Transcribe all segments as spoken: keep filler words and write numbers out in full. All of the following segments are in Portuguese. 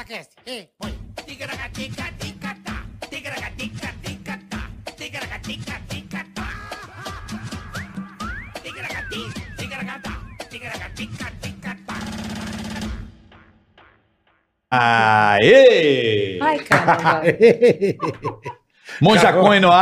Ticaracast, ei, põe. Ticaracatica-ticatá, ticaracatica-ticatá, ticaracatica-ticatá. Ticaracati, ticaracatá, ticaracatica-ticatá. Aê! Ai, caramba. Monja Coin no ar.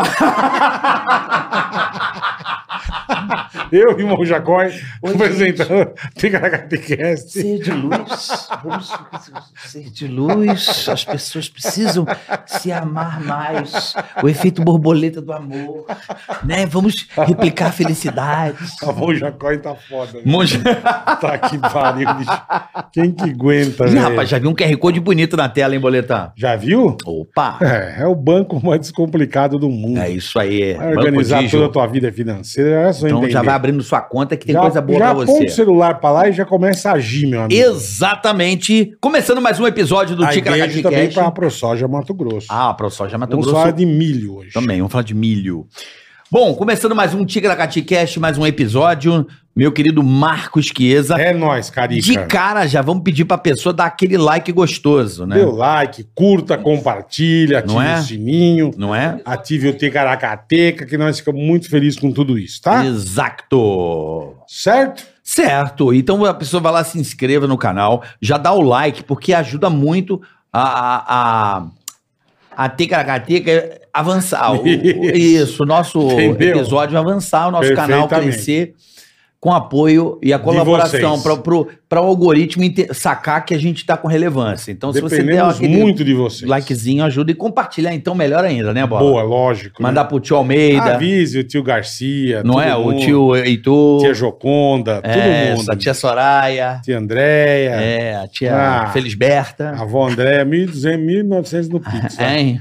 Eu e o Monja Coin apresentando Ticaracatecast. Ser de luz, vamos ser de luz, as pessoas precisam se amar mais, o efeito borboleta do amor, né? Vamos replicar a felicidade. A Monja Coin tá foda. Né? Monja... Tá que pariu, bicho. Quem que aguenta, Ih, velho? rapaz, já vi um Q R Code bonito na tela, hein, Boletar? Já viu? Opa! É, é o banco mais descomplicado do mundo. É isso aí. Vai organizar Digio. toda a tua vida financeira. É só Então entender. já vai abrindo sua conta que tem já, coisa boa já pra põe você. o celular pra lá e já começa a agir, meu amigo. Exatamente. Começando mais um episódio do A igreja também Ticaracatecast. pra ProSoja Mato Grosso. Ah, a ProSoja Mato Vamos Grosso falar de milho hoje. também. Vamos falar de milho. Bom, começando mais um Ticaracatecast, mais um episódio. Meu querido Marcos Chiesa. É nóis, Carica. De cara, já vamos pedir pra pessoa dar aquele like gostoso, né? Dê o like, curta, compartilha, ative Não é? o sininho, Não é? ative o Ticaracateca, que nós ficamos muito felizes com tudo isso, tá? Exato. Certo? Certo. Então a pessoa vai lá, se inscreva no canal, já dá o like, porque ajuda muito a... a, a... A Ticaracateca avançar. O- o- isso, o nosso Entendeu? episódio avançar, o nosso canal Perfeitamente. crescer com apoio e a colaboração vocês. para o algoritmo inte- sacar que a gente está com relevância. Então, se você der Dependemos aquele muito de vocês. likezinho, ajuda e compartilhar, então melhor ainda, né, Bola? Boa, lógico. Mandar né? pro tio Almeida, Avise o tio Garcia, não todo é? O mundo, tio Heitor, tia Joconda, é, todo mundo. a tia Soraya, Tia Andréia, é, a tia Ah. Felisberta. a avó Andréia, mil e duzentos, mil e novecentos no Pix. né? Hein?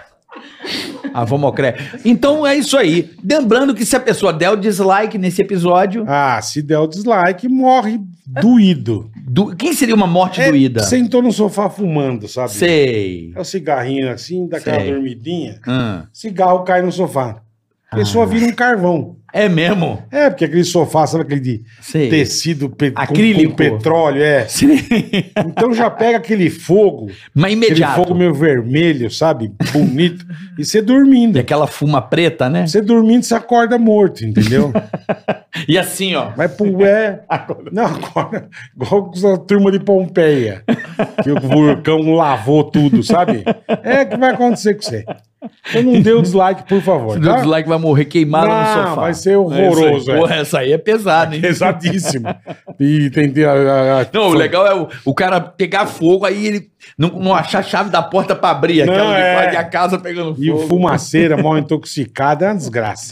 A Vomocré. Então é isso aí. Lembrando que se a pessoa der o dislike nesse episódio, Ah, se der o dislike, morre doído. do... quem seria uma morte É, doída? sentou no sofá fumando, sabe? Sei. É o cigarrinho assim, dá aquela Sei. dormidinha. Hum. Cigarro cai no sofá. A pessoa vira um carvão. É mesmo? É, porque aquele sofá, sabe aquele de Sei. tecido pe- com- Acrílico. Com, petróleo, é. Sim. Então já pega aquele fogo, Mas aquele imediato. fogo meio vermelho, sabe? Bonito. E você E dormindo. aquela fuma preta, né? Você dormindo, você acorda morto, entendeu? E assim, ó. Vai pro é. Não, acorda. Igual a turma de Pompeia. Que o vulcão lavou tudo, sabe? É o que vai acontecer com você. Então não dê o dislike, por favor. Se der Tá? dislike, vai morrer queimado Não, no sofá. vai ser horroroso, É isso aí. é. Porra, essa aí é pesada, hein? Pesadíssimo. E tem. a- a- a- Não, o legal é o, o cara pegar fogo, aí ele não, não achar a chave da porta pra abrir. Não, Aquela de é. quase a casa pegando E o fogo. fumaceira mal intoxicada é uma desgraça.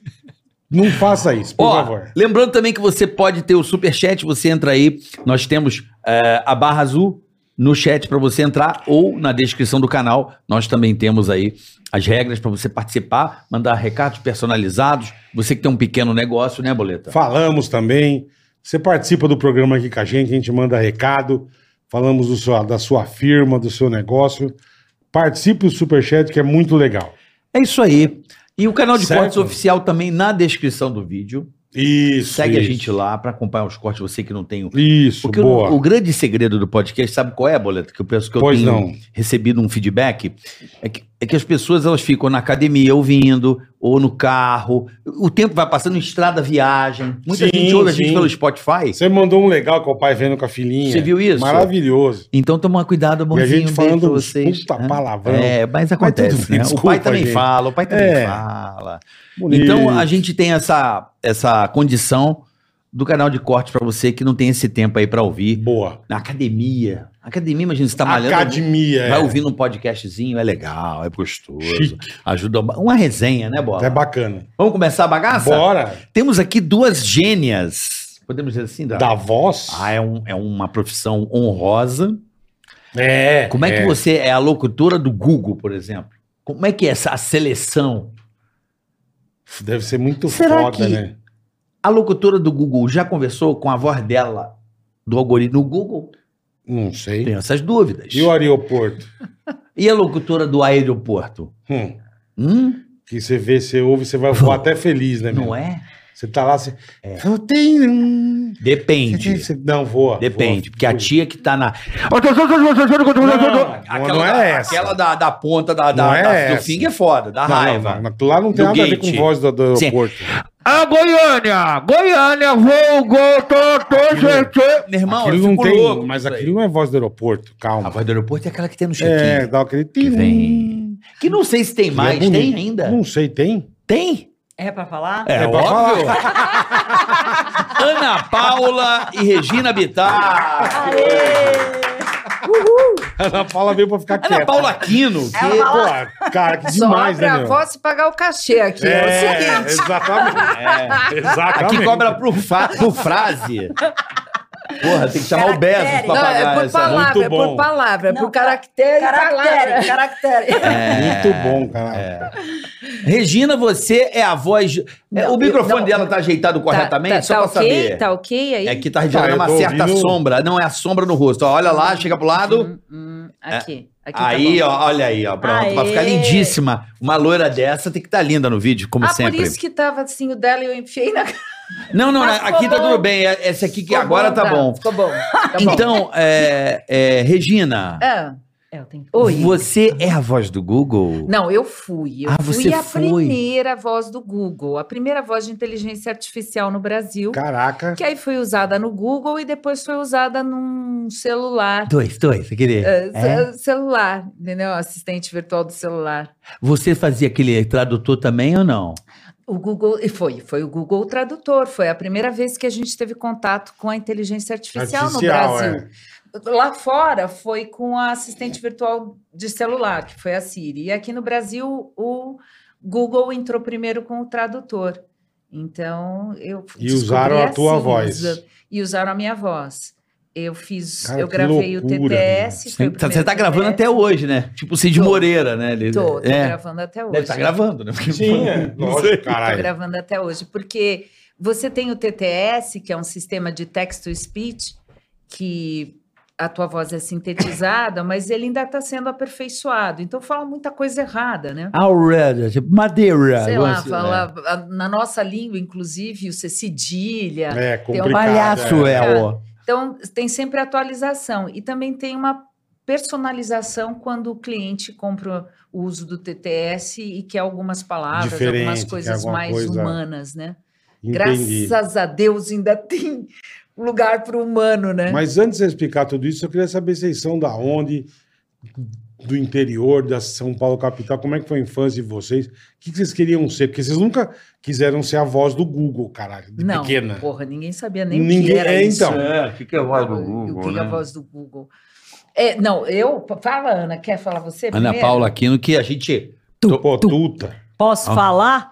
Não faça isso, por Ó, favor. lembrando também que você pode ter o superchat, você entra aí, nós temos é, a barra azul no chat para você entrar ou na descrição do canal, nós também temos aí as regras para você participar, mandar recados personalizados, você que tem um pequeno negócio, né, Boleta? Falamos também. Você participa do programa aqui com a gente, a gente manda recado. Falamos do seu- da sua firma, do seu negócio. Participe do Superchat, que é muito legal. É isso aí. E o canal de Certo. cortes oficial também na descrição do vídeo. Isso. Segue a isso. gente lá para acompanhar os cortes, você que não tem o Isso, Porque boa. o, o grande segredo do podcast, sabe qual é, Boleta? Que eu penso que eu Pois tenho não. recebido um feedback. É que, é que as pessoas elas ficam na academia ouvindo, ou no carro. O tempo vai passando em estrada, viagem. Muita Sim, gente ouve a gente sim. pelo Spotify. Você mandou um legal com o pai vendo com a filhinha. Você viu isso? Maravilhoso. Então toma cuidado, E a amorzinho. gente um falando beijo pra uns vocês. puta né? palavrão. É, mas Mas acontece, tudo bem, né? O desculpa, pai também gente. fala, o pai também É. fala. Bonito. Então a gente tem essa, essa condição do canal de cortes pra você que não tem esse tempo aí pra ouvir. Boa. Na academia. Academia, imagina, você tá malhando. Academia, Vai é. ouvindo um podcastzinho, é legal, é gostoso. Chique. Ajuda. Uma resenha, né, Bola? É bacana. Vamos começar a bagaça? Bora. Temos aqui duas gênias. Podemos dizer assim, Dá? Da voz? Ah, é, um, é uma profissão honrosa. É. Como é, que você é a locutora do Google, por exemplo? Como é que é essa a seleção? Deve ser muito Será foda, que- né? A locutora do Google já conversou com a voz dela, do algoritmo no Google? Não sei. Tem essas dúvidas. E o aeroporto? E a locutora do aeroporto? Hum. Hum? Que você vê, você ouve, você vai voar até feliz, né, meu? Não é? Você tá lá, você... Eu tenho... Depende. Você- Não, voa. Depende, voa. porque a tia que tá na. Não, Aquela, não é da, essa. aquela da, da ponta da, da, Não é da- do essa. finger é foda, da Não, raiva. não, não, lá não tem Do nada a ver gate. com voz do, do Sim. aeroporto. A Goiânia! Goiânia, vou, go, tô, tô, gente. Meu irmão, Aquilo eu não fico tem, louco. mas com isso aquilo não é voz do aeroporto, aí. calma. A voz do aeroporto é aquela que tem no É, check-in. dá aquele... Que vem. Que não sei se tem Aquilo mais, é bonito. tem ainda? Não sei, tem? Tem? É pra falar? É, É pra óbvio. Ana Paula e Regina Bittar. Ana Paula veio pra ficar quieta. Ana Paula Aquino. Que... Pô, cara, que Só demais, né, pra meu? voz pagar o cachê aqui. É, o É, seguinte. exatamente. É. Exatamente. Aqui cobra por, fa- por frase. Porra, tem que chamar o Bezos pra Caractere. Não, pagar é por essa. palavra, Muito é bom. por palavra, é Não, por caractere e Caractere, palavra. caractere. Muito bom, cara. Regina, você é a voz. é, Não, o microfone não, dela não. tá ajeitado corretamente? Tá, Só tá pra ok? saber. Tá ok aí? É que tá Tá, gerando eu uma tô certa ouvindo- sombra. Não, é a sombra no rosto. Ó, olha lá, chega pro lado. Hum, hum, aqui. aqui Aí, tá bom. ó, olha aí, ó. Pronto, vai ficar Aê. lindíssima. Uma loira dessa tem que estar linda no vídeo, como Ah, sempre. por isso que tava assim o dela e eu enfiei na Não, não, Mas aqui ficou tá bom. tudo bem. é- Esse aqui que Ficou agora tá bom. Ficou bom. Tá bom. Então, é, é, Regina, Ah, É, eu tenho que... oi. você é a voz do Google? Não, eu fui. Eu Ah, fui você a foi. primeira voz do Google, a primeira voz de inteligência artificial no Brasil, Caraca. que aí foi usada no Google e depois foi usada num celular. Dois, dois, você queria? eh, É? ce- Celular, entendeu? Assistente virtual do celular. Você fazia aquele tradutor também ou não? O Google, e foi, foi o Google Tradutor, foi a primeira vez que a gente teve contato com a inteligência artificial, Artificial, no Brasil. Lá fora foi com a assistente virtual de celular, que foi a Siri. E aqui no Brasil, o Google entrou primeiro com o tradutor. Então, eu E usaram a descobri tua assim, voz. usa- E usaram a minha voz. Eu fiz, Cara, eu que gravei o loucura, T T S. foi o Você primeiro tá gravando T T S. até hoje, né? Tipo o Cid Tô. Moreira, né? Ele, Tô, tô é. gravando até hoje. Deve estar gravando, né? Porque- Sim, é. Não Lógico, sei. Estou caralho. gravando até hoje, porque você tem o T T S, que é um sistema de text-to-speech, que a tua voz é sintetizada, mas ele ainda está sendo aperfeiçoado. Então fala muita coisa errada, né? Aurora, tipo madeira. Sei lá, assim, fala, a- na nossa língua, inclusive, você cedilha. É, Tem um complicado. Palhaço é. é, ó. Então, tem sempre atualização. E também tem uma personalização quando o cliente compra o uso do T T S e quer algumas palavras, Diferente, algumas quer coisas alguma mais coisa- humanas, né? Entendi. Graças a Deus ainda tem lugar para o humano, né? Mas antes de você explicar tudo isso, eu queria saber se vocês são da onde, do interior, da São Paulo capital, como é que foi a infância de vocês? O que que vocês queriam ser? Porque vocês nunca quiseram ser a voz do Google, caralho, de Não, pequena. porra, ninguém sabia nem o Ninguém- que era é, isso. então. É, o que, que é a voz do O Google, que é a né? voz do Google? É, não, eu... Fala, Ana, quer falar você Ana primeiro? Paula Aquino, que a gente... Pô, tuta. Posso Ah. falar?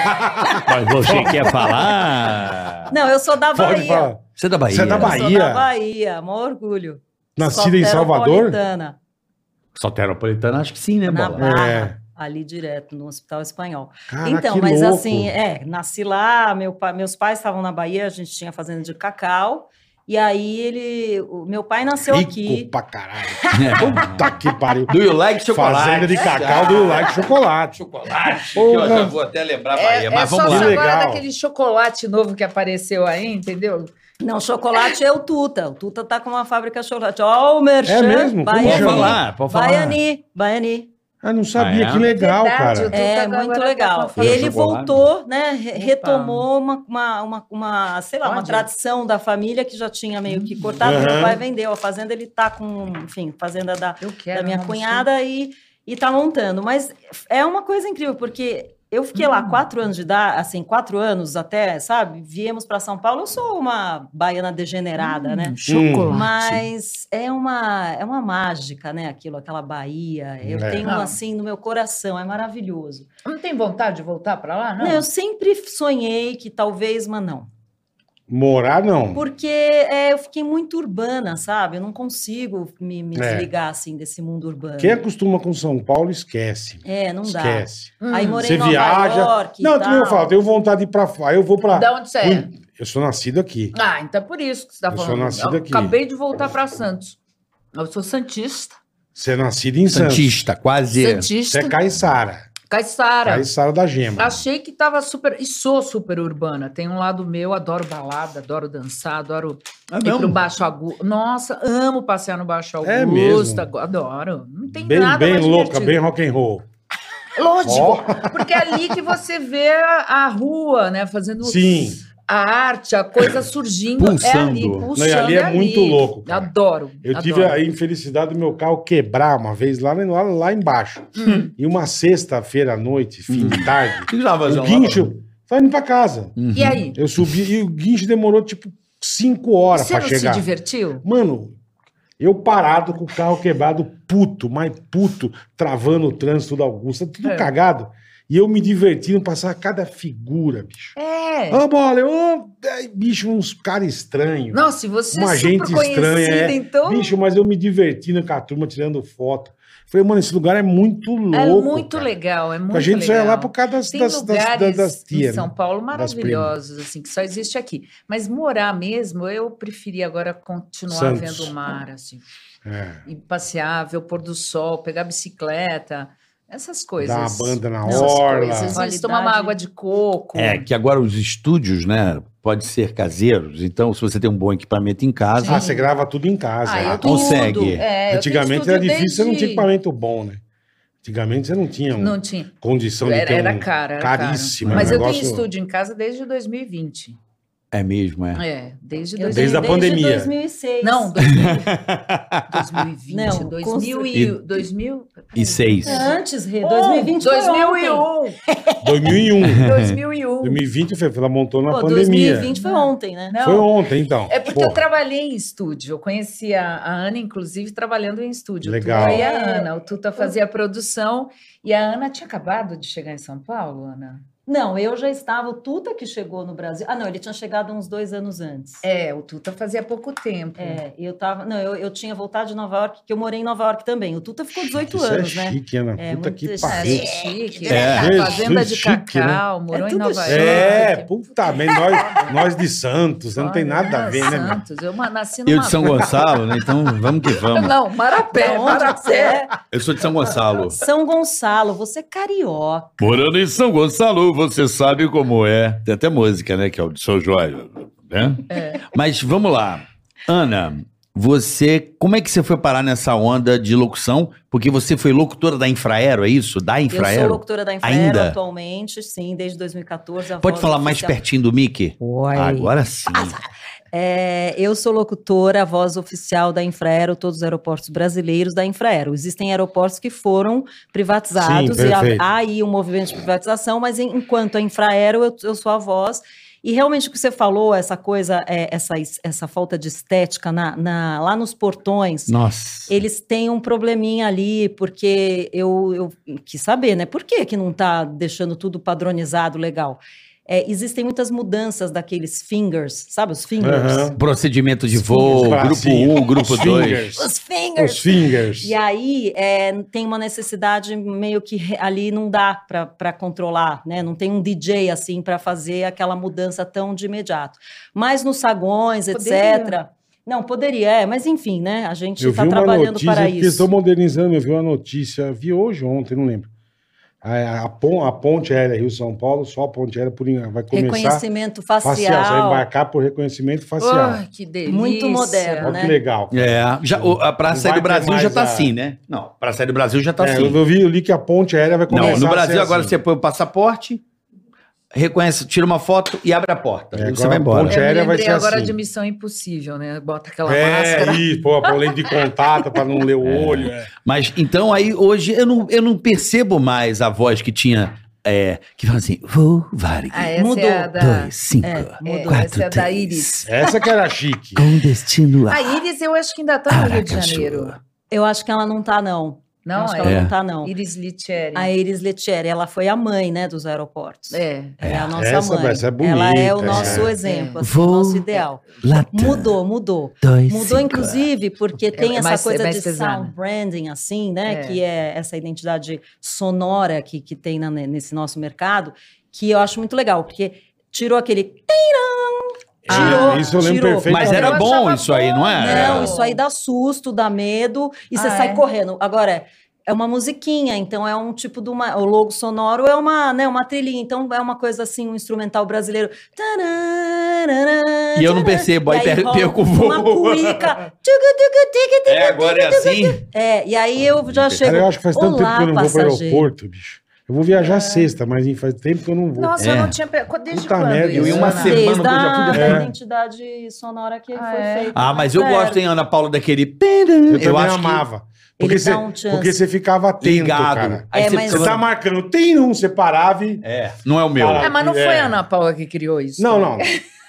Mas você quer falar? Não, eu sou da Pode Bahia. falar. Você é da Bahia? Você é da Eu sou Bahia? da Bahia, maior orgulho. Nascida em Salvador? Soteropolitana, Soteropolitana, acho que sim, né, na Bola? Barra, É. ali direto, no Hospital Espanhol. Cara, então, que mas louco. assim, é, nasci lá, meu pai, meus pais estavam na Bahia, a gente tinha fazenda de cacau, e aí ele, o meu pai nasceu Rico aqui. pra caralho. Puta que pariu. Do you like chocolate? Fazenda de cacau do like chocolate. Chocolate. Porra. Que eu já vou até lembrar a É, Bahia, é mas só vamos lá. Que agora legal. daquele chocolate novo que apareceu aí, entendeu? Não, chocolate é o Tuta. O Tuta tá com uma fábrica de chocolate. Ó, o Merchan. É mesmo? Como Baiani. Pode falar, pode falar. Baiani, Baiani. Ah, não sabia. Ah, é? Que legal, Verdade, cara. eu tô- É, agora muito tá legal. com a fábrica Ele de chocolate. voltou, né? re- Opa. Retomou uma, uma, uma, uma, sei lá, uma Pode? tradição da família que já tinha meio que cortado. Uhum. Meu pai vendeu a fazenda, ele tá com, enfim, fazenda da, Eu quero. da minha não, cunhada e, e tá montando. Mas é uma coisa incrível, porque eu fiquei lá Hum. quatro anos de idade, assim, quatro anos até, sabe? Viemos para São Paulo. Eu sou uma baiana degenerada, né? Hum, chocolate. Mas é uma, é uma mágica, né? Aquilo, aquela Bahia. Eu É. tenho, Não. assim, no meu coração. É maravilhoso. Não tem vontade de voltar para lá, não? Não, eu sempre sonhei que talvez, mas não. Morar, não. Porque é, eu fiquei muito urbana, sabe? Eu não consigo me, me É. desligar, assim, desse mundo urbano. Quem acostuma com São Paulo, esquece. É, não dá. Esquece. Hum. Aí morei Você em Nova viaja. York e Não, também eu tal. falo, eu tenho vontade de ir pra fora. Eu vou pra. Da onde você é? Eu sou nascido aqui. Ah, então é por isso que você está Eu sou falando. nascido Eu aqui. acabei de voltar para Santos. Eu sou santista. Você é nascido em Santos. Santista, quase. Você Santista. é caiçara. Caiçara. Caiçara da Gema. Achei que tava super. E sou super urbana. Tem um lado meu, adoro balada, adoro dançar, adoro É ir mesmo? pro Baixo Augusto. Nossa, amo passear no Baixo Augusto. É mesmo? Adoro. Não tem Bem, nada bem mais louca, divertido. bem rock and roll. Lógico, porque é ali que você vê a, a rua, né? Fazendo Sim. a arte, a coisa surgindo. Pulsando. É ali, pulsando. Não, e ali é ali. muito louco, cara. Adoro. Eu adoro. tive a infelicidade do meu carro quebrar uma vez lá, lá, lá embaixo. Hum. E uma sexta-feira à noite, fim de tarde, O que você tava fazendo o lá? guincho foi indo pra casa. Uhum. E aí? Eu subi e o guincho demorou tipo cinco horas Você pra não chegar. se divertiu? Mano, eu parado com o carro quebrado, puto, mais puto, travando o trânsito da Augusta, tudo É. cagado. E eu me divertindo, passar cada figura, bicho. É. Ô, bola, ô, ai, bicho, uns caras estranhos. Nossa, e você Uma é super gente estranha, conhecida, é. então. Bicho, mas eu me divertindo com a turma, tirando foto. Falei, mano, esse lugar é muito louco. É muito cara. legal, é muito A gente só legal. ia lá por causa das, Tem das, das, lugares das, das tias, em São né? Paulo Das maravilhosos, assim, que só existe aqui. Mas morar mesmo, eu preferia agora continuar Santos. vendo o mar, assim. É. E passear, ver o pôr do sol, pegar bicicleta, essas coisas. Dar uma banda na Essas orla. coisas. Isso, Qualidade. tomar uma água de coco. É, que agora os estúdios, né, pode ser caseiros. Então, se você tem um bom equipamento em casa, Ah, você grava tudo em casa. Ah, eu Ah, Consegue. tudo. É, eu Antigamente tenho era estúdio difícil, você não tinha desde- equipamento bom, né? Antigamente você não tinha um- Não tinha. condição de Era, ter era um caro, era caríssimo. caro. Mas um eu tenho negócio- estúdio em casa desde dois mil e vinte. é mesmo, é. É, desde Eu dois Desde tenho a pandemia. dois mil e seis. Não, dois mil, dois mil e vinte, Não, dois com mil certeza. e dois mil E seis. É antes, Rê. dois mil e vinte foi dois mil e ontem. um, dois mil e um. dois mil e um. dois mil e vinte foi, ela montou na Pô, pandemia. dois mil e vinte foi ontem, né? Não, Foi ontem, então. é porque Porra. eu trabalhei em estúdio. Eu conheci a, a Ana, inclusive, trabalhando em estúdio. Legal. O Tuta e a Ana. O Tuta fazia a produção e a Ana tinha acabado de chegar em São Paulo, Ana? Não, eu já estava, o Tuta que chegou no Brasil. Ah, não, ele tinha chegado uns dois anos antes. É, o Tuta fazia pouco tempo. É, eu tava. Não, eu, eu tinha voltado de Nova York, que eu morei em Nova York também. O Tuta ficou dezoito Isso anos, é né? chique, Ana. É, Puta muito que chique. É, pariu. chique. É. Fazenda de Jesus, chique, né? cacau, morou É em tudo Nova chique. York. É, puta merda, nós, nós de Santos, não tem Olha, nada a ver, né, meu? Santos, eu ma- nasci numa... Eu de São Gonçalo, né? Então vamos que vamos. Não, Marapé, Da onde que você Marapé. é? Eu sou de São Gonçalo. São Gonçalo, você é carioca. Morando em São Gonçalo, você sabe como é. Tem até música, né? Que é o de São João, né? É. Mas vamos lá. Ana, você... Como é que você foi parar nessa onda de locução? Porque você foi locutora da Infraero, é isso? Da Eu Infraero? sou locutora da Infraero Ainda? atualmente, sim, desde dois mil e quatorze. a Pode voz falar mais oficial. pertinho do Mickey? Oi. Agora sim. É, eu sou locutora, a voz oficial da Infraero, todos os aeroportos brasileiros da Infraero. Existem aeroportos que foram privatizados Sim, e há, perfeito. há aí um movimento de privatização, mas em- enquanto a Infraero, eu, eu sou a voz. E realmente o que você falou, essa coisa, é, essa, es- essa falta de estética na, na- lá nos portões, Nossa. eles têm um probleminha ali, porque eu, eu quis saber, né? Por que, que não está deixando tudo padronizado, legal? É, existem muitas mudanças daqueles fingers, sabe? Os fingers. Aham. Procedimento de Os voo, Os grupo bracinhos, um, grupo os dois. fingers, Os fingers. Os fingers. E aí é, tem uma necessidade meio que re- ali não dá para controlar, né? Não tem um D J assim para fazer aquela mudança tão de imediato. Mas nos sagões, Poderia. etcétera. Não, poderia, é, mas enfim, né? A gente Eu está vi uma trabalhando notícia, para porque eles estão isso. modernizando, eu vi uma notícia, vi hoje ou ontem, não lembro. A, a, pon- a ponte aérea Rio-São Paulo, só a ponte aérea por, en- vai começar Reconhecimento facial. Você vai facial. embarcar por reconhecimento facial. Ai, que delícia. Muito moderno, Olha né? que legal. É, já, o- a Praça Não Sair vai do ter Brasil já mais tá a- assim, né? Não, Praça Sair do Brasil já tá É, assim. eu vi, eu li que a ponte aérea vai começar Não, no a Brasil ser agora assim. você põe o passaporte, reconhece, tira uma foto e abre a porta. É, e você agora vai a embora. ponte Eu me aérea vai lembrei ser agora assim. de Missão Impossível, né? Bota aquela máscara. É, isso, pô, pra lente de contato, pra não ler o olho. é. Mas então aí hoje eu não, eu não percebo mais a voz que tinha, é, que fala assim, vou, Varig, Ah, essa Mudou. é a da... dois, cinco, É, é, quatro, essa é a da três, Iris. Essa que era chique. com destino a A Iris eu acho que ainda tá no Rio de Aracaju. Janeiro. Eu acho que ela não tá, não. Eu Não, acho que é? ela É. não tá, não. Iris Litieri. A Iris Letieri, ela foi a mãe, né, dos aeroportos. É. Ela é a nossa Essa- mãe. essa é bonita, ela é o essa nosso é. exemplo, assim, Vou- o nosso ideal. Latam, Mudou, mudou. dois, Mudou, cinco. inclusive, porque tem é essa mais- é coisa mais de pesada. sound branding, assim, né? É. Que é essa identidade sonora que, que tem na- nesse nosso mercado, que eu acho muito legal, porque tirou aquele. Tirou, Ah, isso eu lembro tirou. perfeitamente. Mas era Eu bom achava isso aí, não é? Não, Não. isso aí dá susto, dá medo, e você Ah, sai é? correndo. Agora, é uma musiquinha, então é um tipo de uma... O logo sonoro é uma, né, uma trilhinha, então é uma coisa assim, um instrumental brasileiro. E eu não percebo, aí E per- rola perco o uma voo. cuíca. É, agora é assim? É, e aí eu já chego... Cara, eu acho que faz tanto tempo Olá, que eu não vou pro passageiro. aeroporto, bicho. Eu vou viajar sexta, mas enfim, faz tempo que eu não vou. Nossa, É. eu não tinha... pe- Desde Puta quando merda, isso? eu ia uma Ana? semana- Desde que eu já a fui de- da É. identidade sonora que Ah, foi é? feita. Ah, mas eu Sério. gosto, hein, Ana Paula, daquele... Eu, Eu, também acho amava. Porque Ele você, dá um chance. porque você ficava atento, ligado. cara. Aí É, você mas- Você tá marcando, tem um, você parava e... É, não é o meu. Cara, É, mas não É. foi a Ana Paula que criou isso. Não, não.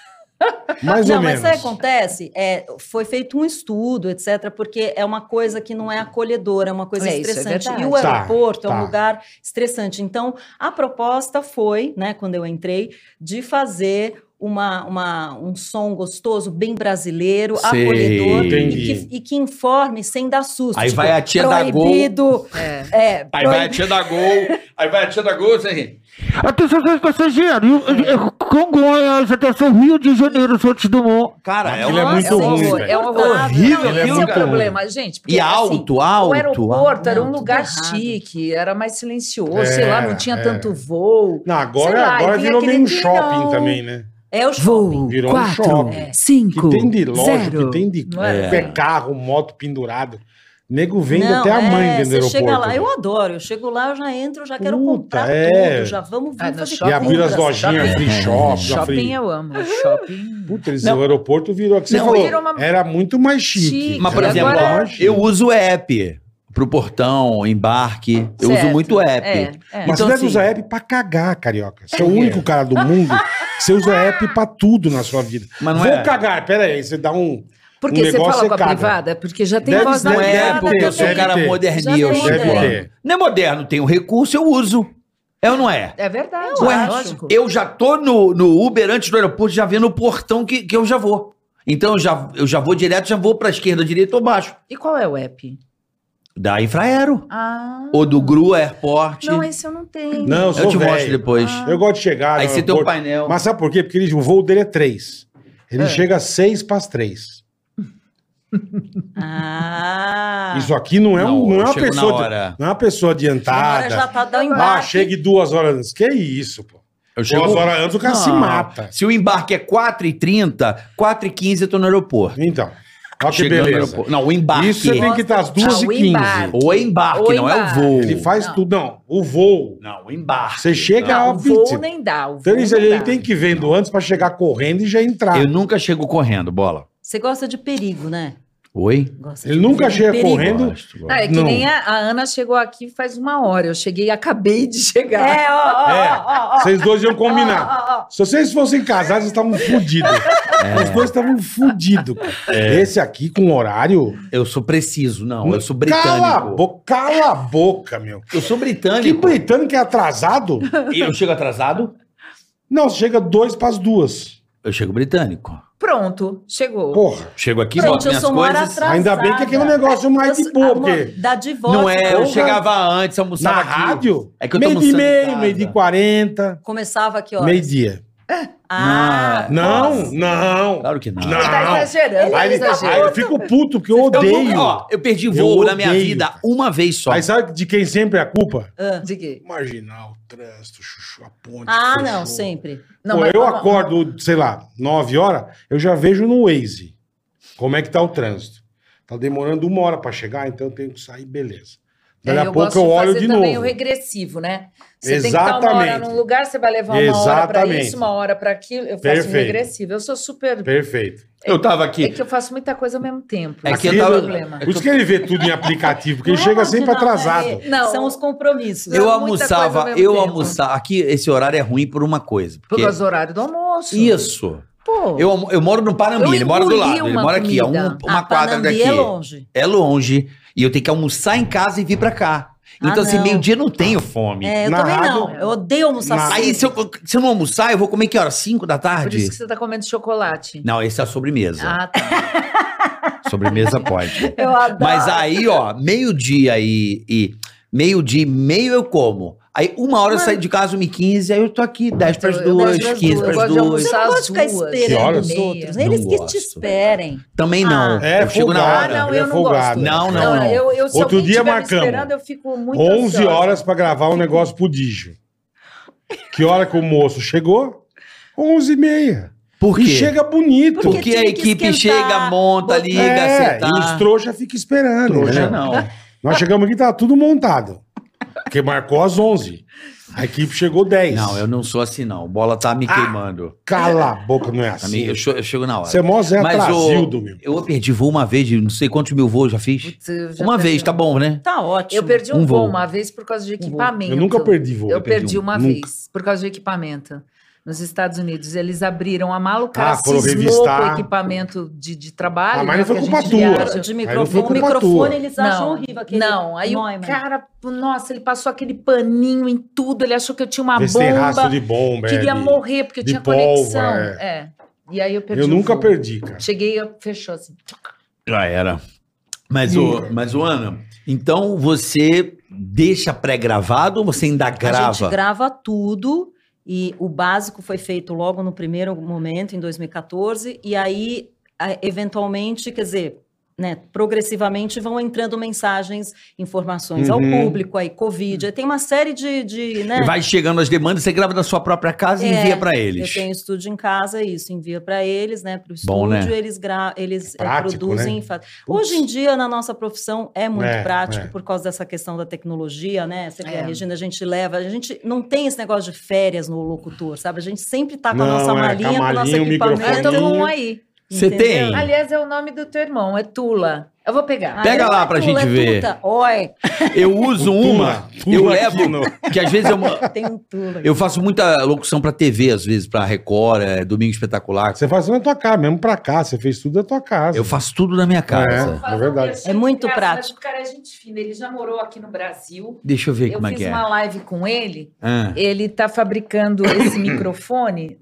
Mais Não, ou mas menos. sabe o que acontece? É, foi feito um estudo, etcétera, porque é uma coisa que não é acolhedora, é uma coisa É, isso é estressante. verdade. E o Tá, aeroporto é tá. um lugar estressante. Então, a proposta foi, né, quando eu entrei, de fazer uma, uma, um som gostoso, bem brasileiro, Sei. acolhedor, e Entendi. que, e que informe sem dar susto. Aí vai a tia da Gol. proibido, É. É, Aí vai a proibido. tia da Gol, aí vai a tia da Gol, assim... Atenção, senhores passageiros. Congonhas, atenção, Rio de Janeiro, Santos Dumont. Cara, é Aquilo é uma- muito é uma- ruim, horror, velho. é um horror. Horrível, Não, ele é esse é o muito problema, gente. porque, E assim, alto, alto. O aeroporto era um Não, lugar tudo errado. chique, era mais silencioso, É, sei lá, não tinha é. tanto voo. Não, agora, Sei lá, agora e vinha virou meio um aquele shopping não. também, né? É o shopping. Virou um shopping. É. Que tem de loja, que tem de Não é? é. carro, moto pendurado. Nego vende Não, até a mãe é, dentro do você chega aeroporto. lá, eu velho. adoro, eu chego lá, eu já entro, eu já quero Puta, comprar é. tudo, já vamos vir Ah, no fazer shopping. E abriram as compras. lojinhas, Shopping. free shop. já Shopping free... eu amo. Shopping. Puta, eles, Não. o aeroporto virou... Que você Não, falou, virou uma- era muito mais chique. Chique. Mas, por E exemplo, agora- ó, mais chique. eu uso o app pro portão, embarque. Eu Certo. uso muito o app. É, é. Mas Então, você deve assim- usar app pra cagar, carioca. Você é o Por quê? único cara do mundo que você usa app pra tudo na sua vida. Mas não Vou é. cagar, pera aí, você dá um... Porque um você negócio fala com a caga. privada? Porque já tem Deve- voz da Não deve- é, privada. porque eu sou um deve cara ter. moderninho. Eu Já chego tem, lá. deve ter. Não é moderno, tem o recurso, eu uso. É ou não é? É verdade, Eu Ué, acho. lógico. Eu já tô no, no Uber antes do aeroporto, já vendo o portão que, que eu já vou. Então eu já, eu já vou direto, já vou pra esquerda, direita ou baixo. E qual é o app? Da Infraero. Ah. Ou do Gru Airport. Não, esse eu não tenho. Não, eu eu sou te velho. mostro depois. Eu gosto de chegar Aí no você tem o aeroporto. painel. Mas sabe por quê? Porque ele, o voo dele é três. Ele É. chega às seis para as três. Ah, Isso aqui não é, um, Não, não é eu uma chego na pessoa. hora. Não é uma pessoa agora adiantada. já tá dando Ah, embarque. chegue duas horas antes. Que isso, pô. Eu Duas horas antes o cara se Não. mata. Se o embarque é quatro e trinta, quatro e quinze eu tô no aeroporto. Então, olha que Chegando no beleza. aeroporto. Não, o embarque. Isso você tem que estar às duas Ah, e o quinze. embarque. O embarque, O não é o embarque. voo. Ele faz Não. tudo. Não, o voo. Não, o embarque. Você chega Não, a o voo pizza. nem dá. O voo Então ele, não ele dá. tem que ir vendo antes pra chegar correndo e já entrar. Eu nunca chego correndo, bola. Você gosta de perigo, né? Oi? Gosta Ele de nunca viver chega em perigo. correndo. Gosto, gosto. Ah, é que Não. nem a, a Ana chegou aqui faz uma hora. Eu cheguei e acabei de chegar. É, ó, ó, É, ó, ó, ó. vocês dois iam combinar. Ó, ó, ó. Se vocês fossem casados, vocês estavam fodidos. É. Os dois estavam fodidos. Esse aqui com horário. Eu sou preciso, não. Eu sou Cala a, britânico. boca, cala a boca, meu. Eu sou Que britânico. britânico é atrasado? E eu chego atrasado? Não, chega dois pras duas. Eu chego britânico. Pronto, chegou. Porra. Chego aqui, Gente, boto eu minhas sou uma hora coisas. atrasada. Ainda bem que aquele negócio mais de Eu- boa, amor, porque dá de volta. Não é, eu Porra. chegava antes, na almoçava aqui. rádio, É que eu tô meio dia e almoçando em meio, casa. meio dia e quarenta, Começava que horas? meio dia. Ah, Não, nossa. não. Claro que não. Não. Ele tá exagerando, Aí, ele ele- exagera. aí eu fico puto, porque eu Eu, odeio. nunca- ó, eu perdi Eu voo na minha odeio, vida cara. uma vez só. Aí sabe de quem sempre é a culpa? De quê? Marginal, trânsito, chuchu, a ponte. Ah, fechou. não, sempre. Não, Pô, mas eu vamos- acordo, sei lá, nove horas, eu já vejo no Waze como é que tá o trânsito. Tá demorando uma hora pra chegar, então eu tenho que sair, beleza. Daí É, a eu pouco gosto eu de olho fazer de também novo. o regressivo, né? Você tem que estar uma hora Exatamente. num lugar, você vai levar uma hora para Exatamente. isso, uma hora para aquilo. Eu faço um Perfeito. regressivo. Eu sou super... Perfeito. Eu tava É aqui. que eu faço muita coisa ao mesmo tempo. É que Esse eu é o tava- problema. Por isso que ele vê tudo em aplicativo, porque ele Não, chega sempre não, atrasado. é- Não. São os compromissos. Eu Não, muita coisa ao almoçava, mesmo eu tempo. almoçava. Aqui, esse horário é ruim por uma coisa. Por Porque... causa do horário do almoço. Isso. Pô, Eu, almo- eu moro no Panambi, Eu ele mora do engoli lado. Ele uma mora aqui, a um- comida. uma Ah, quadra Panambi daqui. é longe. É longe. E eu tenho que almoçar em casa e vir pra cá. Então, Ah, assim, não. meio-dia eu não tenho fome. É, eu Na também rádio- não. Eu odeio almoçar Na- cedo. Aí, se eu, se eu não almoçar, eu vou comer que hora? Cinco da por tarde? isso que você tá comendo chocolate. Não, esse é a sobremesa. Ah, tá. Sobremesa pode. Eu adoro. Mas aí, ó, meio-dia e, e meio-dia e meio eu como. Aí uma hora eu Mano. saí de casa, uma e quinze, aí eu tô aqui, dez para as Eu- eu duas, dez pras quinze duas. para Eu as gosto de duas. Você almoçar não às pode ficar duas, Que esperando horas? os outros. Não Eles que gosto. te esperem. Também não. Ah. É, eu chego na folgado. hora. Ah, não, Ele é eu não folgado. gosto. Não, não, não. Eu, eu, se Outro alguém dia estiver me marcamos. esperando, eu fico muito onze ansiosa. horas pra gravar um negócio pro Digio. Que hora que o moço chegou? onze e meia. Por E quê? chega bonito. Porque Porque tinha a que equipe esquentar, chega, monta, botar- liga, É, acertar. e os trouxas ficam esperando. Trouxa né? não. Nós chegamos aqui, tava tudo montado. Porque marcou às onze. A equipe chegou dez. Não, eu não sou assim, não. Bola tá me queimando. Cala a boca, não é Pra assim. mim, eu, cho- eu chego na hora. Você é mó Zé Mas Brasildo, o, meu. eu perdi voo uma vez, de não sei quantos mil voos já fiz. Putz, eu já Uma perdi vez, um- tá bom, né? Tá ótimo. Eu perdi um, Um voo voo. uma vez por causa de voo. equipamento. Eu nunca perdi voo. Eu perdi um. uma Nunca. vez por causa de equipamento. Nos Estados Unidos, eles abriram a mala, o Ah, cara foram cismou revistar. com o equipamento de, de trabalho. Ah, mas né, não foi porque a culpa gente tua. viaja. De Aí não foi microfone, o culpa microfone tua. eles acham Não, horrível. Aquele não, aí Neumann. o cara, nossa, ele passou aquele paninho em tudo, ele achou que eu tinha uma Vê se tem rastro bomba, de bomba. é, queria de- morrer porque eu de tinha pólvora, conexão. é. É. E aí eu perdi Eu o nunca voo. perdi, cara. Cheguei e fechou assim. Já era. Mas, o, mas, o Ana, então você deixa pré-gravado ou você ainda A grava? gente grava tudo e o básico foi feito logo no primeiro momento, em dois mil e quatorze, e aí, a- eventualmente, quer dizer, né, progressivamente vão entrando mensagens, informações ao Uhum. público, aí Covid, aí tem uma série de, de né, E vai chegando as demandas, você grava da sua própria casa e É, envia pra eu eles. tenho estúdio em casa, isso, envia para eles, né, para o Bom, estúdio, né? eles, gra eles eh, Prático, produzem. né? e fa- Putz. Hoje em dia, na nossa profissão, é muito É, prático é. por causa dessa questão da tecnologia, né? Você vê, É. a Regina, a gente leva, a gente não tem esse negócio de férias no locutor, sabe? A gente sempre tá com a Não, nossa é, com a malinha, com o nosso malinha, o equipamento. Ah, então Microfoninho. vamos aí. Você entendeu? tem? Aliás, é o nome do teu irmão, é Tula. Eu vou pegar. Ah, Pega é lá pra tula, gente é ver. tuta. Oi, Eu uso O Tula, uma, Tula eu aqui levo, no- que às vezes eu, tem um tula. eu faço muita locução pra T V, às vezes, pra Record, é, Domingo Espetacular. Você faz tudo na tua casa, mesmo pra cá. Você fez tudo na tua casa. Eu faço tudo na minha casa. É verdade. É muito prático. O cara é gente fina, ele já morou aqui no Brasil. Deixa eu ver Eu como é fiz que é. uma live com ele. Ah. Ele está fabricando esse microfone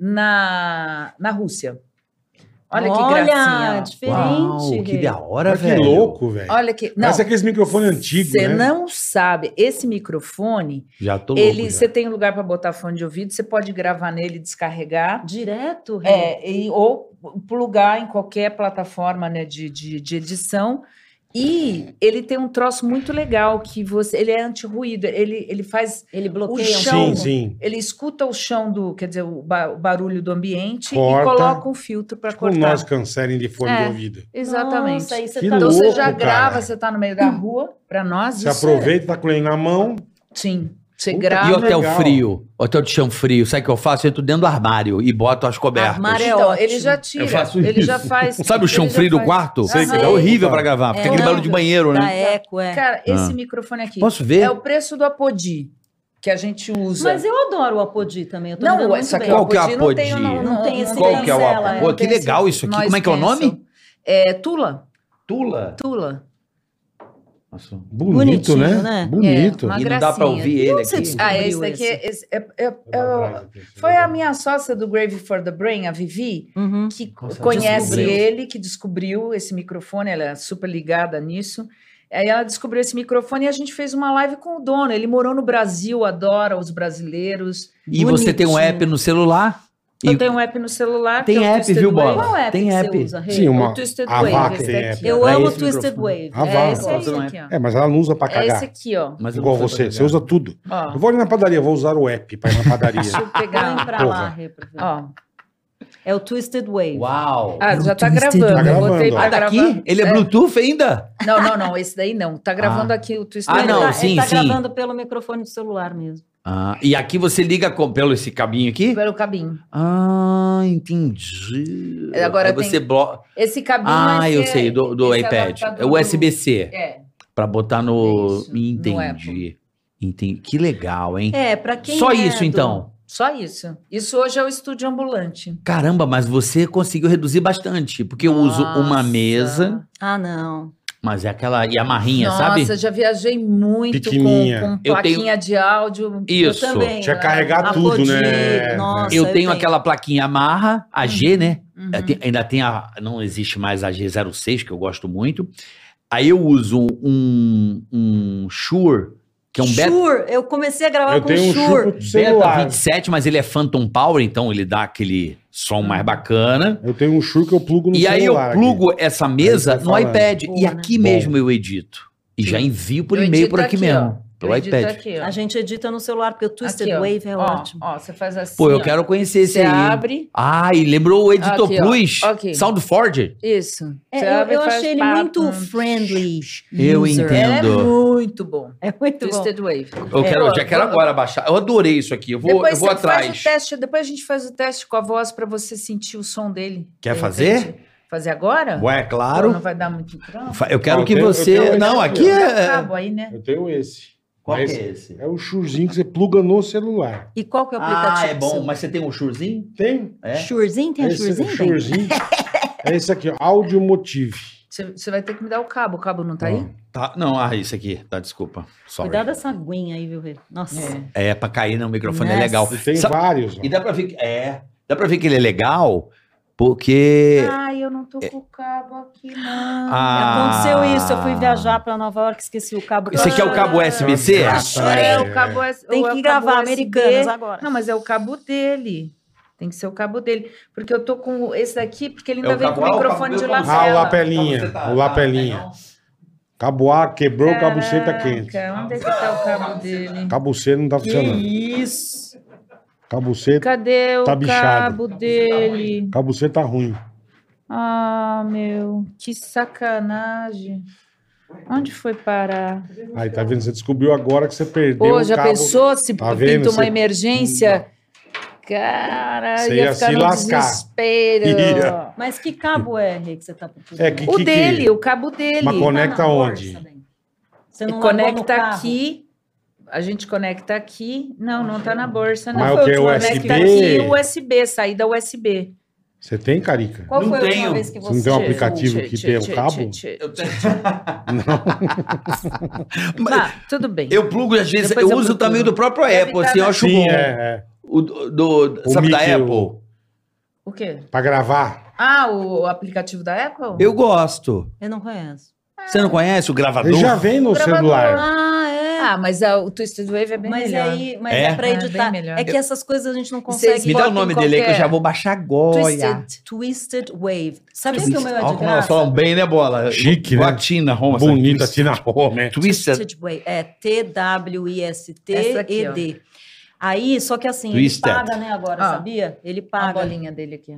na, na Rússia. Olha que gracinha. ó. diferente. Uau, que Rê. da hora, Mas que velho. louco, velho. Olha que. Não, Parece aqueles microfones antigos, você né? não sabe. Esse microfone, Já tô louco. ele, já. você tem um lugar para botar fone de ouvido, você pode gravar nele e descarregar. Direto, Rê. É, e- ou plugar em qualquer plataforma, né, de, de, de edição. E ele tem um troço muito legal que você. Ele é anti-ruído. Ele, ele faz. Ele bloqueia um chão. Sim, pouco. sim. Ele escuta o chão do. Quer dizer, o, ba- o barulho do ambiente Corta. e coloca um filtro para Tipo cortar. nós cancerem de fone de É. ouvido. Exatamente. Nossa, aí você Que tá Então você louco, já cara. grava, você tá no meio da rua, para nós. Você isso aproveita, tá com ele na mão. É... Sim. Você Puta, grava. E hotel legal. frio? Hotel de chão frio. Sabe o que eu faço? Eu entro dentro do armário e boto as cobertas. Armário é Então, ótimo. ele já tira. Eu faço ele isso. já faz. Sabe o chão ele já frio do faz. quarto? Sei que é dá. horrível pra gravar. Fica É aquele barulho de banheiro, Da né? eco, é. Cara, esse Ah. microfone aqui Posso ver? é o preço do Apodi que a gente usa. Mas eu adoro o Apodi também. Eu tô me Não, dando muito isso aqui bem. Qual que é o Apodi não tem, Apodi? não, Não tem esse Qual que é o cancela, Apodi? é. Pô, não que tem legal esse isso aqui. noise Como é que é o nome? cancel. É Tula. Tula. Tula. Nossa. Bonito, Bonitinho, né? né? Bonito. É, uma E não dá pra gracinha. ouvir ele Onde você aqui. descobriu? Ah, esse daqui é, esse é- é- é- foi a minha sócia do Grave for the Brain, a Vivi, Uhum. que Nossa, conhece descobriu. ele, que descobriu esse microfone, ela é super ligada nisso. Aí ela descobriu esse microfone e a gente fez uma live com o dono. Ele morou no Brasil, adora os brasileiros. E você tem um Bonitinho. app no celular? Eu E tenho um app no celular. Tem que é o app, Twisted viu, Wave. Bola? Qual app Tem que app. você usa, Rê? Sim, uma. O Twisted a Wave, vaca esse tem daqui, app. ó. Eu Pra amo o esse Twisted microfone. Wave. A É vaca. esse aí, Não é? aqui, ó. É, mas ela não usa pra É cagar. esse aqui, ó. Mas eu Igual não sei você. pra Você pegar. usa tudo. Ó, Eu vou ali na padaria, vou usar o app pra ir na padaria. deixa eu Põe pegar. pra Porra. lá, Rê, pra ver. Ó. É o Twisted Wave. Uau. Ah, É o já tá Twisted gravando. Tá Eu gravando, botei ó. pra Ah, daqui? gravar. Ele é, Bluetooth ainda? Não, não, não. Esse daí não. Tá gravando Ah. aqui o Twisted Ah, Wave. não, ele tá, sim, ele tá sim. gravando pelo microfone do celular mesmo. Ah, e aqui você liga com, pelo esse cabinho aqui? Pelo cabinho. Ah, entendi. É, agora Aí tem- você bloca. Esse cabinho Ah, é eu esse- sei, do, do esse iPad. adaptador É o U S B C. do- É. Pra botar no. Isso, no Entendi. Entendi. Que legal, hein? É, pra quem Só é isso, do- então. Só isso. Isso hoje é o estúdio ambulante. Caramba, mas você conseguiu reduzir bastante. Porque eu uso uma Nossa. mesa, Ah, não. mas é aquela Yamarrinha, Nossa, sabe? já viajei muito com, Pequenininha. com Eu plaquinha de áudio. Isso. Eu também. Tinha né? que carregar A tudo, Apodi, né? Nossa, Eu tenho aquela plaquinha Amarra, a G, né? Uhum. É, tem- ainda tem a. Não existe mais a G zero seis, que eu gosto muito. Aí eu uso um, um Shure, Que é um Beta, Shure, eu comecei a gravar Eu com tenho um Shure. Shure pro Beta celular. vinte e sete, mas ele é Phantom Power, então ele dá aquele som mais bacana. Eu tenho um Shure que eu plugo no E aí eu celular. plugo essa mesa Aí você no fala, iPad. boa, E né? aqui Bom. mesmo eu edito. E já envio por Eu e-mail edito por aqui, aqui, mesmo. ó. Pelo Eu edito iPad. aqui, ó. A gente edita no celular, porque o Twisted Aqui, ó. Wave é Ó, ótimo. Ó, você faz assim. Pô, eu ó. quero conhecer esse Você aí. abre. Ah, e lembrou o Editor Aqui, ó. Plus? Aqui. SoundForge? Isso. É, Você eu, abre e eu faz achei ele pá, muito pum. friendly. Eu user. entendo. Ela é muito bom. É muito bom. Twisted Wave. Eu, quero, É, eu já quero vou- agora baixar. Eu adorei isso aqui. Eu vou, Depois eu vou você atrás. faz o teste, depois a gente faz o teste com a voz para você sentir o som dele. Quer De fazer? repente. Fazer agora? Ué, Pô, claro. não vai dar muito trampo. Fa- Eu quero Ó, eu que tenho- eu você. tenho esse Não, aqui, aqui ó. Tem um é. cabo aí, né? Eu tenho esse. Qual que Mas é esse? É o Shurezinho que você pluga no celular. E qual que é o aplicativo? Ah, é bom. seu? Mas você tem um Shurezinho? Tem? É? Shurezinho? Tem a Esse Shurezinho? Tem? Shurezinho. É esse aqui, ó. Audiomotive. Você, você vai ter que me dar o cabo. O cabo não tá aí? Tá. Não, ah, isso aqui. Tá, desculpa. Sorry. Cuidado dessa aguinha aí, viu, Rê? Nossa. É. É, pra cair no microfone é Nossa. legal. E tem Sa- vários, ó. E dá pra ver que. É. Dá pra ver que ele é legal, porque. Ai, eu não tô com o cabo aqui, não. Ah. Aconteceu isso, eu fui viajar pra Nova York, esqueci o cabo. Isso aqui é o cabo U S B C? Graça, É, né? o cabo S- Tem ou é que o cabo gravar U S B. americanos agora. Não, mas é o cabo dele. Tem que ser o cabo dele. Porque eu tô com esse daqui, porque ele É ainda o vem cabo com A o ou o microfone cabo de B ou cabo C? Ah, o lapela. lapelinha. Você tá- O lapelinha. tá, Cabo A quebrou, o cabo C tá quente. Caraca, onde é que tá o cabo dele? Cabo C não tá Que funcionando. isso? Cabo C, Cadê o Tá bichado. cabo dele? cabo C tá ruim. Ah, meu, que sacanagem. Onde foi parar? Aí, tá vendo? Você descobriu agora que você perdeu Pô, o já cabo. pensou se Tá vendo? pinta uma Você- emergência? Cara, Você ia ia ficar se no lascar. desespero. Ia. Mas que cabo é, Rê, que você tá procurando? É, que, O que, dele, que... o cabo dele. Mas conecta Tá na onde? bolsa, bem. Você E não largou no conecta carro? aqui. A gente conecta aqui. Não, não tá na bolsa, não. Mas o que, Conecta U S B? aqui o U S B, saída U S B. Você tem, Carica? Qual Não foi a última tenho. vez que Você não você... tem um usou? aplicativo que tem um cabo? Eu, tenho... Tá, tudo bem. eu plugo, às vezes, Depois eu, eu uso procuro. também do próprio Deve Apple, tá assim, eu na- acho Sim, bom. é, é. O do, do- O sabe da Mickey, Apple? o- O quê? Pra gravar. Ah, o aplicativo da Apple? Eu gosto. Eu não conheço. Você não conhece o gravador? Ele já vem no Gravador. celular. Ah, é. Ah, mas a- o Twisted Wave é bem mas melhor. aí, mas É? é, pra É, editar. bem melhor. É que essas coisas a gente não Vocês consegue. Me dá o botem nome dele aí que eu qualquer- já vou baixar agora. Twisted. Twisted Wave. Sabia que o meu é Olha de como elas graça? falam bem, né, Bola? Chique, Igual né? a Tina Roma. Bonita, sabe? Tina Roma. Twisted. Twisted Wave. É T W I S T Essa aqui, E D. Aí, só que assim, Twisted. ele paga, né, agora, Ah. sabia? Ele A paga. bolinha dele aqui.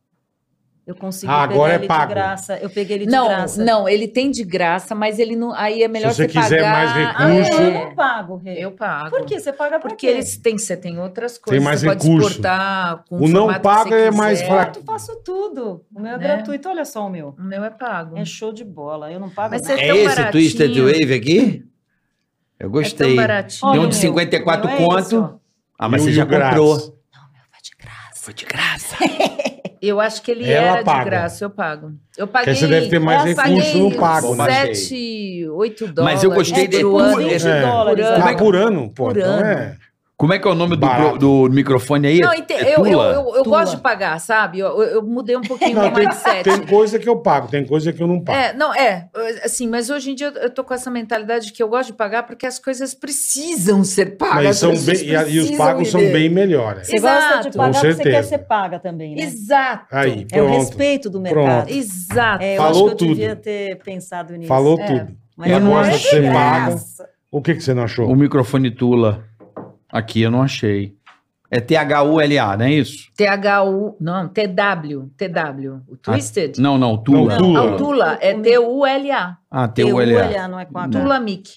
Eu consegui Ah, pegar agora é ele pago. de graça. Eu peguei ele de Não, graça. não, ele tem de graça, mas ele não. Aí é melhor Se você você quiser pagar. mais Ah, recurso- eu É, não pago, Rê. eu pago. Por quê? Você paga pra Porque quê? eles têm, você tem outras coisas. Tem mais você pode recurso. exportar com O não formato que paga você é mais quiser. fraco. Eu faço tudo. O meu é Né? gratuito. Olha só o meu. O meu é pago. É show de bola. Eu não pago Mas nada. você- É tão esse baratinho. Twisted Wave aqui? Eu É gostei. tão baratinho. Tem um Olha de o meu. cinquenta e quatro O meu é esse, conto. ó. Ah, mas E o- você e já o grátis? comprou. Vai de graça. Foi de graça. Eu acho que ele Ela era paga. de graça, eu pago. Eu Porque paguei. você deve ter mais eu recurso no paguei pago, né? sete, oito dólares. Mas eu gostei É de- tipo por- uns vinte é. dólares. Por né? ano. Ah, por ano? Pô, Por então ano. é. Como é que é o nome do, Barato. pro- do microfone aí? Não, É- ente- é eu, eu, Tula? eu, eu Tula. gosto de pagar, sabe? Eu, eu- eu mudei um pouquinho Não, o tem, mindset. tem coisa que eu pago, tem coisa que eu não pago. É, não, é, assim, mas hoje em dia eu- eu tô com essa mentalidade que eu gosto de pagar porque as coisas precisam ser pagas. Mas são as pessoas bem, e, a- e os precisam pagos são viver. bem melhores. Você gosta Exato. de pagar Com porque você quer certeza. ser paga também, né? Exato. Aí, É o pronto. respeito do Pronto. mercado. Exato. É, eu Falou acho que eu tudo. devia ter pensado nisso. Falou É. tudo. Mas Eu não é acho de que você paga. graça. O que, que você não achou? O microfone Tula. Aqui eu não achei. É T H U L A, não é isso? T H U, não, T W, T W. O Twisted? Não, não, Tula. Não, Tula. Ah, o Tula, é T U L A. Ah, T U L A. T U L A, não é com H. Tula Mic.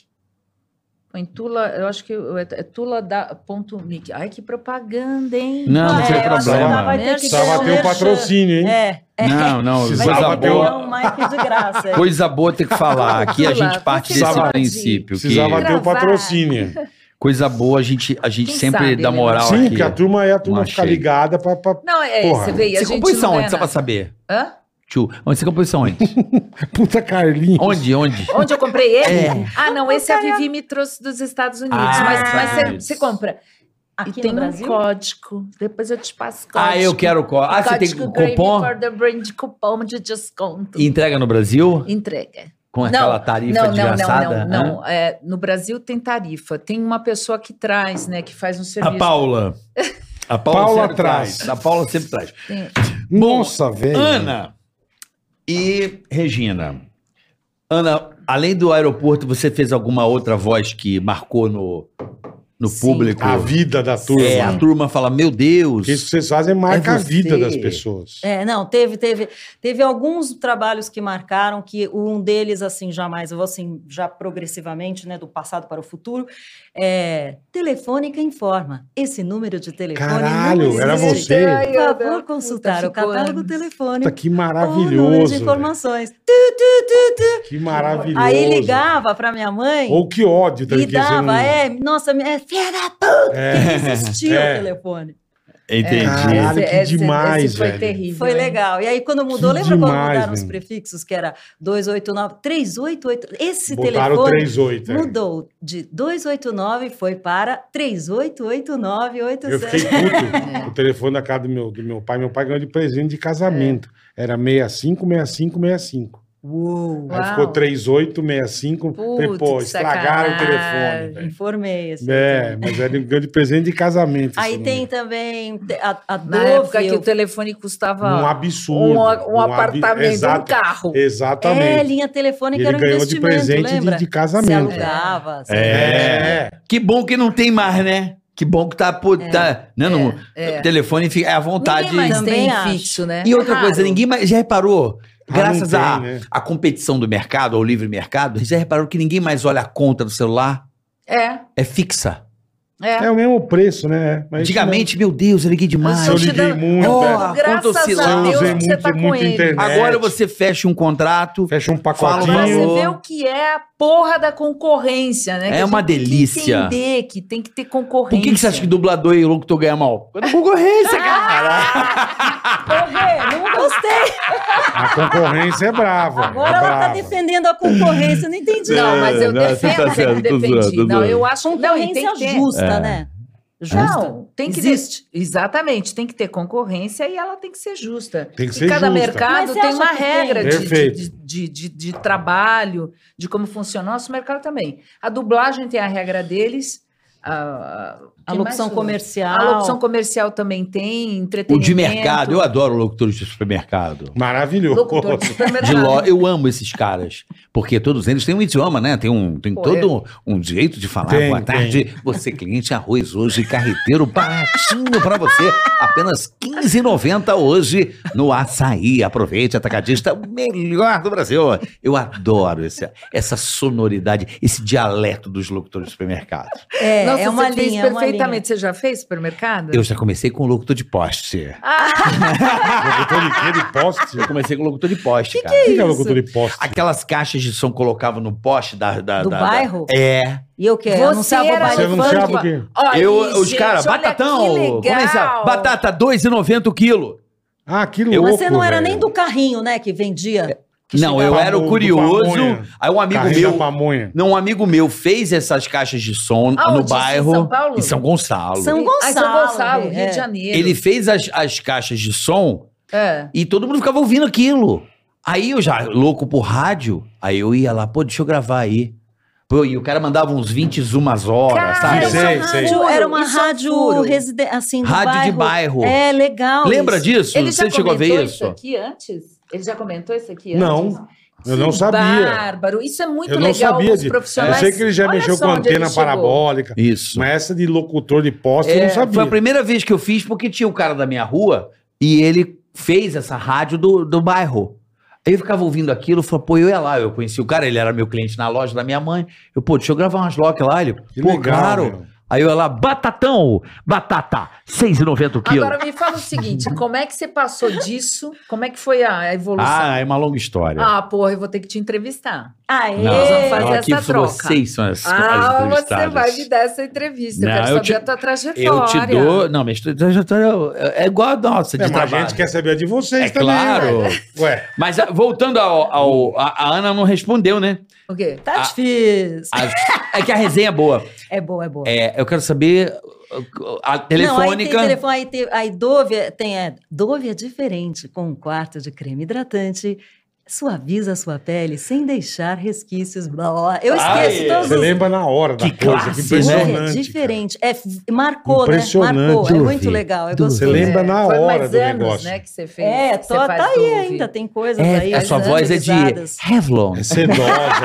Põe Tula, eu acho que é Tula da, ponto Mic. Ai, que propaganda, hein? Não, não É, tem eu acho que problema. ela vai ter que Precisava ganhar ter um merchan. patrocínio, hein? É, Não, não, vai Precisava coisa ter que ter um- boa. ganhar um mic de graça. é. Coisa boa ter que falar. Aqui a Tula, gente parte você desse sabe- princípio. Que Precisava ter o Gravar. patrocínio. coisa boa a gente, a gente Quem sempre sabe, dá né? moral Sim, aqui. porque a turma é a turma Não ficar achei. ligada pra. pra... Não, é, Porra. você vê, e a Você gente comprou isso não onde? ganha Só pra nada. saber. Hã? Tio, onde você comprou isso onde? Puta Carlinhos. Onde, onde? Onde eu comprei ele? É. Ah, não, esse a Vivi me trouxe dos Estados Unidos. Ah, mas Estados mas você- Unidos. você compra. Aqui e tem no um Brasil? código. Depois eu te passo o código. Ah, eu quero co- Ah, você tem Código cupom? Grammy for the brand cupom de desconto. Entrega no Brasil? Entrega. Com aquela tarifa não, não, desgraçada? não, não, não. É, no Brasil tem tarifa. Tem uma pessoa que traz, né? Que faz um A serviço. Paula. A Paula, Paula sempre traz. traz. A Paula sempre traz. Tem- Nossa, velho. Ana e Regina. Ana, além do aeroporto, você fez alguma outra voz que marcou no, no Sim. público? A vida da turma. É, a turma fala, meu Deus. Porque isso que vocês fazem marca É a vida você. das pessoas. É, não, teve, teve, teve alguns trabalhos que marcaram, que um deles, assim, jamais, eu vou assim, já progressivamente, né, do passado para o futuro, é, Telefônica informa, esse número de telefone Caralho, não era existe. você? Ai, Por eu- favor, consultar Puta, o catálogo ficou- telefônico Puta, que ou o número maravilhoso. de velho. informações. Tu, tu, tu, tu. Que maravilhoso. Aí ligava para minha mãe Ou que ódio. tá? e Que você não- dava, é, nossa, é filha da puta, É. que não existia É. o telefone. Entendi. Caralho, que demais, esse foi velho. terrível. Foi hein? legal. E aí, quando mudou, Que lembra quando demais, mudaram os velho. prefixos, que era dois oito nove, três oito oito. Esse Botaram o telefone três oito. é. mudou de dois oito nove foi para três oito oito nove oito Eu sete. fiquei puto. O telefone da casa do meu, do meu pai. Meu pai ganhou de presente de casamento. Era seis cinco, seis cinco, seis cinco. Uou. Aí Uau. ficou três oito, seis cinco. Falei, Putz, pô, que estragaram o sacanagem. telefone, velho. Informei. Assim, É, mas ele ganhou de presente de casamento. Aí esse tem número. também a, a Na Dove. época que eu- o telefone custava Um absurdo. um, um abi- apartamento, Exato- um carro. Exatamente. É, linha telefônica Ele era um ganhou de investimento, presente de- lembra? de casamento. Se alugava. se É. Que bom que não tem mais, né? Que bom que tá, pô, tá né, no é. telefone, fica, é à vontade. Ninguém mais Também tem acho. fixo, né? E outra É coisa, raro. ninguém mais. Já reparou? Ah, Graças não tem, à né? à competição do mercado, ao livre mercado, já reparou que ninguém mais olha a conta do celular? É, É fixa. é. É o mesmo preço, né? Mas Antigamente, meu Deus, eu liguei demais. eu te liguei dando- muito. Oh, é. quanto Graças oscilar. a Eu Deus usei que você muito, tá com muito ele. internet. Agora você fecha um contrato. Fecha um Fala Pra valor. você pacotinho. ver o que é a porra da concorrência, né? É Que a uma gente tem que delícia. entender que tem que ter concorrência. Por que, que você acha que dublador e locutor ganha mal? Quando concorrência, cara. Porra, não gostei. A concorrência é brava. Agora é ela tá brava. defendendo a concorrência, eu não entendi. Não, mas eu Não, você defendo tá que certo, tô defendi. zoando, tô Não, zoando. eu acho não, e tem Concorrência que ter. justa, É. né? Não, tem que Existe. ter- exatamente, tem que ter concorrência e ela tem que ser justa. Tem que E ser cada justa. mercado Mas você tem acha uma que tem? regra de, Perfeito. de, de, de, de trabalho, de como funciona. Nosso mercado também. A dublagem tem a regra deles. A, A quem locução mais? comercial. A locução comercial também tem, O entretenimento. de mercado, eu adoro locutores de supermercado. Maravilhoso. Locutor de supermercado. De lo... Eu amo esses caras, porque todos eles têm um idioma, né? Tem, um, tem Pô, todo um jeito de falar. Tem, Boa tarde, você cliente, arroz hoje, carreteiro, baratinho pra você. Apenas quinze reais e noventa centavos hoje no Açaí. Aproveite, atacadista, o melhor do Brasil. Eu adoro esse, essa sonoridade, esse dialeto dos locutores de supermercado. É, Nossa, é uma você fez linha, é uma linha. perfeitamente. Você já fez supermercado? Eu já comecei com locutor de poste. Locutor de quê? De poste? Eu comecei com locutor de poste, cara. O que, que é isso? locutor de poste? Aquelas caixas de som que colocava no poste da... da Do da- da- bairro? É. E eu que Você anunciava o era- Você baile anunciava funk. o quê? Olha, Eu, os gente, caras, olha batatão, que legal. começa, batata dois reais e noventa centavos o quilo. Ah, que louco, Mas você não era velho. nem do carrinho, né, que vendia? Que Não, chegava- eu era o do curioso, pamonha. aí um amigo Carrinho da meu, pamonha. não, um amigo meu fez essas caixas de som Aonde? no Em bairro, São Paulo? em São Gonçalo. São Ah, São Gonçalo, Gonçalo, Rio é. de Janeiro. Ele fez as, as caixas de som É. e todo mundo ficava ouvindo aquilo. Aí eu já, louco por rádio, aí eu ia lá, pô, deixa eu gravar aí. Pô, e o cara mandava uns vinte zumas horas, Cara, sabe? isso é Sei, um sei. furo, Era uma isso é um rádio furo. residen... assim, do Rádio de bairro. bairro. É, legal Lembra isso. disso? Ele já Você chegou a ver comentou isso? aqui antes? Ele já comentou isso aqui Não, antes? eu não Que sabia. Bárbaro, isso é muito Eu não legal. sabia Os disso. Eu profissionais. sei que ele já Olha mexeu só com onde ele antena chegou. parabólica. Isso. Mas essa de locutor de poste eu É, não sabia. foi a primeira vez que eu fiz porque tinha um cara da minha rua e ele fez essa rádio do, do bairro. Aí eu ficava ouvindo aquilo, eu falei, pô, eu ia lá, eu conheci o cara, ele era meu cliente na loja da minha mãe. Eu, pô, deixa eu gravar umas lock lá. Ele, Que pô, legal, claro. meu. Aí eu ia lá, batatão, batata, seis reais e noventa centavos o quilo. Agora me fala o seguinte: como é que você passou disso? Como é que foi a evolução? Ah, é uma longa história. Ah, porra, eu vou ter que te entrevistar. Aê! Não, Nós vamos fazer não, aqui essa troca. vocês são as, as Ah, você entrevistadas. vai me dar essa entrevista. Não, eu quero eu saber te- a tua trajetória. Eu te dou... Não, minha trajetória é igual a nossa, de É, mas a trabalho. gente quer saber de vocês É também. claro. né? Ué, Mas ah, voltando ao... ao- a, a Ana não respondeu, né? O quê? Tá Ah. difícil. As- é que a resenha é boa. É boa, é boa. É, eu quero saber uh, a Não, aí tem telefônica. telefone, aí, tem, aí Dove, é- tem, é, Dove é diferente, com um quarto de creme hidratante suaviza a sua pele sem deixar resquícios. Blá, blá. Eu Ai, esqueço todos Você os... lembra na hora da Que coisa, classe, que né? impressionante. É diferente. É, marcou, Impressionante. né? Marcou. É Deixa eu muito ver. legal. É Deixa eu gostoso. Você lembra na Foi hora mais do anos, negócio. né, que você fez. É, que tô, você faz tá aí groove. ainda. Tem coisas É, aí. a sua as voz é de utilizadas. Revlon. É sedosa,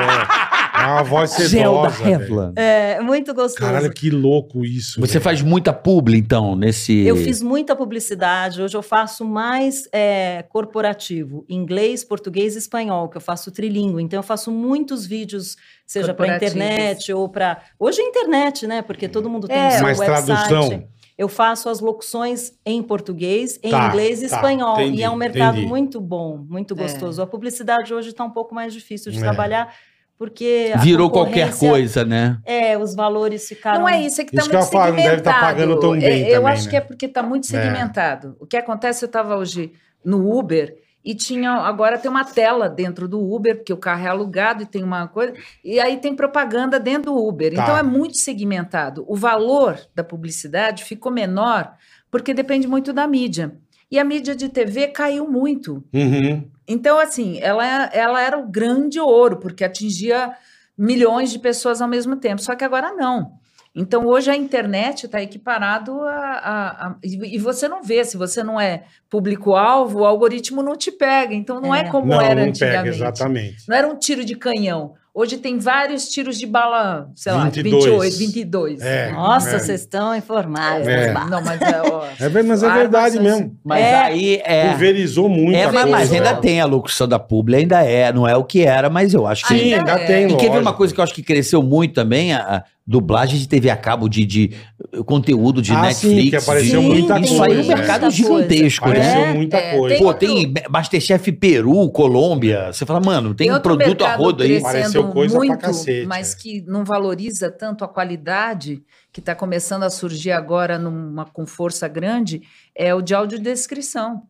é. É uma voz sedosa. Gel da velho. Revlon. É, muito gostoso. Caralho, que louco isso. Você velho. faz muita publi, então, nesse... Eu fiz muita publicidade, hoje eu faço mais é, corporativo, inglês, português e espanhol, que eu faço trilingue, então eu faço muitos vídeos, seja para Corporativos. internet ou para... Hoje é internet, né, porque todo mundo tem É, o seu Mas website. tradução. Eu faço as locuções em português, em Tá, inglês e tá, espanhol, entendi, e é um mercado entendi. muito bom, muito gostoso. A publicidade hoje está um pouco mais difícil de É. trabalhar, porque a Virou qualquer concorrência- coisa, né? É, os valores ficaram... Não é isso, é que está Isso que muito eu ia falar, não deve tá segmentado. pagando tão bem É, eu também, acho né? que é porque está muito segmentado. O que acontece, eu estava hoje no Uber e tinha, agora tem uma tela dentro do Uber, porque o carro é alugado e tem uma coisa, e aí tem propaganda dentro do Uber. Tá. Então é muito segmentado. O valor da publicidade ficou menor porque depende muito da mídia. E a mídia de T V caiu muito. Uhum. Então, assim, ela, ela era o grande ouro, porque atingia milhões de pessoas ao mesmo tempo. Só que agora não. Então, hoje a internet está equiparado a, a, a- E e você não vê, se você não é público-alvo, o algoritmo não te pega. Então, não é, É. como Não, era não pega, antigamente. exatamente. Não era um tiro de canhão. Hoje tem vários tiros de bala, sei lá, vinte e vinte dois. e oito, vinte e dois. É. Nossa, É. vocês estão informados. É. Bah. Não, mas é, ó, É, ver- mas é armas verdade são- mesmo. Mas É. aí é... Pulverizou muito. É, a mas, coisa, mas ainda né? tem a locução da publi, ainda é, não é o que era, mas eu acho que... Sim, Ainda ainda é. tem, E quer ver uma lógico. coisa que eu acho que cresceu muito também? A, a dublagem de T V a cabo, de, de uh, conteúdo de Ah, Netflix. sim, que apareceu de- muita Isso aí é um coisa, mercado é. gigantesco, Apareceu né? muita É, coisa. tem- Pô, tem Masterchef Peru, Colômbia. Você fala, mano, tem um outro produto a mercado rodo aí. Apareceu crescendo coisa pra muito, cacete, mas é. que não valoriza tanto a qualidade, que está começando a surgir agora numa, com força grande, é o de audiodescrição,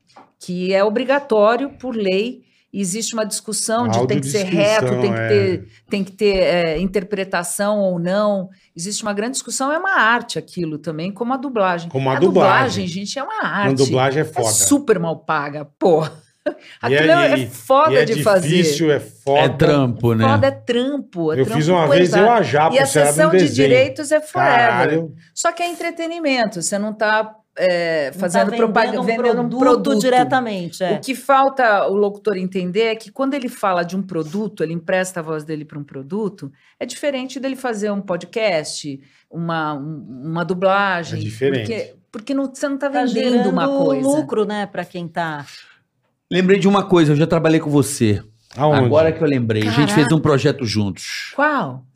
que é obrigatório por lei. Existe uma discussão de tem que ser reto, tem que Audiodescrição, ter, tem que ter é, interpretação ou não. Existe uma grande discussão, é uma arte aquilo também, como a dublagem. Como a dublagem, dublagem. gente, é uma Na arte. dublagem é É foda. super mal paga, porra. E Aquilo é- é, e- é foda e é de fazer. difícil, é foda. É trampo, né? Foda é trampo. É Eu trampo fiz uma vez, pesado. eu a Japa, E a isso era de um sessão de desenho. direitos é forever. Caralho. Só que é entretenimento. Você não está Não tá fazendo vendendo propaganda, um vendendo um produto, produto diretamente. É. O que falta o locutor entender é que quando ele fala de um produto, ele empresta a voz dele para um produto, é diferente dele fazer um podcast, uma, um- uma dublagem. É diferente. Porque, porque não, você não está Tá vendendo gerando uma coisa. lucro, né, para quem tá. Lembrei de uma coisa, eu já trabalhei com você. Aonde? Agora que eu lembrei. A gente Caraca. fez um projeto juntos. Qual?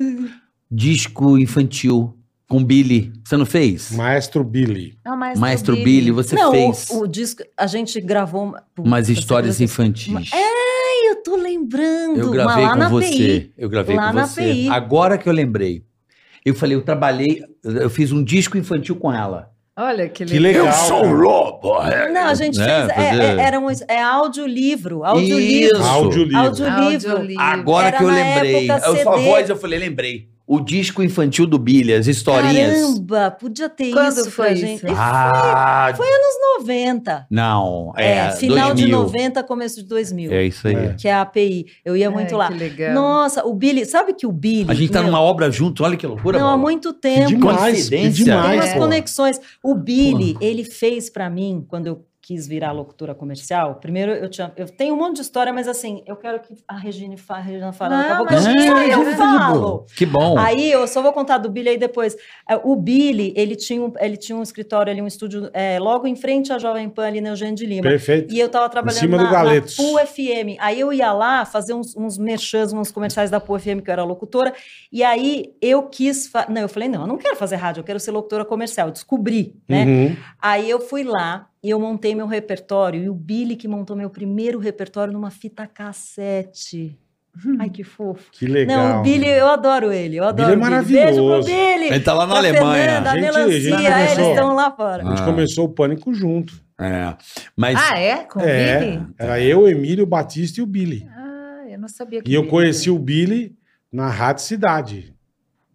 Disco infantil com Billy. Você não fez? Maestro Billy. É o Maestro Billy, você não, fez o, o disco, a gente gravou uma- umas você- histórias você- infantis. Ai, eu tô lembrando. Eu mas gravei lá com na você. P I. Eu gravei Lá com na você. P I. Agora que eu lembrei. Eu falei, eu trabalhei, eu fiz um disco infantil com ela. Olha que Que legal. legal. Eu sou um lobo. Não, a gente Né, fez. é- fazer- é, era um, é audiolivro. Audiolivro. Isso. Audiolivro. Audiolivro. Audiolivro. Agora Era que eu na lembrei. época A sua C D. voz, eu falei, lembrei. O disco infantil do Billy, as historinhas. Caramba, podia ter Quando isso foi pra isso? gente. Ah, Foi anos noventa. não. É, É, final de dois mil. noventa, começo de dois mil. É isso aí. É. Que é a A P I. Eu ia Ai, muito lá. Que legal. Nossa, o Billy. Sabe que o Billy. A gente tá meu, numa obra junto, olha que loucura. Não, há Bola. muito Que tempo. demais, que Coincidência. Tem demais, umas pô. conexões. O Billy, ele fez pra mim, quando eu quis virar locutora comercial. Primeiro, eu tinha. Eu tenho um monte de história, mas assim, eu quero que a Regina fale. A Regina fale. Daqui a Não, pouco eu, imagina, só eu imagina. falo. Que bom. Aí eu só vou contar do Billy aí depois. É, O Billy, ele tinha um, ele tinha um escritório ali, um estúdio é, logo em frente à Jovem Pan, ali na Eugênio de Lima. Perfeito. E eu tava trabalhando cima do na, na Galetos. P U F M. Aí eu ia lá fazer uns, uns merchans, uns comerciais da P U F M, que eu era locutora. E aí eu quis... fa- Não, eu falei, não, eu não quero fazer rádio, eu quero ser locutora comercial. Eu descobri, né? Uhum. Aí eu fui lá e eu montei meu repertório. E o Billy que montou meu primeiro repertório numa fita cassete. Ai, que fofo. Que legal. Não, o Billy, eu adoro ele. Eu adoro Billy é o Billy. Beijo pro maravilhoso. Billy. Ele tá lá na pra Alemanha. Fernanda, a Gente, melancia, a gente eles começou- estão lá fora. A gente Ah. começou o Pânico junto. É. Mas Ah, é? Com o É, Billy? era eu, Emílio, Batista e o Billy. Ah, eu não sabia que E eu Billy conheci era. o Billy na Rádio Cidade.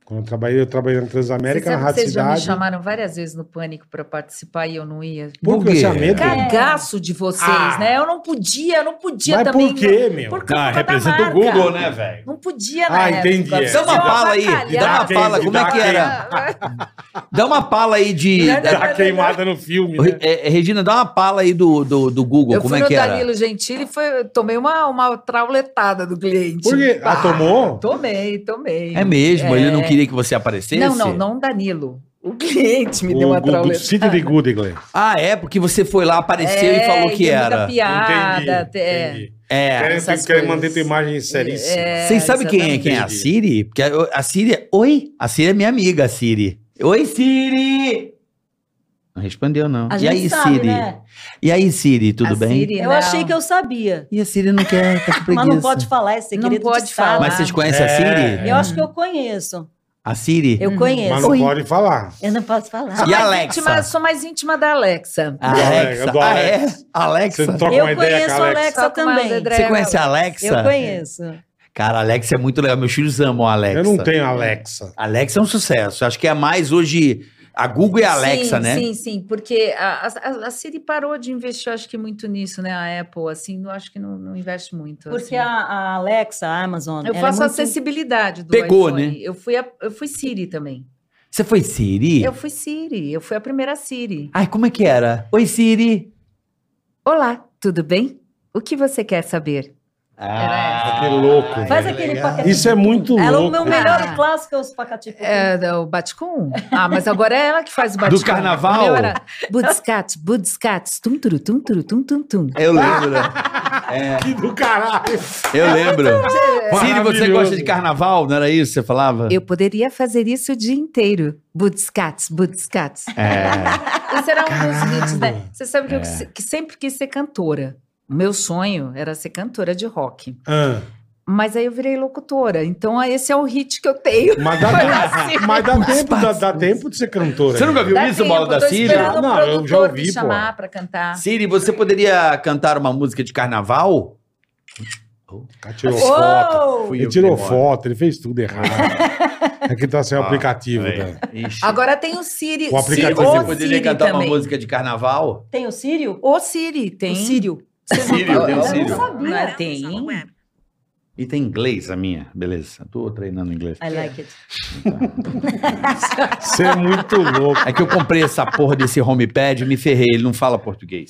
Quando eu trabalhei, eu trabalhei na Transamérica, Você na sabe que Rádio vocês já me Cidade. chamaram várias vezes no Pânico para participar e eu não ia. Por Por que quê? você é medo? Cagaço de vocês, Ah. né? Eu não podia, eu não podia Mas também. por quê, meu? Por Ah, causa da representa o marca. Google, né, velho? Não podia, Ah, né? entendi, é. Dá uma fala aí, dá uma fala, como é que era? Dá uma pala aí de... Dá queimada no filme, né? É, é, Regina, dá uma pala aí do, do, do Google, Eu como fui é no que era? Danilo Gentili e foi, tomei uma, uma trauletada do cliente. Por quê? Ah, tomou? Tomei, tomei. É mesmo, É. ele não queria que você aparecesse? Não, não, não o Danilo. O cliente me deu O uma Gu- do trauletada. City de Goodley. Ah, é? Porque você foi lá, apareceu e falou que deu muita era. piada. Entendi, é. entendi. É. Querem, essas querem coisas. manter tua imagem seríssima. É, Vocês sabem quem é, quem é a exatamente. Siri? Porque a, a Siri é... Oi? A Siri é minha amiga, a Siri. Oi, Siri! Não respondeu, não. A E gente aí, sabe, Siri? né? E aí, Siri, tudo A bem? Siri, Eu não. achei que eu sabia. E a Siri não quer, tá com preguiça. Mas não pode falar, é segredo Não pode de Estado. falar. Mas vocês conhecem a É. Siri? Eu acho que eu conheço. A Siri? Eu Uhum. conheço. Mas não Oi. pode falar. Eu não posso falar. Sou E a mais Alexa? íntima- sou mais íntima da Alexa. A Do Alexa. Alexa, do Ah, é? Alexa. Alexa. Você troca Eu uma ideia com conheço a a Alexa. Alexa Só com uma também. dedre- Você conhece a Alexa? Eu conheço. Cara, a Alexa é muito legal. Meus filhos amam a Alexa. Eu não tenho Alexa. Alexa é um sucesso. Acho que é a mais hoje... A Google e a Alexa, sim, né? Sim, sim, porque a, a, a Siri parou de investir, acho que muito nisso, né? A Apple, assim, não acho que não, não investe muito. Porque assim. a, a Alexa, a Amazon. Eu ela faço é muito... acessibilidade do Pegou, iPhone. né? Eu fui, a- eu fui Siri também. Você foi Siri? Eu fui Siri, eu fui a primeira Siri. Ai, como é que era? Oi, Siri. Olá, tudo bem? O que você quer saber? Ah, Que louco. Faz velho. aquele pacote. Isso é muito Ela, louco. o meu melhor Ah. clássico é os pacotinhos. É, o Baticum? Ah, mas agora é ela que faz o Baticum. carnaval? O meu era Budscat, Budscat, tum, turu, tum, turu, tum, tum, tum. eu lembro. É, Que do caralho. eu lembro. Siri, você Maravilhoso. gosta de carnaval? Não era isso que você falava? Eu poderia fazer isso o dia inteiro. Budscats, Budscats. É. Esse era um dos Caralho. hits, né? Você sabe que eu que- que sempre quis ser cantora. O meu sonho era ser cantora de rock. Ah, Mas aí eu virei locutora. Então esse é o hit que eu tenho. mas dá, Foi tempo, assim. mas dá, tempo, dá, dá tempo de ser cantora. Você nunca viu Dá isso, tempo, bola da tô Siri? esperando Não, o eu já produtor ouvi, me pô. chamar pra cantar. Siri, você poderia cantar uma música de carnaval? O cara tirou Uou! foto. Fui Ele eu que tirou dei mole. foto, ele fez tudo errado. É que tá sem o Ah, aplicativo, aí. velho. Ixi. Agora tem o Siri. O aplicativo. Siri, Você o poderia Siri cantar também. uma música de carnaval? Tem o Sírio? O Siri tem. O Sírio. Sírio, tem o Eu não Sírio. sabia. Não é? Tem. E tem inglês a minha, beleza. Tô treinando inglês. I like it. Você é muito louco. É que eu comprei essa porra desse homepad e me ferrei, ele não fala português.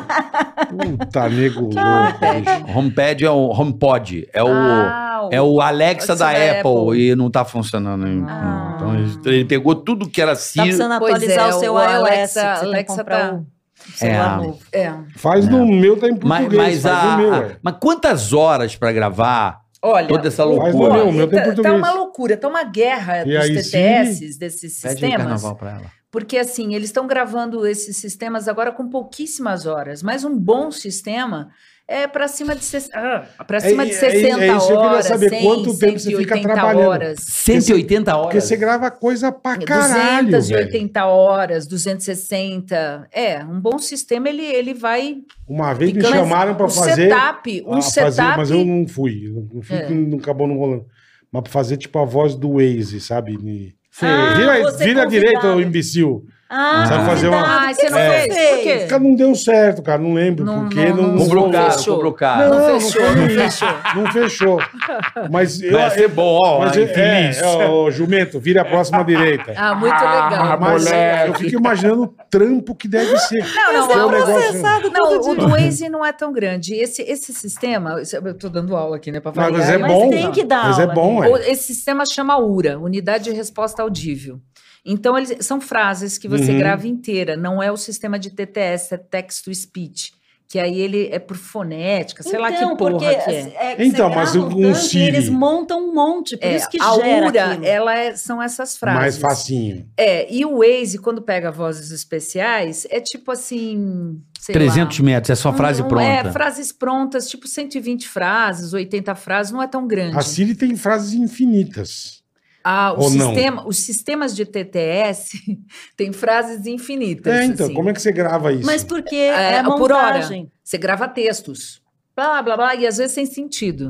Puta nego louco, bicho. Homepad é o HomePod, é o, Ah, é o Alexa Alexa da, da Apple, Apple. e não tá funcionando. hein? Ah. Então ele, ele pegou tudo que era Tá Siri. precisando Pois atualizar é, o seu o iOS. Alexa- que você tem que Alexa comprar tá- o celular É. novo. É. Faz no meu, tá em Mas, português. mas, faz a, no meu, a- ué. mas quantas horas pra gravar Olha, toda essa o- Faz loucura? no meu, o meu tem tá, tá português. uma loucura, tá uma guerra E dos aí, T T S, desses Pede um sistemas. carnaval pra ela. Porque, assim, eles estão gravando esses sistemas agora com pouquíssimas horas. Mas um bom sistema é para cima de, ses- ah, pra cima de é- é sessenta isso que eu queria horas, saber, cem, quanto tempo você fica cento e oitenta trabalhando? horas. cento e oitenta horas? Porque você grava coisa pra caralho, duzentas e velho. oitenta horas, duzentas e sessenta. É, um bom sistema, ele, ele vai... Uma vez me ficando- chamaram pra um fazer... setup, um a fazer, setup... mas eu não fui. Não, fui É. porque não acabou não rolando. Mas pra fazer tipo a voz do Waze, sabe? Me- Ah, vira você vira à convidado. direita, ô imbecil. Ah, Sabe fazer uma- convidado. Ah, você não É. fez? Por quê? Cara, não deu certo, cara. Não lembro Não- porque não- não... não- Comprou Não caro, fechou. comprou caro. Não Não, fechou, foi não isso. fechou. Não fechou. Mas eu, Vai ser bom, ó, mas ó, eu- infeliz. é, é, ô, jumento, vira a próxima direita. Ah, muito legal. Mas moleque. eu fico imaginando o trampo que deve ser. Não, não, Porque é um não, negócio- processado Não, todo o dia. do Waze não é tão grande. Esse, esse sistema, eu tô dando aula aqui, né, para Mas, variar. mas é Mas bom. tem que dar Mas é aula, bom, né? é. O- Esse sistema chama U R A, Unidade de Resposta Audível. Então, eles, são frases que você Uhum. grava inteira. Não é o sistema de T T S, é Text-to-Speech. Que aí ele é por fonética, sei lá que Então, porra porque que é. é que Então, você mas grava o- um um tanto e Siri- eles montam um monte, por É, isso que a gera U R A, aquilo. ela é- são essas frases. Mais facinho. É, e o Waze, quando pega vozes especiais, é tipo assim, sei trezentos lá. metros, é só frase Um- um- pronta. É, frases prontas, tipo cento e vinte frases, oitenta frases, não é tão grande. A Siri tem frases infinitas. Ah, o Ou não? sistema, os sistemas de T T S têm frases infinitas. É, então, assim. como é que você grava isso? Mas porque é, É, por hora. montagem. Você grava textos, blá, blá, blá, e às vezes sem sentido.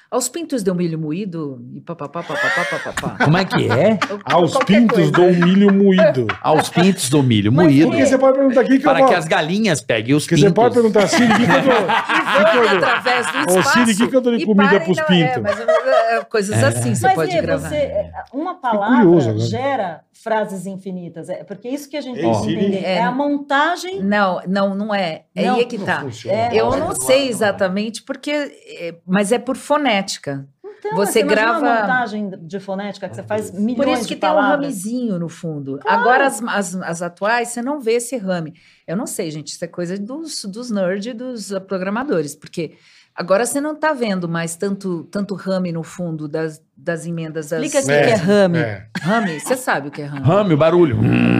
Aos pintos deu milho moído e papapá, papapá, papapá. Como é que é? Aos Qualquer pintos coisa. do milho moído. Aos pintos do milho Mas moído. Porque você pode perguntar aqui que Para eu que vou... as galinhas peguem os Porque pintos. você pode perguntar assim, o que que eu dou? E vem através do Ô, espaço. Cine, o que que eu dou de e comida parem pros na- pintos? É, mas, é, coisas assim você Mas pode Rê, gravar. você, uma curioso palavra agora. gera frases infinitas. É, porque isso que a gente Ei, tem que Siri. entender. É, É. a montagem. Não, não, não é. É Não, aí é que Não tá. funciona. É, Eu não sei exatamente porque, é, mas é por fonética. Então, Você imagina grava- uma montagem de fonética que você faz milhões Por isso que de tem um palavras. ramezinho no fundo. Agora, as, as, as atuais, você não vê esse rame. Eu não sei, gente, isso é coisa dos, dos nerds e dos uh, programadores, porque agora você não está vendo mais tanto, tanto rame no fundo das, das emendas. Das... Explica o que é rame. É. Rame, você sabe o que é rame. Rame, o barulho.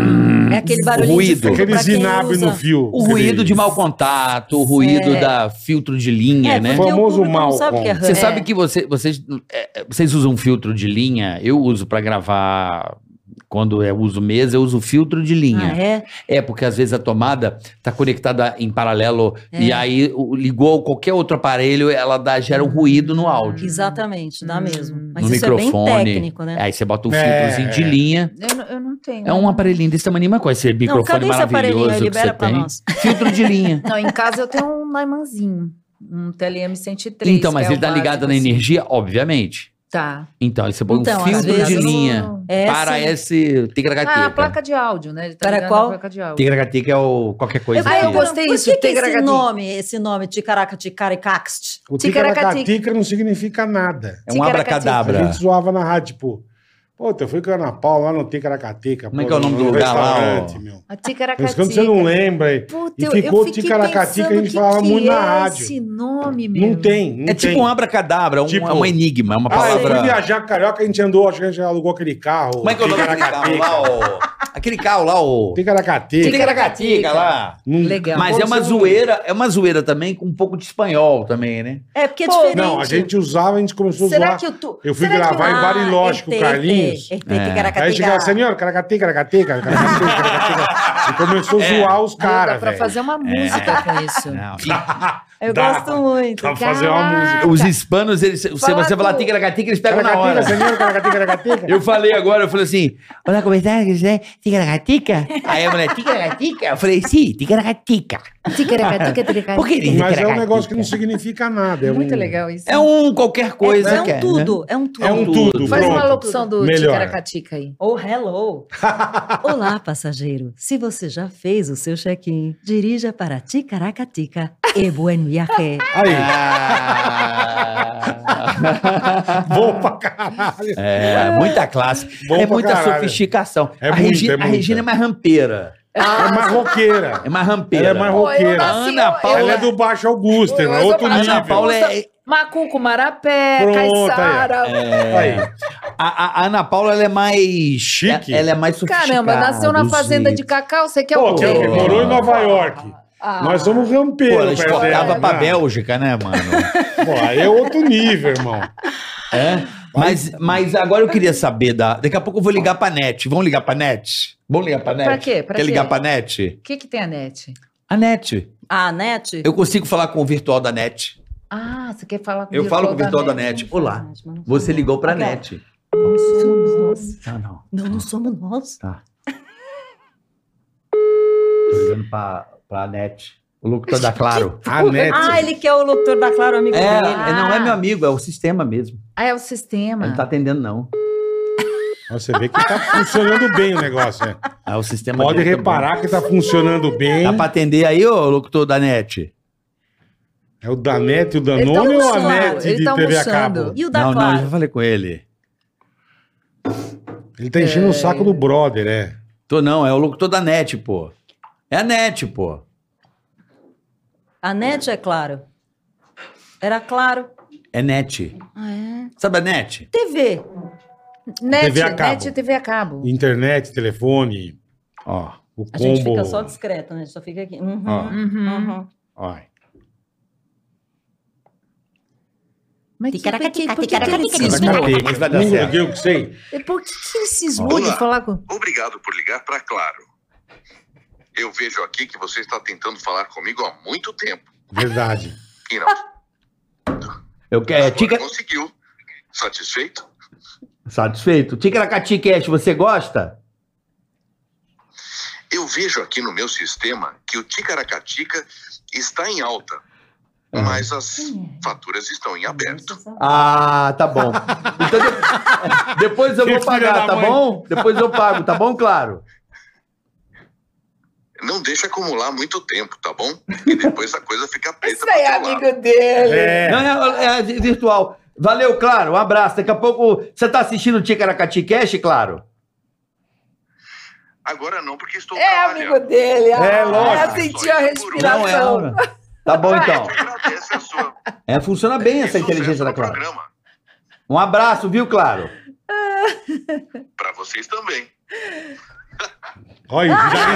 É aquele barulhinho Ruído. de fundo Aquele pra quem zinabe usa. no fio. O ruído de mau contato, o ruído É. da filtro de linha, É, né? porque Famoso o público não sabe o que é Malcolm. rame. Você sabe que você, vocês, é, vocês usam filtro de linha? Eu uso para gravar. Quando eu uso mesa, eu uso filtro de linha. Ah, é? É, porque às vezes a tomada tá conectada em paralelo É. e aí o- ligou qualquer outro aparelho, ela dá, gera um ruído no áudio. Exatamente, dá mesmo. Mas no isso é microfone. bem técnico, né? Aí você bota um É, filtrozinho de é. linha. Eu, não- eu não tenho. É um aparelhinho desse tamanho, mas com esse Não, microfone cadê esse aparelhinho? maravilhoso que Libera você pra tem. nós. Filtro de linha. Não, em casa eu tenho um Neumannzinho, um T L M cento e três. Então, mas que é ele tá o ligado básico, na assim. energia, obviamente. Tá. Então, aí você põe Então, um às filtro de vezes- linha É para assim. esse tigragateca. Ah, a placa de áudio, né? Ele tá Para ligado qual? na placa de áudio. Tigragateca é o qualquer coisa. Ah, eu que- gostei Por disso, que, que esse Tigragati. nome, esse nome, Ticaraca, Ticaricaxt? O Ticaracatica. ticaracatica não significa nada. É um A abracadabra. gente zoava na rádio, tipo... Pô, eu fui com a Ana Paula lá no Ticaracateca. Como é pô, que é o nome no do lugar lá, restaurante, ó? meu. A Mas Ticaracatica. quando você não lembra... e- Puta, E eu- ficou eu fiquei Ticaracatica, a pensando, gente que falava que muito na é rádio. esse nome, meu? Não tem, não É tem. tipo um abracadabra, um, Tipo- é um enigma, é uma Ah, eu fui palavra. viajar com Carioca, a gente andou, acho que a gente alugou aquele carro. Como é que é o nome daquele carro lá, ó? Aquele carro lá, o. Ticaracateca. Ticaracatica lá. Não- Legal. Mas é uma Você não- zoeira, é uma zoeira também com um pouco de espanhol também, né? É, porque é Pô, diferente. Não, a gente usava, a gente começou a Será zoar. que eu tô... Eu fui será que gravar em Bariloche com o Carlinhos. É. Aí chegava, senhor, caracateca, caracateca, caracateca, caracateca. E começou a zoar os Aí dá caras, pra velho. fazer uma música com isso. Não. Eu Dá. gosto muito. Pra fazer uma música. Os hispanos, eles, se Fala você falar tu. ticaracatica, eles pegam na Caracateca, hora. senhor, caracateca, caracateca. Eu falei agora, eu falei assim, olá, como está? Ticaracatica? Aí a mulher, ticaracatica? Eu falei, sim, ticaracatica. Ticaracatica, ticaracatica. Por que ele Mas é um ticaracatica? negócio que não significa nada. É Muito um... legal isso. É um qualquer coisa. é, é um que né? tudo, é um tudo. É um tudo, Faz uma pronto. locução do Melhor. Ticaracatica aí. Oh, hello! Olá, passageiro. Se você já fez o seu check-in, dirija para Ticaracatica e buen viaje. Aí, Ah. bom pra caralho. É, muita classe. Bom é pra muita caralho. sofisticação. É a, muita, Regi- é a muita. Regina é mais rampeira. É mais roqueira. É mais rampeira. Ela é mais Pô, eu roqueira. nasci- Ana eu- Paula- Ela é do Baixo Augusto, Eu- é eu outro sou pra- nível. Ana Paula é. Macuco, Marapé, Pronto, Caiçara. Aí. A, a Ana Paula ela é mais. Chique. Ela é mais sofisticada. Caramba, nasceu na do fazenda jeito. de cacau, você quer Pô, o que é o quê? que morou em Nova York. Ah. Nós somos Pô, ela rampeiros. exportava pra Bélgica. Bélgica, né, mano? Pô, aí é outro nível, irmão. É. Mas, mas agora eu queria saber da. Daqui a pouco eu vou ligar pra net. Vamos ligar pra net? Vamos ligar pra net? Pra quê? Pra Quer quê? ligar pra net? O que que tem a net? A net. A net? Eu consigo falar com o virtual da net. Ah, você quer falar com Eu falo com o virtual da net. net. Olá. Você ligou pra net. Não somos nós. Não, não. Não, não somos nós. Tá. Tô ligando pra, pra net. O locutor da Claro. A net. Ah, ele quer o locutor da Claro, amigo É, dele. é, não é meu amigo, é o sistema mesmo. Ah, é o sistema. Ele não tá atendendo, não. Você vê que tá funcionando bem o negócio, né? É o sistema Pode dele tá reparar que tá funcionando bem. bom. Dá pra atender aí, ô locutor da net? É o da net e o Ele tá Danone ou a almoçando, net ele de tá T V a almoçando. cabo? E o da Não, não, eu Claro? já falei com ele. Ele tá enchendo o saco do brother, é. Tô não, é o locutor da net, pô. É a net, pô. A net é Claro. Era Claro. É net. Ah, é? Sabe a net? T V. Net, T V a cabo. net e T V a cabo. Internet, telefone, Ó, o A gente combo. fica só discreto, né? A gente só fica aqui. Uhum, Ó. Uhum. uhum. Ó. Mas que, Ticaracatica, por que, por que, que ele ticaracatica. cismou? Caracateca. Mas vai dar Um, certo. Eu que sei. E Por que, que ele cismou de Olá. falar com... Obrigado por ligar para Claro. Eu vejo aqui que você está tentando falar comigo há muito tempo. Verdade. E não. Eu quero. Agora Tica... conseguiu. Satisfeito? Satisfeito. Ticaracati Cash, você gosta? Eu vejo aqui no meu sistema que o Ticaracatica está em alta, Uhum. mas as faturas estão em aberto. Ah, tá bom. Então, de- depois eu Que vou filha pagar, da tá mãe. bom? Depois eu pago, tá bom, claro? Não deixa acumular muito tempo, tá bom? E depois a coisa fica preta Isso pro aí é teu lado. amigo dele. É. Não, é, é virtual. Valeu, claro. Um abraço. Daqui a pouco. Você tá assistindo o Ticaracati Cash, claro? Agora não, porque estou É trabalhando. amigo dele. É, Ah, lógico. sentiu a Não, respiração. é. Tá bom, então. Agradece a sua... É, funciona bem essa e inteligência sucesso da no Claro. programa. Um abraço, viu, Claro? Pra vocês também. Olha, já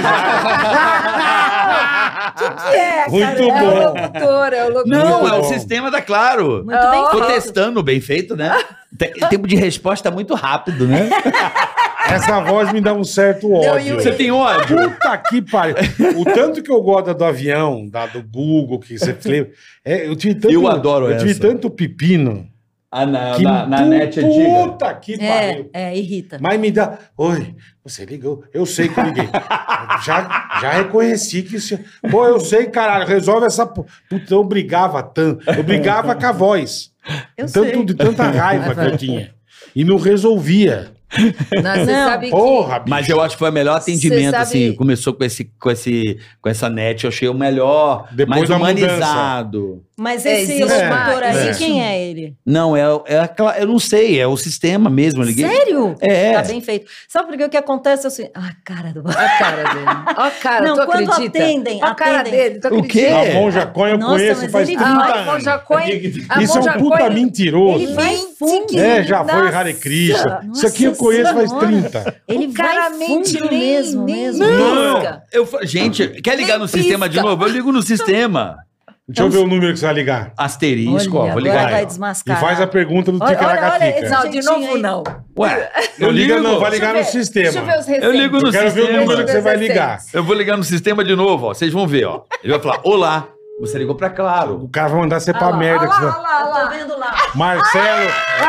risada. Que é, Muito cara? bom. É o locutor, é o locutor. Não, Muito é o bom. sistema da Claro. Muito bem Tô feito. testando, bem feito, né? Tem- Tempo de resposta muito rápido, né? Essa voz me dá um certo ódio. Você tem ódio? Puta que pariu. O tanto que eu gosto da do avião, da do Google, que você lembra. É, eu tive tanto, Eu adoro Eu tive essa. tanto pepino. Ah, na, Que na, na pu- net antiga. Puta que É, pariu. é, irrita. Mas me dá. Oi, você ligou? Eu sei que eu liguei. já, já reconheci que isso. Pô, eu sei, caralho. Resolve essa. po- Puta, eu brigava tanto. Eu brigava com a voz. Eu tanto, sei. De tanta raiva que eu tinha. E não resolvia. Não, você Não. sabe que... Porra, bicho. Mas eu acho que foi o melhor atendimento, Cê sabe- assim. Começou com, esse, com, esse, com essa net, eu achei o melhor, Depois mais da humanizado. Mas É, esse existe locutor mais. aí, É. quem é ele? Não, é, é aquela, eu não sei, é o sistema mesmo. Eu liguei. Sério? É. Tá bem feito. Sabe por que o que acontece é assim? Ah, cara do... Olha a cara dele. Olha a cara, Não, tu quando acredita? atendem, Olha a cara atendem. dele, tu O acredita? quê? A Monja Coin eu Nossa, conheço mas faz ele trinta vai, Ah, a anos. Monja Coin... a Isso é um Monja puta Coin- mentiroso. Ele vai fundo. É, já foi Nossa. Hare Krishna. Isso Nossa aqui eu conheço faz Senhora. trinta. Ele O cara vai mente fundo nem- mesmo, nem- mesmo. Não, Pisca. eu, fa- gente, quer ligar Nem no sistema de pisca. novo? Eu ligo no sistema. Deixa eu ver o número que você vai ligar. Asterisco, Olha, ó, vou agora ligar. vai aí, ó. E desmascarar. faz a pergunta do Olha, olha, olha, Ticaracatica. esse- Não, de Jeitinho novo aí. não. Ué, Não liga não, vai Deixa ligar eu no ver- sistema. Deixa eu ver os eu recentes. ligo no Eu quero ver o sistema. número que você vai ligar. Eu vou ligar no sistema de novo, ó. Vocês vão ver, ó. Ele vai falar, olá, você ligou pra Claro. O cara vai mandar você pra lá, merda. que você vai- Eu tô vendo lá. Marcelo,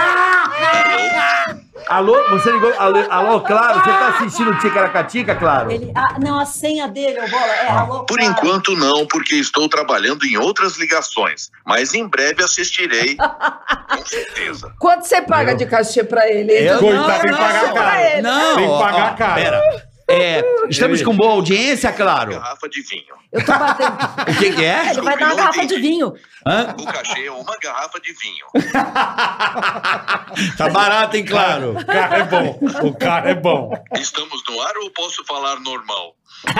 Alô, você ligou, alô, alô, Claro, você tá assistindo o Ticaracatica, Claro? Ele, ah, não, a senha dele, ô bola, é alô, Por Claro. enquanto não, porque estou trabalhando em outras ligações. Mas em breve assistirei. Com certeza. Quanto você paga de cachê pra ele? Eu- coitado, tem que não, pagar não, caro. Não, Tem que ó, pagar ó, caro. Pera. É, estamos com boa audiência, Claro. Garrafa de vinho. Eu tô batendo. O que, que é? Ele vai dar uma não garrafa de entendi. vinho. Hã? O cachê é uma garrafa de vinho. Tá barato, hein, Claro? o cara é bom. O cara é bom. Estamos no ar ou posso falar normal?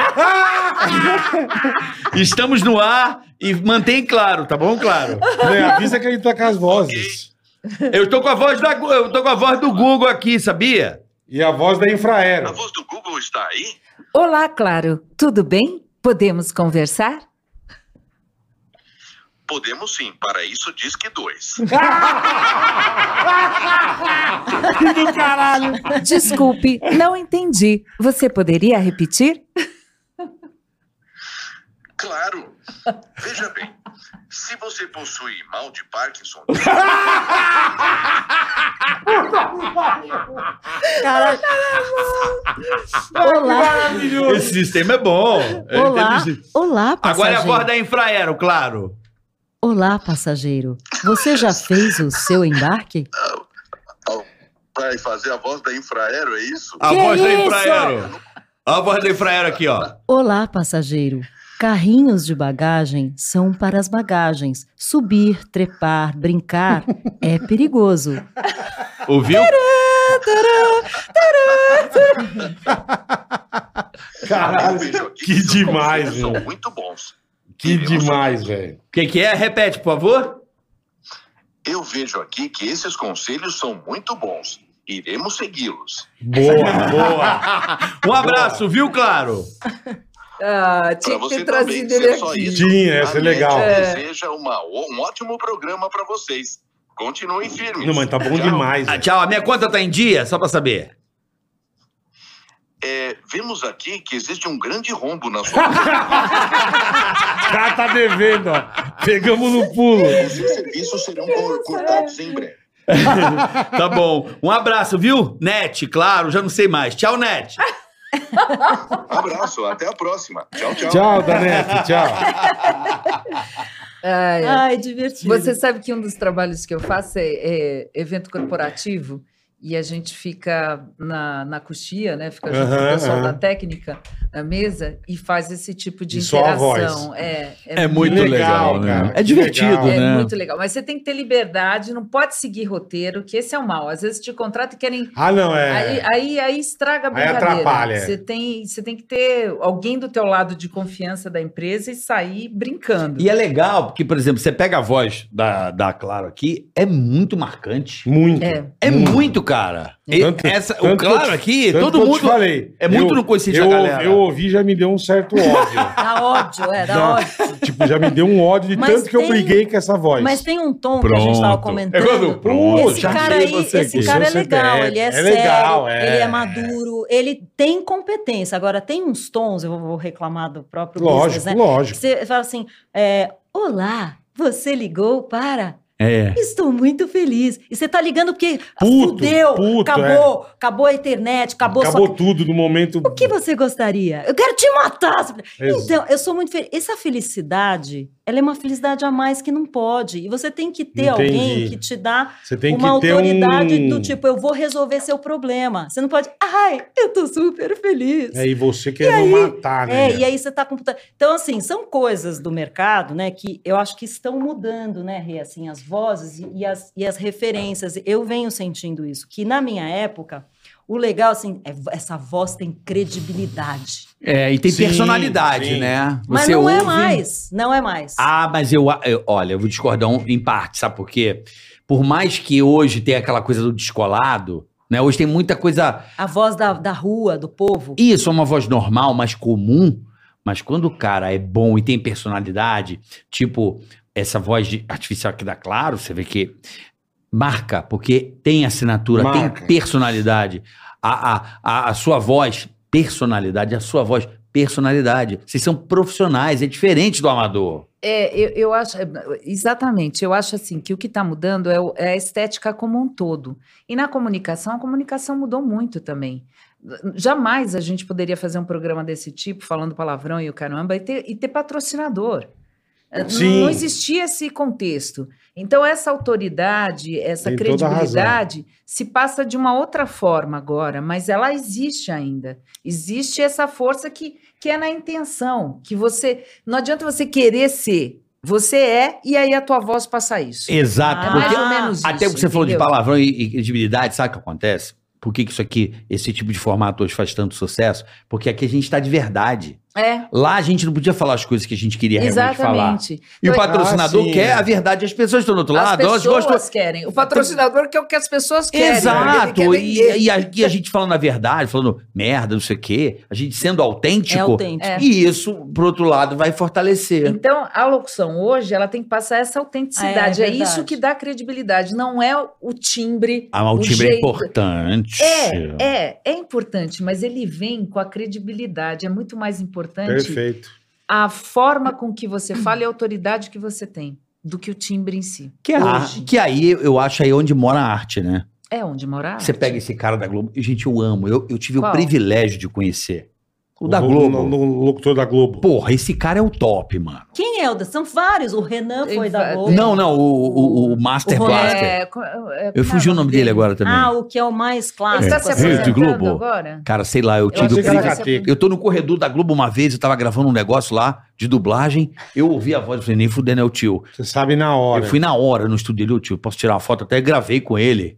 Estamos no ar e mantém claro, tá bom, Claro? Né, avisa que ele tá com as vozes. Eu tô com a voz da, eu tô com a voz do Google aqui, sabia? E a voz da A Infraero. voz do Google está aí? Olá, Claro. Tudo bem? Podemos conversar? Podemos sim, para isso diz que dois. Desculpe, não entendi. Você poderia repetir? Claro. Veja bem, se você possui mal de Parkinson, Caralho. Olá. Esse sistema é bom. É Olá. inteligente. Olá, Agora é a passageiro. voz da Infraero, Claro. Olá, passageiro. Você já fez o seu embarque? vai fazer a voz da Infraero, é isso? A Que voz da isso? Infraero. A voz da Infraero aqui, ó. Olá, passageiro. Carrinhos de bagagem são para as bagagens. Subir, trepar, brincar é perigoso. Ouviu? Caralho, Eu vejo aqui que seus demais, conselhos são meu. muito bons. Que Iremos demais, velho. O que, que é? Repete, por favor. Eu vejo aqui que esses conselhos são muito bons. Iremos segui-los. Boa, boa. Um abraço, viu, Claro? Ah, tinha Pra que você ter também, trazido se ele é só aqui. isso. Tinha, essa é A NET legal. deseja uma, um ótimo programa pra vocês. Continuem firmes. Não, mas tá bom Tchau. demais. Ah, velho. tchau, a minha conta tá em dia, só pra saber. É, vemos aqui que existe um grande rombo na sua O cara tá devendo, ó. Pegamos no pulo. Os seus serviços serão cor- cortados em breve. Tá bom. Um abraço, viu? Net, claro, já não sei mais. Tchau, Net. Abraço, até a próxima. Tchau, tchau. Tchau, Danete, tchau. Ai, Ai, divertido. você sabe que um dos trabalhos que eu faço é, é evento corporativo e a gente fica na, na coxia, né? Fica junto com Aham, o pessoal aham. da técnica na mesa e faz esse tipo de E só a interação. voz. É, É muito legal, legal, né? cara, É que divertido, legal. É né? muito legal, mas você tem que ter liberdade, não pode seguir roteiro, que esse é o mal. Às vezes te contratam e querem. Ah, não, é. Aí, aí, aí estraga a Aí brincadeira. atrapalha. Você tem, você tem que ter alguém do teu lado de confiança da empresa e sair brincando. E é legal, porque, por exemplo, você pega a voz da, da Claro aqui, é muito marcante. Muito. É. É muito, cara. E Tanto- essa, o tanto que eu Claro te- aqui, Tanto todo que eu te mundo. falei. é muito eu, no consciente eu, da galera. Eu ouvi já me deu um certo ódio. Dá ódio, é, dá Dá- ódio. Tipo, já me deu um ódio de Mas tanto que eu tem- briguei com essa voz. Mas tem um tom que a gente estava Pronto. comentando. É quando- Pronto, esse já cara achei aí, você esse aqui. cara é Você legal, é- ele é, é sério, legal, é. ele é maduro, ele tem competência. Agora, tem uns tons, eu vou reclamar do próprio Lógico, business, né? lógico. Você fala assim, é, olá, você ligou para... É. Estou muito feliz. E você tá ligando porque Puto, fudeu, puto, acabou, acabou a internet, acabou, Acabou sua... tudo no momento. O que você gostaria? Eu quero te matar! Ex- Então, eu sou muito feliz. Essa felicidade, ela é uma felicidade a mais que não pode. E você tem que ter Entendi. alguém que te dá Você tem uma que ter autoridade um... do tipo, eu vou resolver seu problema. Você não pode, ai, eu tô super feliz. É, e você querendo matar, né? É, e aí você tá com... Então, assim, são coisas do mercado, né, que eu acho que estão mudando, né, Rê, assim, as vozes e, e as, e as referências. Eu venho sentindo isso, que na minha época, o legal, assim, é essa voz tem credibilidade. É, e tem Sim, personalidade, sim. né? Mas Você não é ouve- mais, não é mais. Ah, mas eu, eu- olha, eu vou discordar um- em parte, sabe por quê? Por mais que hoje tenha aquela coisa do descolado, né? Hoje tem muita coisa. A voz da, da rua, do povo. Isso é uma voz normal, mais comum, mas quando o cara é bom e tem personalidade, tipo essa voz de- artificial aqui da Claro, você vê que marca, porque tem assinatura, Marca. tem personalidade. A, a, a, a sua voz, personalidade, a sua voz, personalidade. Vocês são profissionais, é diferente do amador. É, eu, eu acho, exatamente, eu acho assim, que o que está mudando é, o- é a estética como um todo. E na comunicação, a comunicação mudou muito também. Jamais a gente poderia fazer um programa desse tipo, falando palavrão e o caramba, e ter, e ter patrocinador. Não- Sim. Não existia esse contexto. Então, essa autoridade, essa Tem toda a credibilidade se passa de uma outra forma agora, mas ela existe ainda. Existe essa força que, que é na intenção, que você... Não adianta você querer ser. Você é, e aí a tua voz passa isso. Exato. Ah, É mais porque ou menos isso. até o que você falou de entendeu? palavrão e, e credibilidade, sabe o que acontece? Por que, que isso aqui, esse tipo de formato hoje faz tanto sucesso? Porque aqui a gente está de verdade. É, Lá a gente não podia falar as coisas que a gente queria realmente falar. exatamente. E o Então, patrocinador Ah, sim, quer é. a verdade. As pessoas estão do outro as lado, elas pessoas gostam. querem. O patrocinador quer o que as pessoas querem. Exato. Ele quer E, vender. e aqui a gente falando a verdade, falando merda, não sei o quê, a gente sendo autêntico. É autêntico. É. E isso, por outro lado, vai fortalecer. Então, a locução hoje, ela tem que passar essa autenticidade. É, É, é isso verdade. que dá credibilidade. Não é o timbre. Ah, mas o timbre é importante. É, é, é importante, mas ele vem com a credibilidade. É muito mais importante Perfeito. a forma com que você fala e a autoridade que você tem do que o timbre em si. Que, é a- Hoje. que aí eu acho aí onde mora a arte, né? É onde morar. Você pega esse cara da Globo, e, gente, eu amo. Eu, eu tive Qual? o privilégio de conhecer. O da No- Globo. No, no locutor da Globo. Porra, esse cara é o top, mano. Quem é o da? São vários. O Renan Tem foi da va- Globo. Não, não, o, o, o Master O Blaster. É, co- é, Eu como fugi é o nome dele agora também. Ah, o que é o mais Ele clássico. está se É. Rede apresentando Globo? agora? Cara, sei lá, eu Eu tive acho o que era privilégio. Gateca. Eu tô no corredor da Globo uma vez, eu tava gravando um negócio lá de dublagem, eu ouvi a voz, eu falei, nem fudendo é o tio. Você sabe na hora. Eu fui na hora no estúdio dele, ô tio, posso tirar uma foto? Até gravei com ele.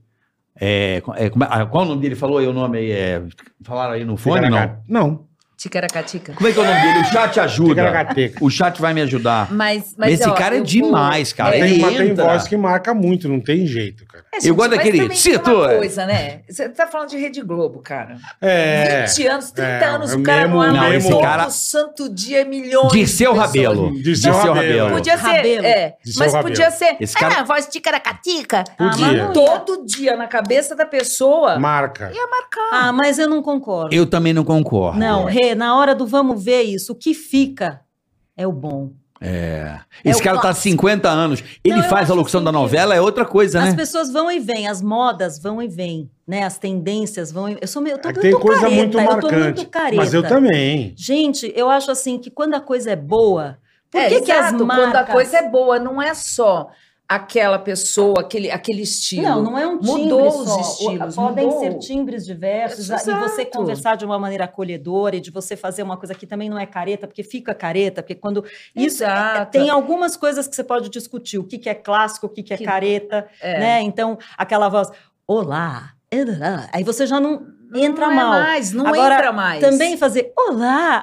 É, é, como é- ah, qual é o nome dele? Falou aí o nome aí, é, falaram aí no fone, não? Não. Ticaracatica. Como é que é o nome dele? O chat ajuda. Ticaracateca. O chat vai me ajudar. Mas, Mas esse ó, cara é eu vou- demais, cara. Mas ele tem, mas tem entra. voz que marca muito, não tem jeito, cara. É, Eu gosto mas daquele, também tem Cito, uma é. coisa, né? Você tá falando de Rede Globo, cara. É. vinte anos, trinta é, anos, é o cara mesmo- não Não, esse todo cara- santo dia milhões Dirceu de pessoas. Rabelo. Dirceu Rabelo. Podia ser, Rabelo. é, Dirceu mas Rabelo. podia ser. Esse cara- Ah, voz de ticaracatica. Ah, Podia. mas não ia. Todo dia na cabeça da pessoa. Marca. Ah, mas eu não concordo. Eu também não concordo. Não, Rê, na hora do vamos ver isso, o que fica é o bom. É. É Esse o cara tá há clássico. cinquenta anos. Ele Não, eu faz a acho locução assim da que- novela, é outra coisa, As né? pessoas vão e vêm, as modas vão e vêm, né? As tendências vão e... Eu sou meio... Eu tô, É que eu tem tô coisa careta, muito eu tô marcante. muito careta. Mas eu também. Gente, eu acho assim que quando a coisa é boa... Por É, que, que as exato, marcas... quando a coisa é boa, não é só aquela pessoa, aquele, aquele estilo. Não, não é um timbre Mudou só. os O- estilos, Podem mudou. ser timbres diversos Exato. e você conversar de uma maneira acolhedora e de você fazer uma coisa que também não é careta, porque fica careta, porque quando... Isso é- Exato. tem algumas coisas que você pode discutir, o que, que é clássico, o que, que é Que- careta, É. né? Então, aquela voz, olá, aí você já não entra não mal. É mais, não Agora, entra mais. Também fazer olá,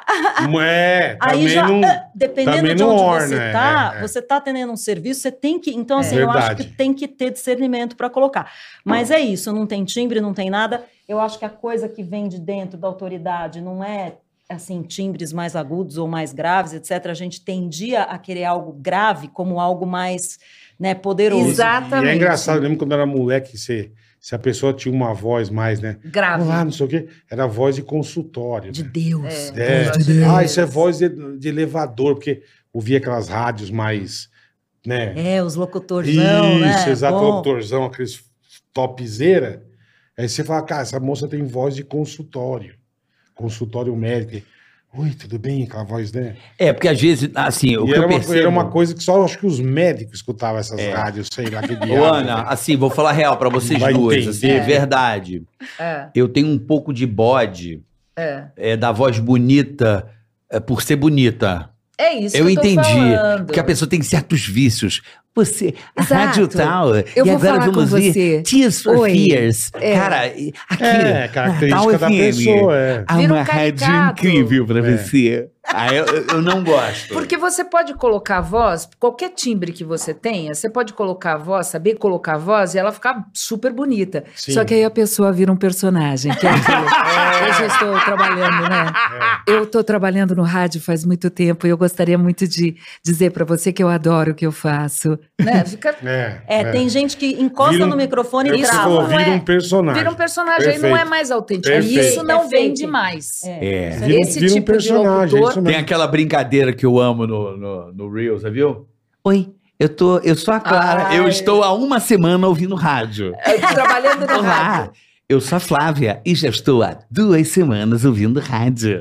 É, aí também já, não... dependendo também de não onde orna, você é, tá, é. você tá atendendo um serviço, você tem que, então assim, É. eu acho Verdade. que tem que ter discernimento para colocar. Mas é isso, não tem timbre, não tem nada. Eu acho que a coisa que vem de dentro da autoridade não é assim timbres mais agudos ou mais graves, etcétera. A gente tendia a querer algo grave como algo mais, né, poderoso. Exatamente. E é engraçado, eu lembro quando eu era moleque, você, se a pessoa tinha uma voz mais, né? Grave. Olá, não sei o quê, era voz de consultório. De né? Deus. É. Voz de Ah, Deus. isso é voz de, de elevador, porque ouvia aquelas rádios mais, né? É, os locutorzão, né? Isso, exato, Bom. locutorzão, aqueles topzera. Aí você fala, cara, essa moça tem voz de consultório. Consultório médico. Oi, tudo bem? Aquela voz, né? É, porque às vezes, assim, o E que era eu uma, percebo... era uma coisa que só acho que os médicos escutavam essas É. rádios, sei lá que Ô, diabo. Ana, assim, vou falar real pra vocês Vai duas, entender. assim, é verdade. É, Eu tenho um pouco de bode é. é, da voz bonita é, por ser bonita. É isso Eu que eu tô entendi, falando. porque a pessoa tem certos vícios. Você, a Exato. rádio tal, Eu e vou agora falar vamos com ver você. Tears for Oi. Fears. É. Cara, aqui, É, na característica Tal da F M, pessoa, é. há Vira um uma rádio caricato. incrível pra É. você. Ah, eu, eu não gosto. Porque você pode colocar a voz, qualquer timbre que você tenha, você pode colocar a voz, saber colocar a voz e ela ficar super bonita. Sim. Só que aí a pessoa vira um personagem, que é aquilo. Eu já estou trabalhando, né? Eu estou trabalhando no rádio faz muito tempo e eu gostaria muito de dizer para você que eu adoro o que eu faço. Né? Fica, É, É, tem gente que encosta Vira um- no microfone é o e que você trava. falou, Não vira é- um personagem. vira um personagem, aí não é Perfeito. mais autêntico. Perfeito. Isso não É fake. vende mais. É. É. Vira, um- Esse vira um tipo de personagem, locutor isso Tem mesmo. aquela brincadeira que eu amo no, no, no Reels, você viu? Oi, eu, tô, eu sou a Clara. Ai. Eu estou há uma semana ouvindo rádio. É, trabalhando no Olá, rádio. eu sou a Flávia e já estou há duas semanas ouvindo rádio.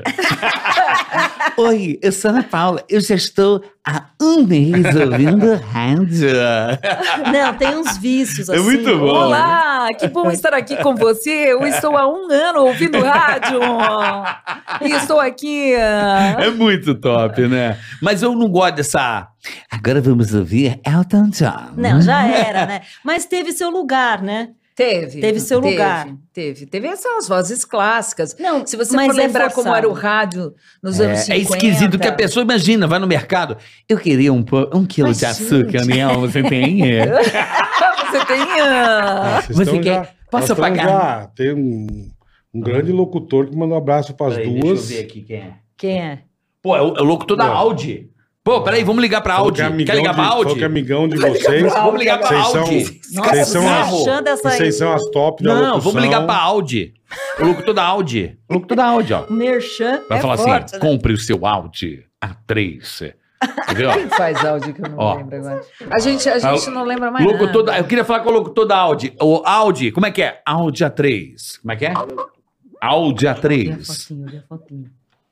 Oi, eu sou a Ana Paula. Eu já estou há um mês ouvindo rádio. Não, tem uns vícios É assim. muito bom. Olá, que bom estar aqui com você. Eu estou há um ano ouvindo rádio. E estou aqui. ah, É muito top, né? Mas eu não gosto dessa... Agora vamos ouvir Elton John. Não, já era, né? Mas teve seu lugar, né? Teve. Teve seu lugar. Teve. Teve essas vozes clássicas. Não, Se você mas for é lembrar como forçado. era o rádio nos anos É, cinquenta. é esquisito que a pessoa, imagina, vai no mercado. Eu queria um, po- um quilo Mas, de açúcar, né? Você tem? É. Você tem. ah, Ah, vocês Você estão quer- já- posso nós estamos pagar? Já, tem um, um grande locutor que mandou um abraço para as Peraí, duas. Deixa eu ver aqui quem é. Quem é? Pô, é o, é o locutor da Pô. Audi. Pô, peraí, vamos ligar pra Falou Audi. que é amigão Quer ligar de- pra falou Audi? que é amigão de vocês. Vamos ligar pra Vocês são, Audi. vocês são, as, achando essa aí. vocês são as top da Não, locução. vamos ligar pra Audi. O locutor da Audi. O locutor da Audi, ó. Merchan Vai é falar forte, assim, né? compre o seu Audi A três. Quer ver, ó? Quem faz áudio que eu não Ó. lembro agora? A gente, a gente não lembra mais Locutor da- nada. eu queria falar com o locutor da Audi. O Audi, como é que é? Audi A três. Como é que é? Audi A Vê a três. fotinho, vê a fotinho.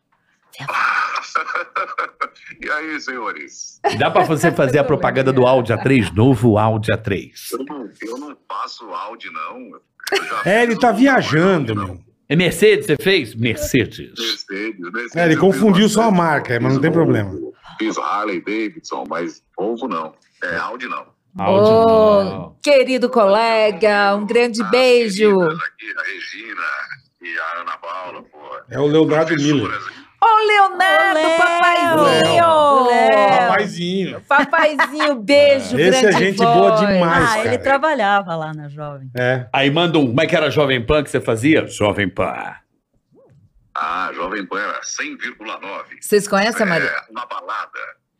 E aí, senhores? Dá pra você fazer a propaganda do Audi A três, novo Audi A três. Eu não, eu não faço áudio, não. Eu já É, ele fiz tá um viajando, áudio, meu. É Mercedes, você fez? Mercedes. Mercedes, Mercedes. É, ele eu confundiu fiz só a bastante. marca, mas não Fiz tem o- problema. Fiz Harley Davidson, mas Volvo não. É, Audi não. Audi Ô, não. querido colega, um grande As beijo. meninas aqui, a Regina e a Ana Paula, pô. É o Leonardo Miller. Professoras. Ô, Leonardo, Ô, Léo. papaizinho! Léo. Rapaizinho. Papaizinho, beijo, Esse é grande gente boa voz. demais. Ah, ele cara. trabalhava lá na Jovem. É. Aí manda um, como é que era Jovem Pan que você fazia? Jovem Pan. Ah, Jovem Pan era cem vírgula nove. Vocês conhecem a Maria? É, uma balada.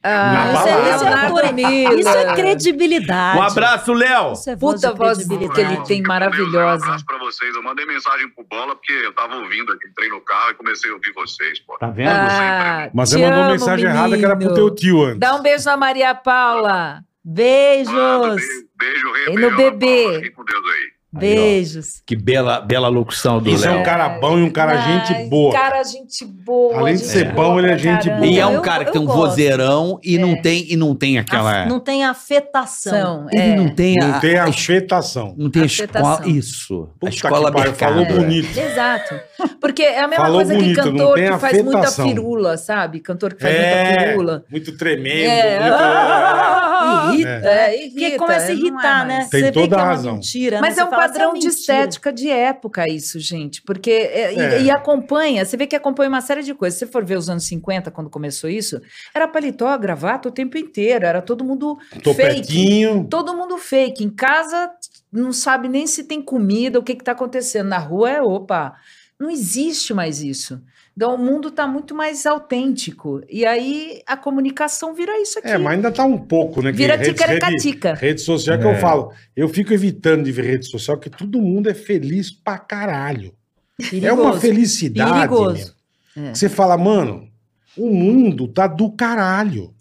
Ah, Na Isso é, isso é balada. autor- Miller. isso é credibilidade. Um abraço, Léo. Isso é voz Puta de voz credibilidade. que ele tem maravilhosa. Um abraço pra vocês. Eu mandei mensagem pro Bola porque eu tava ouvindo aqui, entrei no carro e comecei a ouvir vocês, pô. Tá vendo? Ah, Mas te você mandou amo, mensagem errada que era pro menino. teu tio antes. Dá um beijo na Maria Paula. Beijos. Mano, beijo, beijo, E Rei, no beijo, bebê. Paula. Fique com Deus aí. Beijos. Que bela, bela locução do Isso é Léo. um cara bom e um cara Ai, gente boa. Cara, gente boa. Além de gente ser bom, boa ele é pra gente caramba. boa. E é um Eu- cara que eu tem um gosto. vozeirão e não É. tem e não tem aquela. Af- Não tem afetação. São, Ele é. não tem a, Não tem a- afetação. não tem a afetação. escola. Isso. Puta a escola que pariu, mercado. falou bonito. Exato. Porque é a mesma Falou coisa bonito, que não cantor tem que faz muita afetação. firula, sabe? Cantor que faz É, muita firula. muito tremendo. É. muito- Irrita. É, irrita, Porque começa a não é irritar, né? mais. Tem Você vê toda que é a uma razão. mentira. né? Mas Você é um fala, padrão "Essa é de mentira." estética de época isso, gente. Porque é, e- É. e, acompanha, você vê que acompanha uma série de coisas. Se você for ver os anos cinquenta, quando começou isso, era paletó, gravata o tempo inteiro, era todo mundo fake. Topetinho. Todo mundo fake. Em casa não sabe nem se tem comida, o que está acontecendo. Na rua é, opa, não existe mais isso. Então o mundo está muito mais autêntico. E aí a comunicação vira isso aqui. É, mas ainda tá um pouco, né? que Vira rede- ticaracatica. Rede, rede social que É. eu falo. Eu fico evitando de ver rede social, porque todo mundo é feliz pra caralho. É uma Perigoso. felicidade. Perigoso. meu. É. Você fala, mano, o mundo tá do caralho.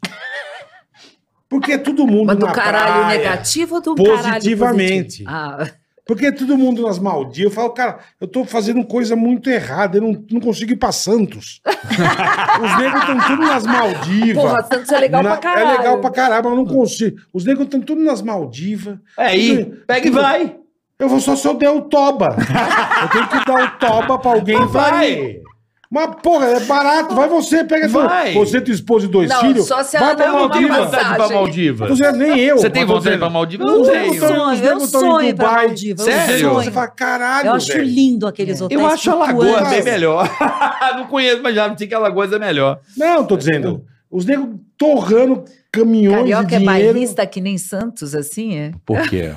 Porque todo mundo Mas do na caralho praia, negativo ou do positivamente. caralho positivo? Ah, Porque todo mundo nas Maldivas. Eu falo, cara, eu tô fazendo coisa muito errada. Eu não, não consigo ir pra Santos. Os negros estão tudo nas Maldivas. porra, Santos é legal Na- pra caralho. É legal pra caralho, mas eu não consigo. Os negros estão tudo nas Maldivas. É aí, Tudo- pega e tudo- vai. Eu vou só se eu der o toba. Eu tenho que dar o toba pra alguém e vai. Vai. Mas, porra, é barato. Vai você, pega Vai. tua- você, tua esposa e dois Não, filhos. só se vai ela pra der uma Maldiva, Maldivas. massagem. vontade de ir pra Maldiva. Tô dizendo, nem eu. Você tem mas tô vontade de ir dizendo, pra Maldiva? Os Não negros tenho. tão- os Sonho, negros eu tão em sonho ir pra Dubai. Maldiva, eu Sério? Você sonho. fala, caralho, Eu acho velho. lindo aqueles hotéis Eu acho a Lagoa flutuantes. bem melhor. Não conheço, mas já sei que a Lagoa é melhor. Não, tô dizendo, os negros torrando caminhões Carioca é de dinheiro. bairrista que nem Santos, assim, é? Por quê?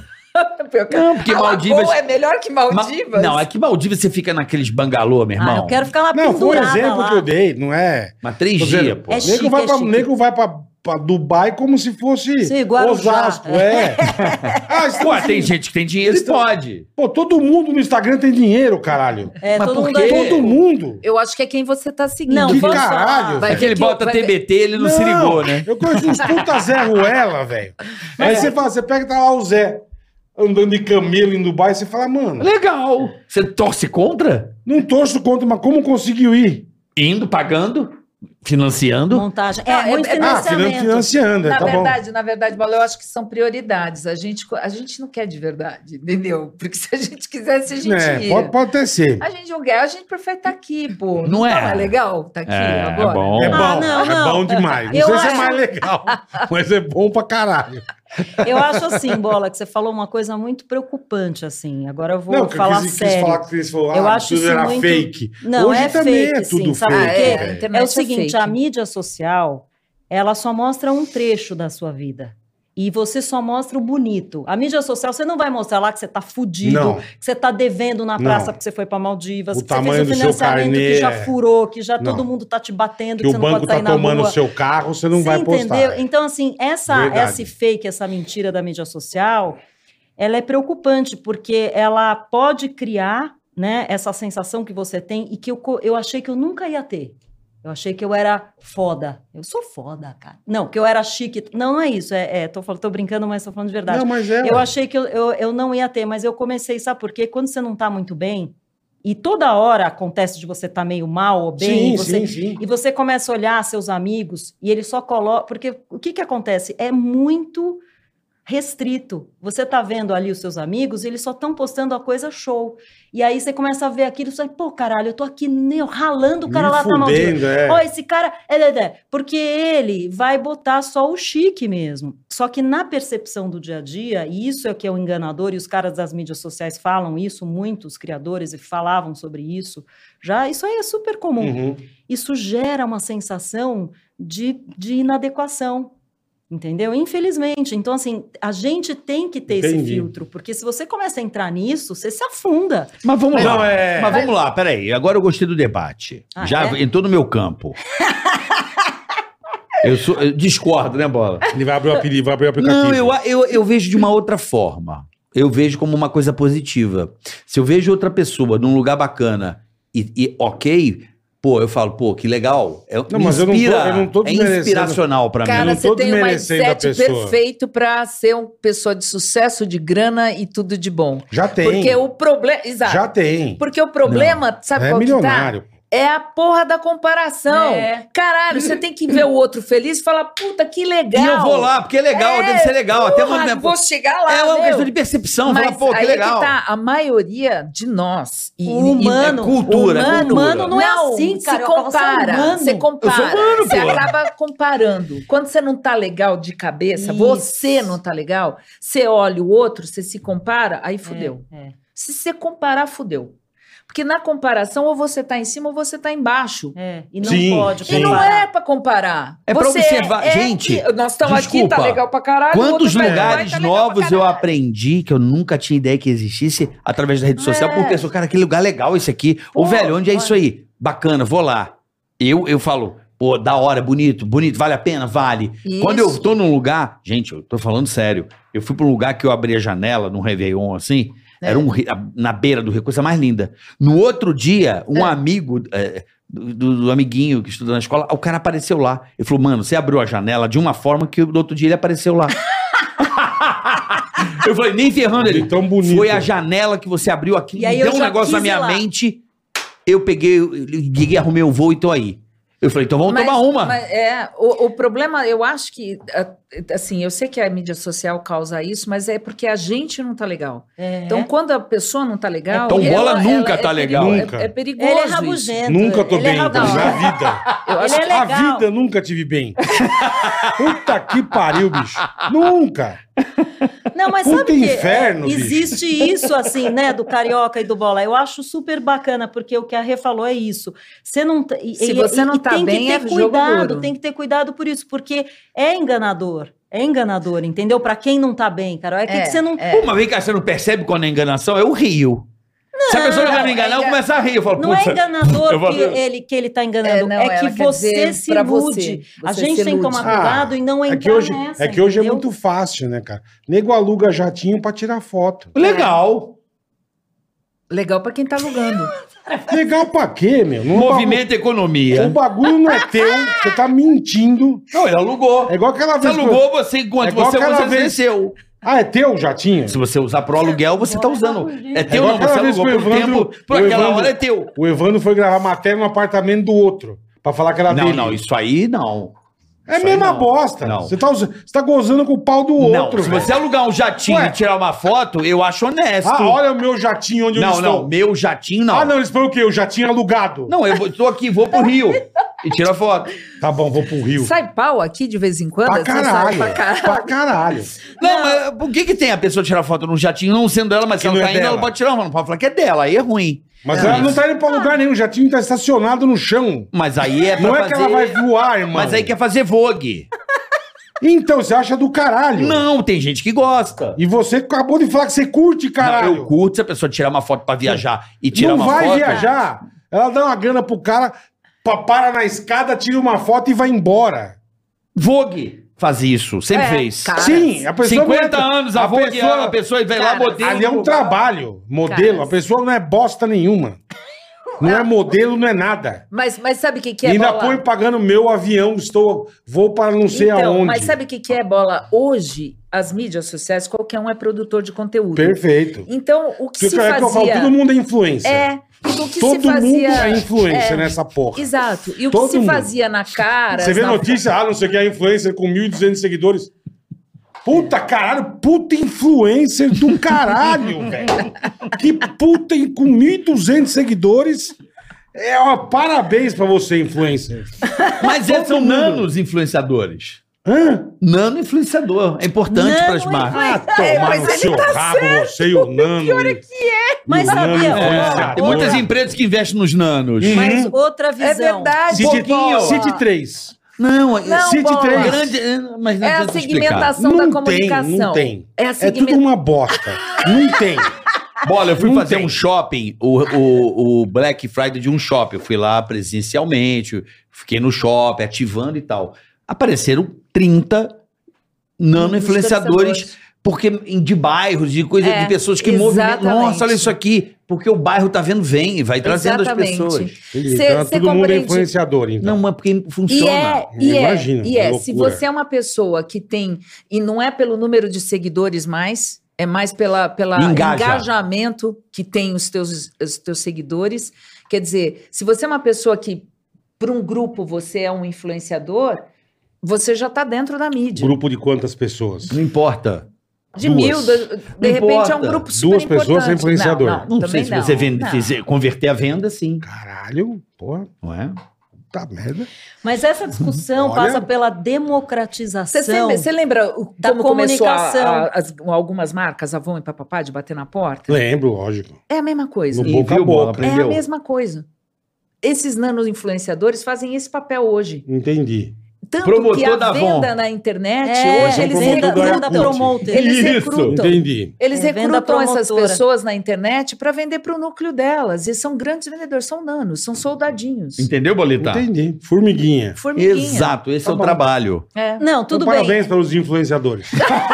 Não, porque Maldivas- é melhor que Maldivas? Ma- Não, é que Maldivas você fica naqueles bangalô, meu irmão. Ah, eu quero ficar lá Não, foi um pendurada exemplo lá. que eu dei, não é? Mas três Tô dizendo, dias, pô. É O nego chique, vai, é pra, chique. nego vai pra, pra Dubai como se fosse Sim, Guarujá. Osasco, é. Ah, isso Pô, assim, tem gente que tem dinheiro e pode. Pô, todo mundo no Instagram tem dinheiro, caralho. É, Mas todo por mundo quê? é Todo mundo. Eu acho que é quem você tá seguindo. Não, Que vamos caralho. falar. Vai É que ele ver bota vai T ver- B T, ele não, se ligou, né? Eu conheço uns puta Zé Ruela, velho. Aí você fala, você pega e tá lá o Zé andando de camelo em Dubai, e você fala, mano, Legal. Você torce contra? não torço contra, mas como conseguiu ir? Indo, pagando, financiando. Montagem. É, Ah, é- muito é- Ah, finan- financiamento. financiando, é, Na tá verdade, na verdade, Paulo, eu acho que são prioridades. A gente, a gente não quer de verdade, entendeu? Porque se a gente quisesse, a bom. gente É, ia. pode, pode até ser. A gente não quer, a gente prefere estar aqui, pô. Não é? Não é legal estar aqui É, agora? é bom. É bom, Ah, não, é não. bom demais. Não Eu sei se é acho- mais legal, mas é bom pra caralho. Eu acho assim, Bola, que você falou uma coisa muito preocupante, assim. Agora eu vou Não, que eu falar quis, quis sério. falar que eles falaram, Eu ah, acho tudo isso era muito- fake. Não, Hoje é também fake, é tudo sim, sabe fake. por quê? É, a velho. internet É o é seguinte, fake. a mídia social, ela só mostra um trecho da sua vida. E você só mostra o bonito. A mídia social, você não vai mostrar lá que você tá fudido, Não. que você tá devendo na Não. praça porque você foi pra Maldivas, O que você tamanho fez do um seu financiamento carnê, que já é. furou, que já Não. todo mundo tá te batendo, Que que, o você não banco pode tá sair na tomando rua. o seu carro, você não Você vai entendeu? postar. Então, assim, essa, Verdade. esse fake, essa mentira da mídia social, ela é preocupante, porque ela pode criar, né, essa sensação que você tem e que eu, co- eu achei que eu nunca ia ter. Eu achei que eu era foda. Eu sou foda, cara. Não, que eu era chique. Não, não é isso. É, é, tô, falando- tô brincando, mas tô falando de verdade. Não, mas é. Eu achei que eu, eu, eu não ia ter, mas eu comecei, sabe por quê? Quando você não tá muito bem, e toda hora acontece de você estar meio mal ou bem, Sim, e você, sim, sim. e você começa a olhar seus amigos e eles só colocam. Porque o que, que acontece? É muito restrito. Você tá vendo ali os seus amigos e eles só estão postando a coisa show. E aí você começa a ver aquilo e você fala, pô, caralho, eu tô aqui meu, ralando o cara Me lá tá Maldiva. fudendo, é. Ó, esse cara. É, é, é, porque ele vai botar só o chique mesmo. Só que na percepção do dia a dia, e isso é o que é o enganador, e os caras das mídias sociais falam isso, muitos criadores e falavam sobre isso. Já isso aí é super comum. Uhum. Isso gera uma sensação de, de inadequação. Entendeu? Infelizmente. Então, assim, a gente tem que ter esse Entendi. filtro, porque se você começa a entrar nisso, você se afunda. Mas vamos Não, lá. é- Mas vamos lá, peraí. Agora eu gostei do debate. Ah, Já é? entrou no meu campo. Eu, sou, eu discordo, né, Bola? Ele vai abrir o apelido, vai abrir o aplicativo. Não, eu, eu, eu vejo de uma outra forma. Eu vejo como uma coisa positiva. Se eu vejo outra pessoa num lugar bacana e, e ok, pô, eu falo, pô, que legal. É, Não, me mas eu não tô- inspira, eu não tô é desmerecendo. inspiracional pra Cara, mim. não você tô tem um desmerecendo a mindset pessoa. perfeito para ser uma pessoa de sucesso, de grana e tudo de bom. Já tem. Porque o problema. Exato. Já tem. Porque o problema, sabe É qual que milionário. tá? É a porra da comparação. É. Caralho, você tem que ver o outro feliz e falar, puta, que legal. E eu vou lá, porque é legal, É, deve ser legal. Até porra, uma, vou chegar lá, é uma meu. questão de percepção. Mas Falar, pô, que aí legal. É que tá, a maioria de nós. E, O humano, é cultura, o é humano, cultura. humano não é assim, se cara. compara, você compara, Eu sou humano, você pô. acaba comparando. Quando você não tá legal de cabeça, Isso. você não tá legal, você olha o outro, você se compara, aí fudeu. É, é. Se você comparar, fudeu. Porque na comparação, ou você tá em cima ou você tá embaixo. É, e não Sim, pode sim. E não comparar. é pra comparar. É pra Você observar. é Gente, que- nós estamos aqui, desculpa. tá legal pra caralho. o Quantos outro vai- lugares vai tá legal pra novos eu caralho. aprendi que eu nunca tinha ideia que existisse através da rede social, É. por pessoa, cara, que lugar legal esse aqui. Ô, Pô, velho, onde é olha. isso aí? Bacana, vou lá. Eu, eu falo, pô, da hora, bonito, bonito, vale a pena? Vale. Isso. Quando eu tô num lugar, gente, eu tô falando sério, eu fui pra um lugar que eu abri a janela, num Réveillon assim, É. era um, ri- a- na beira do rio, coisa mais linda. No outro dia, um É. amigo, é, do, do- do amiguinho que estuda na escola, o cara apareceu lá. Ele falou, mano, você abriu a janela de uma forma que no outro dia ele apareceu lá. Eu falei, nem ferrando ele. Tão bonito. Foi a janela que você abriu aqui, E aí me eu deu um já negócio na quis ir minha lá. mente. Eu peguei, eu liguei, arrumei o voo e tô aí. Eu falei, então vamos Mas- tomar uma. mas é, o, o problema, eu acho que, a- assim, eu sei que a mídia social causa isso, mas é porque a gente não tá legal. É. Então, quando a pessoa não tá legal... Então, ela- bola ela nunca é tá perigo- legal. é- Nunca. É, perigoso Ele é isso. rabugento. Nunca tô ele bem, é então, rabugento. na vida. Eu acho Ele é A legal. vida nunca tive bem. Puta que pariu, bicho. Nunca. Não, mas Puta sabe que inferno, é, bicho. existe isso, assim, né, do carioca e do bola. Eu acho super bacana, porque o que a Rê falou é isso. Você não, tá- e- Se e- você e- não e tá tem bem, que é ter jogo cuidado, duro. tem que ter cuidado por isso, porque é enganador. É enganador, entendeu? Pra quem não tá bem, cara. É que, É, que você não. é. Pô, mas vem cá, você não percebe quando é enganação? É o rio. Se a pessoa quer me enganar, eu é- começo a rir. Eu falo, Não é putz, enganador eu vou- que ele, que ele tá enganando, É, é, não, que ela quer você dizer se pra ilude. você. A Você gente se tem que ilude. tomar cuidado e não é entrar que hoje, nessa, é que hoje é entendeu? muito fácil, né, cara? Nego aluga jatinho pra tirar foto. legal. Legal pra quem tá alugando. Legal pra quê, meu? Não é Movimento bagulho- O economia. bagulho não é teu, você tá mentindo. Não, ele alugou. É igual aquela Você vez. que eu- alugou, você, enquanto É igual você aquela usa, vez- é seu. Ah, é teu o jatinho? Se você usar pro aluguel, você tá usando. É É teu, igual não, você aquela vez alugou que por o Evandro- tempo, por o aquela Evandro- hora é teu. O Evandro foi gravar matéria no apartamento do outro. Pra falar que era Não, dele. não, isso aí não. É a isso aí mesma não. bosta. Não. Você tá, usa- você tá gozando com o pau do outro. Não, se velho. você alugar um jatinho Ué. e tirar uma foto, eu acho honesto. Ah, olha o meu jatinho onde eu não, estou. não, meu jatinho não. Ah, não, eles foram o quê? O jatinho alugado. Não, eu vou- tô aqui, vou pro Rio e tira foto. Tá bom, vou pro Rio. Sai pau aqui de vez em quando? Pra Você sai caralho. pra caralho. Pra caralho. Não, mas por que que tem a pessoa tirar foto num jatinho, não sendo ela, mas se Que ela não tá é indo, dela. ela pode tirar uma, não pode falar que é dela, aí é ruim. Mas É ela isso. não tá indo pra lugar nenhum. O jatinho tá estacionado no chão. Mas aí é pra Não é fazer... que ela vai voar, irmão. Mas aí quer fazer vogue. Então, você acha do caralho. Não, tem gente que gosta. E você acabou de falar que você curte, caralho. Não, eu curto se a pessoa tirar uma foto pra viajar e tirar não uma vai foto. viajar. Ela dá uma grana pro cara, pa- para na escada, tira uma foto e vai embora. Vogue faz isso, sempre É, fez. cara. Sim, a pessoa... cinquenta não é- anos, a, Vogue, a pessoa vem lá, Cara, modelo. Ali é um trabalho, modelo. Cara. A pessoa não é bosta nenhuma. Não é modelo, não é nada. Mas, mas sabe o que, que é Ainda bola? põe pagando meu avião, estou, vou para não sei Então, aonde. mas sabe o que, que é bola? Hoje, as mídias sociais, qualquer um é produtor de conteúdo. Perfeito. Então, o que Porque se é que eu falo, fazia... todo mundo é influencer. É, e o que Todo se fazia... mundo é influencer é, nessa porra. Exato. E o Todo que se mundo. fazia na cara... Você vê na... notícia, ah, não sei o que, é influencer com mil e duzentos seguidores. Puta caralho, puta influencer do caralho, velho. Que puta in- com mil e duzentos seguidores. É, ó, parabéns pra você, influencer. Mas Todo eles são mundo. nanos influenciadores. Hã? Nano influenciador. É importante Nano para as marcas. Ah, tomar mas no ele seu tá rabo, você e o Nano. Mas E o Nano sabia, influenciador. ó, Tem muitas empresas que investem nos nanos. Mas outra É visão. verdade. City, bola. City três. Não, Não, City bola. três. grande, mas não É a adianta explicar. segmentação da Não tem, comunicação. não tem. É a É tudo segmentação. uma bosta. Não tem. Bola, eu fui Não fazer tem. um shopping, o, o, o Black Friday de um shopping. Eu fui lá presencialmente, fiquei no shopping, ativando e tal. apareceram trinta nano-influenciadores, porque de bairros, de coisa, É, de pessoas que movimentam. exatamente. Nossa, olha isso aqui. Porque o bairro tá vendo, vem e vai trazendo Exatamente. as pessoas. Entendi. Cê- Então, cê todo mundo é compreende- influenciador, então. Não, mas porque E funciona. é, e é, Imagino, e é. uma Se loucura. você é uma pessoa que tem, e não é pelo número de seguidores mais, é mais pela, pela Engaja. engajamento que tem os teus, os teus seguidores. Quer dizer, se você é uma pessoa que, para um grupo, você é um influenciador, você já está dentro da mídia. Grupo de quantas pessoas? Não importa. De Duas. mil, de, de Não repente é um importa. grupo super Duas pessoas importante. são influenciador. Não, não, Não sei também se não, você vende, não. fizer- converter a venda, sim. Caralho, porra, Não é? tá merda. Mas essa discussão Olha. passa pela Você, democratização. sempre- você lembra o- da como começou a- comunicação. a- as- algumas marcas, Avon e Papapá, de bater na porta? Lembro, lógico. É a mesma coisa. No E boca a viu, Bola, boca. É a aprendeu? mesma coisa. Esses nano-influenciadores fazem esse papel hoje. Entendi. Tanto Promotor que a da Avon. venda na internet, É, hoje eles, promotor venda, do venda Yakult. promoter. eles Isso. recrutam. Entendi. Eles É, venda recrutam essas promotora. pessoas na internet para vender para o núcleo delas. E são grandes vendedores, são nanos, são soldadinhos. Entendeu, Bolita? Entendi. Formiguinha. Formiguinha. Exato, esse Tá é o bom. trabalho. É. Não, tudo Então, bem. parabéns para os influenciadores.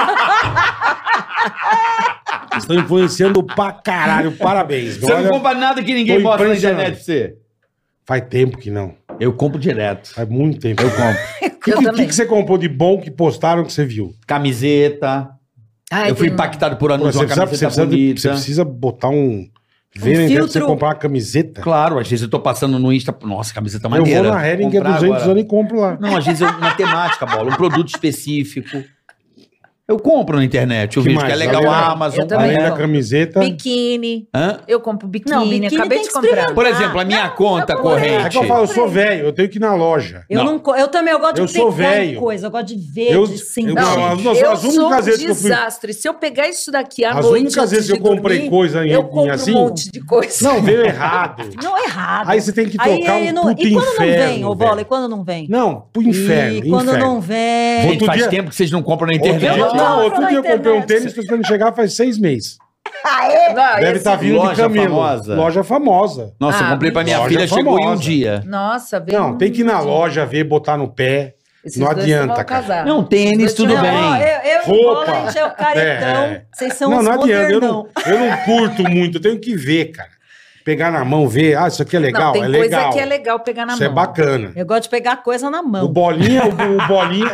Estão influenciando pra caralho. Parabéns. Você Olha, não compra nada que ninguém tô bota na impressionado. internet pra você. Faz tempo que não. Eu compro direto. Faz muito tempo. Eu compro. O que, Eu que- também. que você comprou de bom que postaram que você viu? Camiseta. Ai, eu fui tem- impactado por Pô, anos você, uma precisa, você, camiseta precisa de- bonita. você precisa botar um. Ver na internet pra você filtro. comprar uma camiseta. Claro, às vezes eu tô passando no Insta. Nossa, camiseta Eu maneira. vou na Hering, que é Comprar duzentos agora. anos e compro lá. Não, às vezes eu, na temática, bola, um produto específico. Eu compro na internet, eu Que vejo que é mais? legal Além a da- Amazon. Eu também Além da compro. camiseta. Biquíni. Hã? Eu compro biquíni. Não, biquíni Acabei tem de que comprar. experimentar. Por exemplo, a minha Não, conta eu corrente. É que eu falo, eu sou velho, eu tenho que ir na loja. Eu, Não. não. co- eu também, eu gosto Eu de sou pegar em velho. coisa, eu gosto de ver, Eu- de sentir. eu- Não, Não, as- eu as sou únicas um vezes que eu fui- desastre. Se eu pegar isso daqui à As noite, únicas antes vezes que de eu comprei dormir, coisa em- eu em compro assim, um monte de coisa. Não, veio errado. Não é errado. Aí você tem que Aí, tocar aí um não- puto E quando não inferno, vem, ô velho. Bola, e quando não vem? Não, pro inferno. E quando inferno. não vem... Gente, Outro faz dia- tempo que vocês não compram na Outro internet. dia, Eu não, compro outro na dia eu comprei um internet. tênis, tô esperando chegar faz seis meses. Não, Deve esse- estar vindo loja de camelo. famosa. Loja famosa. Nossa, eu Ah, comprei pra minha loja filha, chegou em um famosa. dia. Nossa, veio Não, tem que ir na loja ver, botar no pé. Esses não dois adianta, vão cara. casar. Não, tênis, Os dois tudo vão- bem. Não, ó, eu, eu e o Roupa. Bola, a gente é o caretão, É, é. vocês são Não, os não adianta. Eu não, modernão. eu não curto muito, eu tenho que ver, cara. Pegar na mão, ver. Ah, isso aqui é legal, Não, tem é coisa legal. que é legal pegar na Isso mão. é bacana. Eu gosto de pegar coisa na O mão. Bolinha, o, o Bolinha...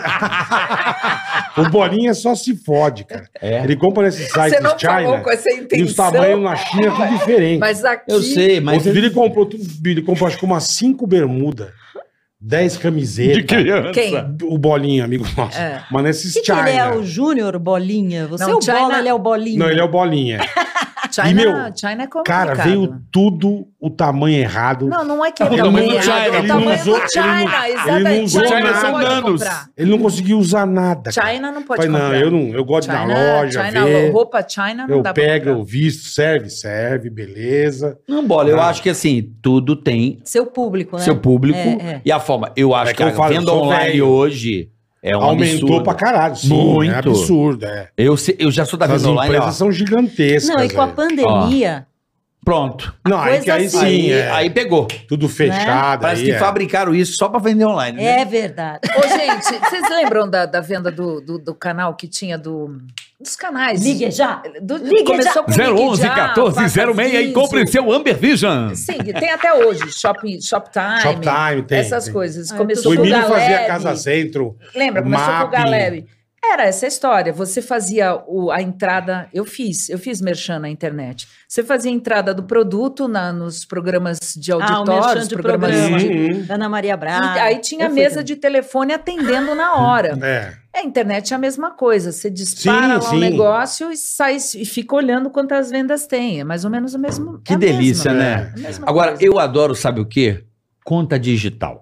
o Bolinha só se fode, cara. É. Ele compra nesses Você sites não falou China com essa intenção. e os tamanhos na China tudo diferente. Mas aqui... Eu sei, mas. Outro dia ele comprou, tudo- ele comprou acho que umas cinco bermudas, dez camisetas. criança. Quem? O Bolinha, amigo nosso. É. Mas nesses O que, que China. ele é? O Júnior Bolinha? Você Não, é o China- Bola, ele é o Bolinha. Não, ele é o Bolinha. China, E, meu, China é complicado. Cara, veio tudo o tamanho errado. Não, não é que é O o tamanho tamanho do China, errado, é ele o não tamanho usou- do China, ele não- ele exatamente. não usou China nada. não pode nanos. comprar. Ele não conseguiu usar nada. cara. China não pode Falei, comprar. não, eu não, eu gosto de ir China, na loja, China, ver. roupa China não Eu dá pra pego, comprar. eu visto, serve, serve, beleza. Não, bola, eu Ah. acho que assim, tudo tem Seu público, né? seu público É, é. e a forma. Eu acho É que que a eu falo, eu venda sou online velho. hoje é um Aumentou absurdo. pra caralho, sim. Muito. É absurdo, é. Eu, se- eu já sou da As venda online, ó. empresas são gigantescas. Não, e com a é. pandemia, Pronto. Não, aí, coisa que aí assim. sim, Aí, é. aí pegou. Tudo fechado. Parece aí que é. fabricaram isso só pra vender online, né? é verdade. Ô, gente, vocês lembram da, da venda do, do, do canal que tinha do, dos canais? Ligue já. Do, Ligue começou já. com zero Ligue onze Já, quatorze zero seis e Vaca compre Viso. seu Amber Vision. Sim, tem até hoje. Shop, Shoptime. Shoptime, tem, Essas tem. coisas. Ah, Começou O com o Emílio fazia Galeb. Casa Centro. Lembra? Começou Map. com o Galeb. Era essa história. Você fazia o, a entrada. Eu fiz, eu fiz merchan na internet. Você fazia a entrada do produto na, nos programas de Ah, o auditórios, merchan de programas programa. de. Uhum. Ana Maria Braga. E aí tinha Eu fui mesa também. de telefone atendendo na hora. É. A internet é a mesma coisa. Você dispara Sim, lá sim. um negócio e sai e fica olhando quantas vendas tem. É mais ou menos o mesmo. Que é a delícia, mesma, né? é a mesma Agora, coisa. eu adoro, sabe o quê? Conta digital.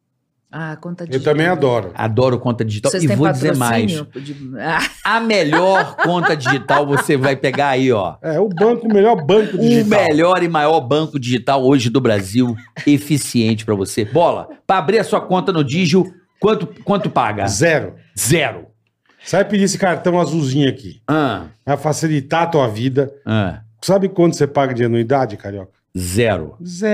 Ah, conta Eu digital. também adoro. Adoro conta digital. Vocês e têm vou dizer mais. patrocínio? De- Ah, A melhor conta digital você vai pegar aí, ó. É, o banco, o melhor banco O digital. melhor e maior banco digital hoje do Brasil, eficiente pra você. Bola, pra abrir a sua conta no Digio, quanto, quanto paga? Zero. Zero. Sai pedir esse cartão azulzinho aqui. Ah, Vai facilitar a tua vida. ah, Sabe quanto você paga de anuidade, Carioca? zero. Zero.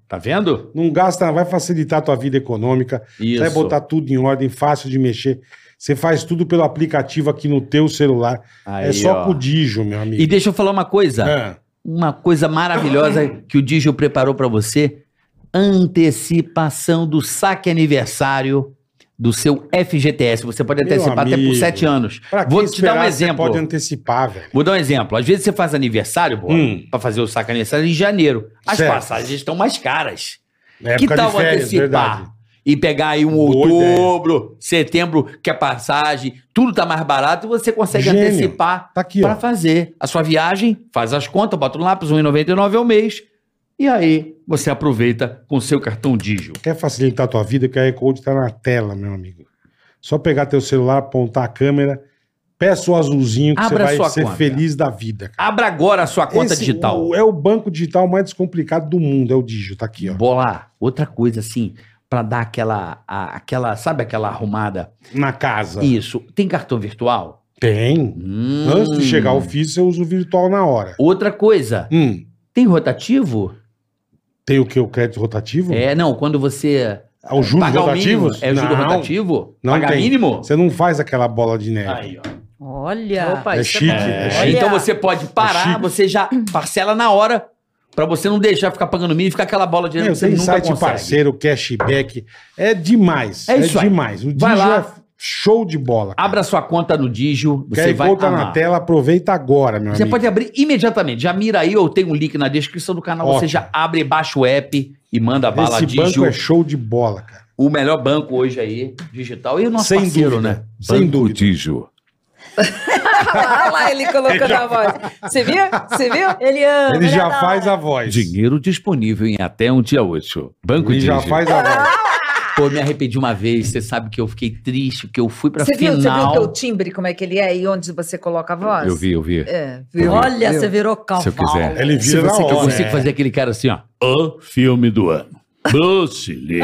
Tá vendo? Não gasta, vai facilitar a tua vida econômica. Isso. Vai botar tudo em ordem, fácil de mexer. Você faz tudo pelo aplicativo aqui no teu celular. Aí, é só ó. com o Digio, meu amigo. E deixa eu falar uma coisa. É. Uma coisa maravilhosa que o Digio preparou pra você. Antecipação do saque aniversário do seu F G T S. Você pode Meu antecipar até por amigo. sete anos. Pra que Vou te dar um esperar, você exemplo. pode antecipar, velho. Vou dar um exemplo. Às vezes você faz aniversário, boa, Hum. pra fazer o saque aniversário em janeiro. As Certo. passagens estão mais caras. É Que época tal de férias, antecipar? verdade. E pegar aí um Boa outubro, setembro, que é passagem, tudo tá mais barato e você consegue Gênio. antecipar Tá aqui, para ó. fazer a sua viagem, faz as contas, bota no lápis, um real e noventa e nove ao mês. E aí você aproveita com o seu cartão Digio. Quer facilitar a tua vida? Que a Code tá na tela, meu amigo. Só pegar teu celular, apontar a câmera, peça o azulzinho que Abra você vai sua ser conta. feliz da vida. Cara. Abra agora a sua conta Esse, digital. o- é o banco digital mais descomplicado do mundo, é o Digio, tá aqui, ó. Bola, outra coisa assim, para dar aquela, a- aquela, sabe aquela arrumada? Na casa. Isso. Tem cartão virtual? Tem. Hum. Antes de chegar ao físico, você usa o virtual na hora. Outra coisa, Hum. tem rotativo? Tem o que? O crédito rotativo? É, não, quando você Ah, os juros pagar o mínimo, rotativos? é o juro Não. rotativo? Não Pagar tem. mínimo? Você não faz aquela bola de neve. Aí, ó. Olha. Opa, É isso chique, bom. é É, chique. então você pode É parar, chique. você já parcela na hora, pra você não deixar ficar pagando mínimo e ficar aquela bola de dinheiro Meu, que você tem nunca site consegue. parceiro, cashback. É demais. É É, isso aí. demais. O Vai Digio lá. é show de bola. cara. Abra sua conta no Digio, você Quer vai voltar amar. na tela, aproveita agora, meu Você amigo. pode abrir imediatamente. Já mira aí, ou tem um link na descrição do canal. Você Ótimo. já abre, baixa o app e manda bala Esse Digio. banco é show de bola, cara. O melhor banco hoje aí, digital. E o nosso Sem parceiro, dúvida. né? Sem Banco dúvida. Digio. Olha lá ele colocando a voz. Você viu? Você viu? Ele ama. Ele já adora. faz a voz. Dinheiro disponível em até um dia útil. Banco Ele já faz a voz. Pô, me arrependi uma vez. Você sabe que eu fiquei triste, que eu fui pra Você viu, você viu final. o teu timbre, como é que ele é e onde você coloca a voz? Eu vi, eu vi. É, viu? Olha, Viu? você virou cavalo. Se eu quiser. Ele Se vira na você que eu hora. consigo É. fazer aquele cara assim, ó. O filme do ano. Bruce Lee.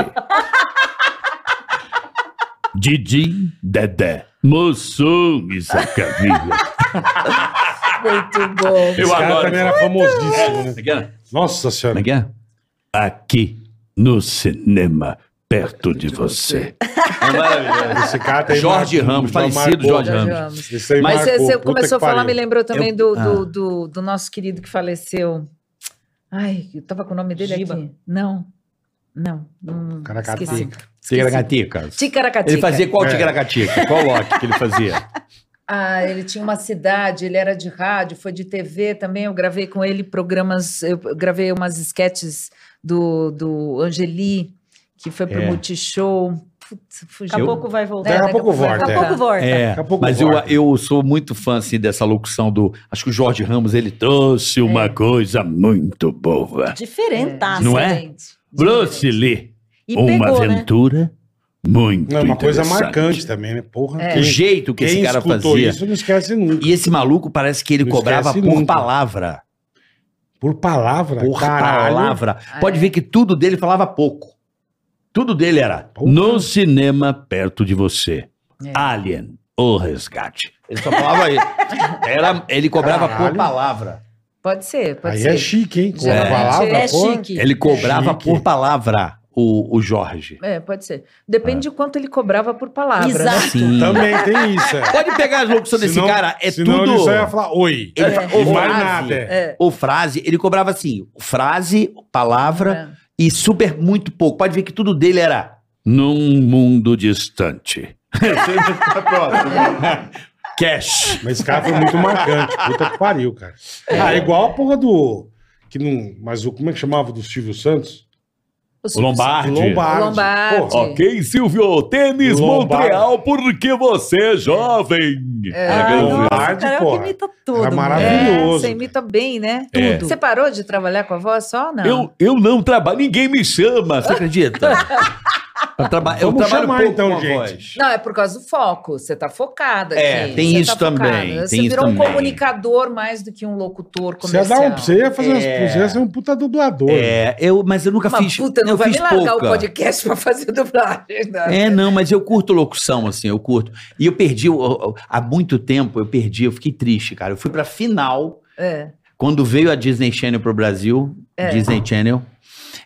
Didi, Dedé. Moção e Zacarias. Muito bom. Esse cara também era famosíssimo, né? Nossa senhora. Como é que é? Aqui, no cinema, perto de você. É maravilhoso. Esse cara tem Jorge mar- Ramos, já falecido marcou. Jorge Jorge Ramos. Ramos. Esse aí Mas você, marcou. você Puta começou a que falar, pariu. me lembrou também Eu- do, ah. do, do, do nosso querido que faleceu. Ai, eu tava com o nome dele Giba. aqui. Não, não. não Caracateca. esqueci. Ticaracatica. Ticaracatica. Ele fazia qual É. ticaracatica? Qual lote que ele fazia? Ah, ele tinha uma cidade, ele era de rádio, foi de T V também. Eu gravei com ele programas, eu gravei umas sketches do, do Angeli, que foi pro É. Multishow. Putz, fugiu. Daqui a pouco vai voltar. Daqui a daqui a pouco pouco vai volta. Daqui a pouco volta. É, Daqui a pouco mas eu, volta. eu sou muito fã assim, dessa locução do. Acho que o Jorge Ramos ele trouxe uma coisa muito boa. Diferentaço. Não é? Excelente. Bruce Lee, E uma pegou, né? aventura muito Não, é uma coisa interessante. marcante também, né? Porra. É. O Quem, jeito que quem esse cara escutou fazia. isso não esquece nunca. E esse maluco parece que ele Não cobrava esquece por nunca. palavra. Por palavra, Por caralho. palavra. Ah, Pode é? ver que tudo dele falava pouco. Tudo dele era Porra. no cinema perto de você. É. Alien, o resgate. Ele só falava isso. Era, ele cobrava por Caralho. palavra. Pode ser, pode Aí ser. é chique, hein? Com a Geralmente palavra, é porra. chique. Ele cobrava Chique. por palavra o, o Jorge. É, pode ser. Depende de quanto ele cobrava por palavra, né? Exato. Sim. Também tem isso, é. Pode pegar as locuções desse Senão- cara, é senão tudo. ele só ia falar oi. Ele É. fa- E ou mais frase, nada, é. É. ou frase, ele cobrava assim, frase, palavra e super muito pouco. Pode ver que tudo dele era num mundo distante. Cash. Mas esse cara foi muito marcante. Puta que pariu, cara. Ah, é igual a porra do... Que não, mas o, como é que chamava do Silvio Santos? O Lombardi. Lombardi. Lombardi. Porra. Ok, Silvio, tênis Lombardi. Montreal, porque você é jovem. Ai, nossa, Lombardi, cara, é o que porra. imita tudo. Era né? maravilhoso. É, você imita bem, né? É. Tudo. Você parou de trabalhar com a voz só, não? Eu, eu não trabalho, ninguém me chama, você acredita? eu, traba eu Vamos trabalho chamar, pouco então, com a gente. voz. Não, é por causa do foco. Você tá focada aqui. É, tem Você isso tá também, focada. Você tem isso virou um também. comunicador mais do que um locutor Você ia, comercial. dar um, você ia fazer umas, É. você ia ser um puta dublador. É, eu, mas eu nunca Uma fiz. puta, não eu vai fiz me largar pouca. o podcast pra fazer dublagem. né? É, não, mas eu curto locução, assim, eu curto. E eu perdi, eu- eu- há muito tempo eu perdi, eu fiquei triste, cara. Eu fui pra final, É. quando veio a Disney Channel pro Brasil, É. Disney Channel,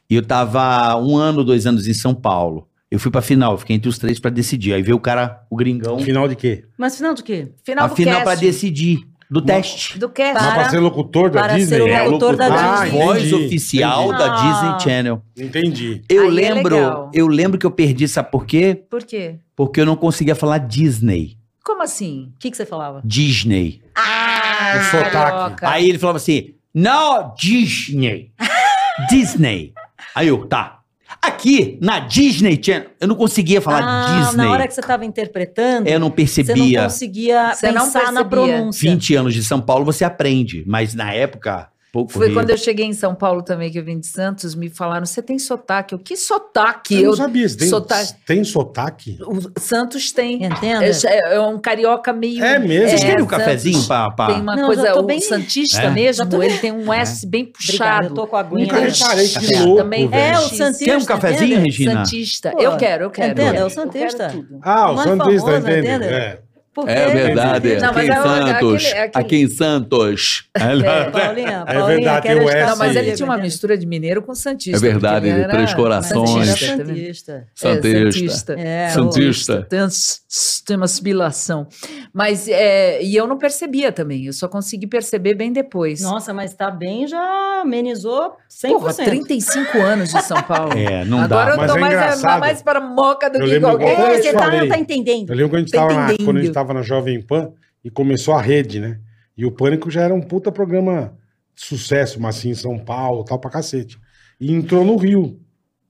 E eu tava um ano, dois anos em São Paulo. Eu fui pra final, eu fiquei entre os três pra decidir. Aí veio o cara, o gringão, Final de quê? Mas final do quê? Final a do final cast. pra decidir do teste. Do cast. Mas pra ser locutor da para Disney? ser o É, locutor da Ah, Disney. Voz entendi, oficial entendi. da Ah. Disney Channel. Entendi. Eu Aí é lembro, legal. eu lembro que eu perdi, sabe por quê? Por quê? Porque eu não conseguia falar Disney. Como assim? O que, que você falava? Disney. Ah, O sotaque. carioca. Aí ele falava assim, não, Disney. Disney. Aí eu, tá. Aqui, na Disney Channel, eu não conseguia falar ah, Disney. na hora que você estava interpretando, Eu não você não percebia. conseguia Você não pensar na percebia. pronúncia. vinte anos de São Paulo você aprende, mas na época, pouco Foi Rio. quando eu cheguei em São Paulo também, que eu vim de Santos, me falaram, você tem sotaque? Eu, que sotaque? Eu não Eu, sabia, você tem sotaque. tem sotaque? O Santos tem. Entenda? É, é um carioca meio... É mesmo? Vocês querem um Santos cafezinho pra... pra- Tem uma Não, coisa, já tô o bem- Santista É? mesmo, Já tô- ele tem um S bem Obrigada, puxado. eu tô com a aguinha. Nunca aqui. Reparei, que Café. louco, Também velho. É, o X. Santista. Quer um cafezinho, entende? Regina? Santista. Pô, eu quero, eu quero. entende? É o Eu Santista. quero tudo. Ah, o Mais Santista, famoso, entende? entende? É. Porque- É verdade, Não, aqui mas em é o- Santos, aquele- aquele- aqui em Santos. É, Paulinha, É Paulinha, verdade, quero tem o estar S. Não, mas ele comigo, tinha uma entende? mistura de mineiro com santista. É verdade, porque ele de era Três Corações. Mas ele Santista. era também. Santista. Santista. É, Santista. É, Santista. Tem, uns- tem uma sibilação. Mas, é, e eu não percebia também, eu só consegui perceber bem depois. Nossa, mas tá bem, já amenizou cem por Porra, cento. trinta e cinco anos de São Paulo. É, não Agora dá. eu Mas tô é mais, engraçado. mais para moca do Eu que lembro qualquer igual- É, coisa. você tá, falei. não tá entendendo. Eu lembro quando a gente Tá tava na, entendendo. quando a gente tava na Jovem Pan e começou a rede, né? E o Pânico já era um puta programa de sucesso, mas assim, em São Paulo, tal, pra cacete. E entrou no Rio.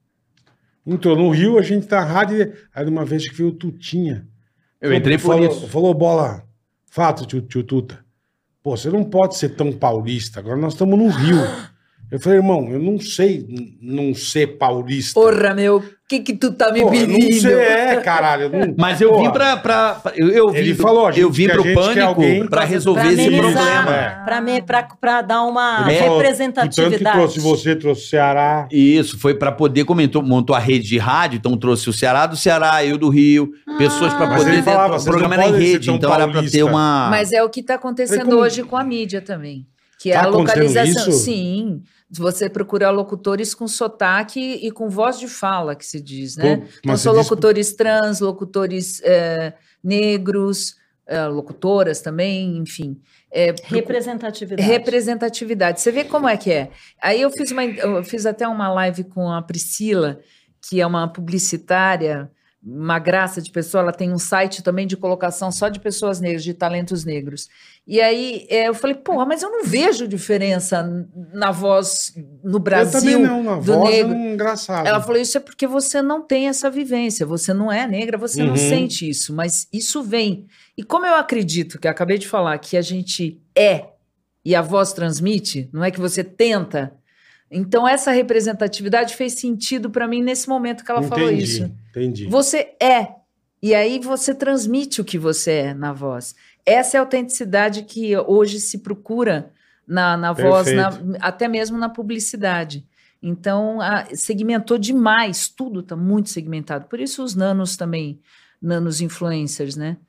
Entrou no Rio, a gente tá na rádio. Aí de uma vez que veio o Tutinha. Eu entrei por falou, isso. Falou, bola, fato, tio, tio Tuta. Pô, você não pode ser tão paulista. Agora nós estamos no Rio. Eu falei, irmão, eu não sei n- não ser paulista. Porra, meu, o que que tu tá me Porra, eu não pedindo? sei, é, caralho. eu não- Mas eu Porra. vim pra... pra, pra- eu, eu vim, Ele falou, a gente- eu vim que a pro gente quer Pânico alguém pra pra- resolver Pra esse amenizar, problema. é. pra, me, pra, pra dar uma Ele falou, representatividade. Tanto que trouxe você, trouxe o Ceará. Isso, foi pra poder, comentou, montou a rede de rádio, então trouxe o Ceará do Ceará, eu do Rio, pessoas pra Mas poder ele ter, falava, o vocês programa não era em podem ser rede, tão então era pra paulista. ter uma... Mas é o que está acontecendo Mas como- hoje com a mídia também. Que Tá é a acontecendo localização. isso? Sim. Você procura locutores com sotaque e com voz de fala, que se diz, né? Pô, Então, mas são você diz- locutores trans, locutores eh, negros, eh, locutoras também, enfim. É, procu- Representatividade. representatividade. Você vê como é que é. Aí eu fiz, uma, eu fiz até uma live com a Priscila, que é uma publicitária, uma graça de pessoa, ela tem um site também de colocação só de pessoas negras, de talentos negros. E aí é, eu falei, porra, mas eu não vejo diferença n- na voz no Eu Brasil também não, na do voz negro. é um engraçado. Ela falou, isso é porque você não tem essa vivência, você não é negra, você Uhum. não sente isso, mas isso vem. E como eu acredito, que eu acabei de falar, que a gente é e a voz transmite, não é que você tenta. Então essa representatividade fez sentido para mim nesse momento que ela falou Entendi, isso. Entendi. Você é, e aí você transmite o que você é na voz. Essa é a autenticidade que hoje se procura na, na voz, na- até mesmo na publicidade. Então, a- segmentou demais, tudo está muito segmentado. Por isso os nanos também, nanos influencers, né?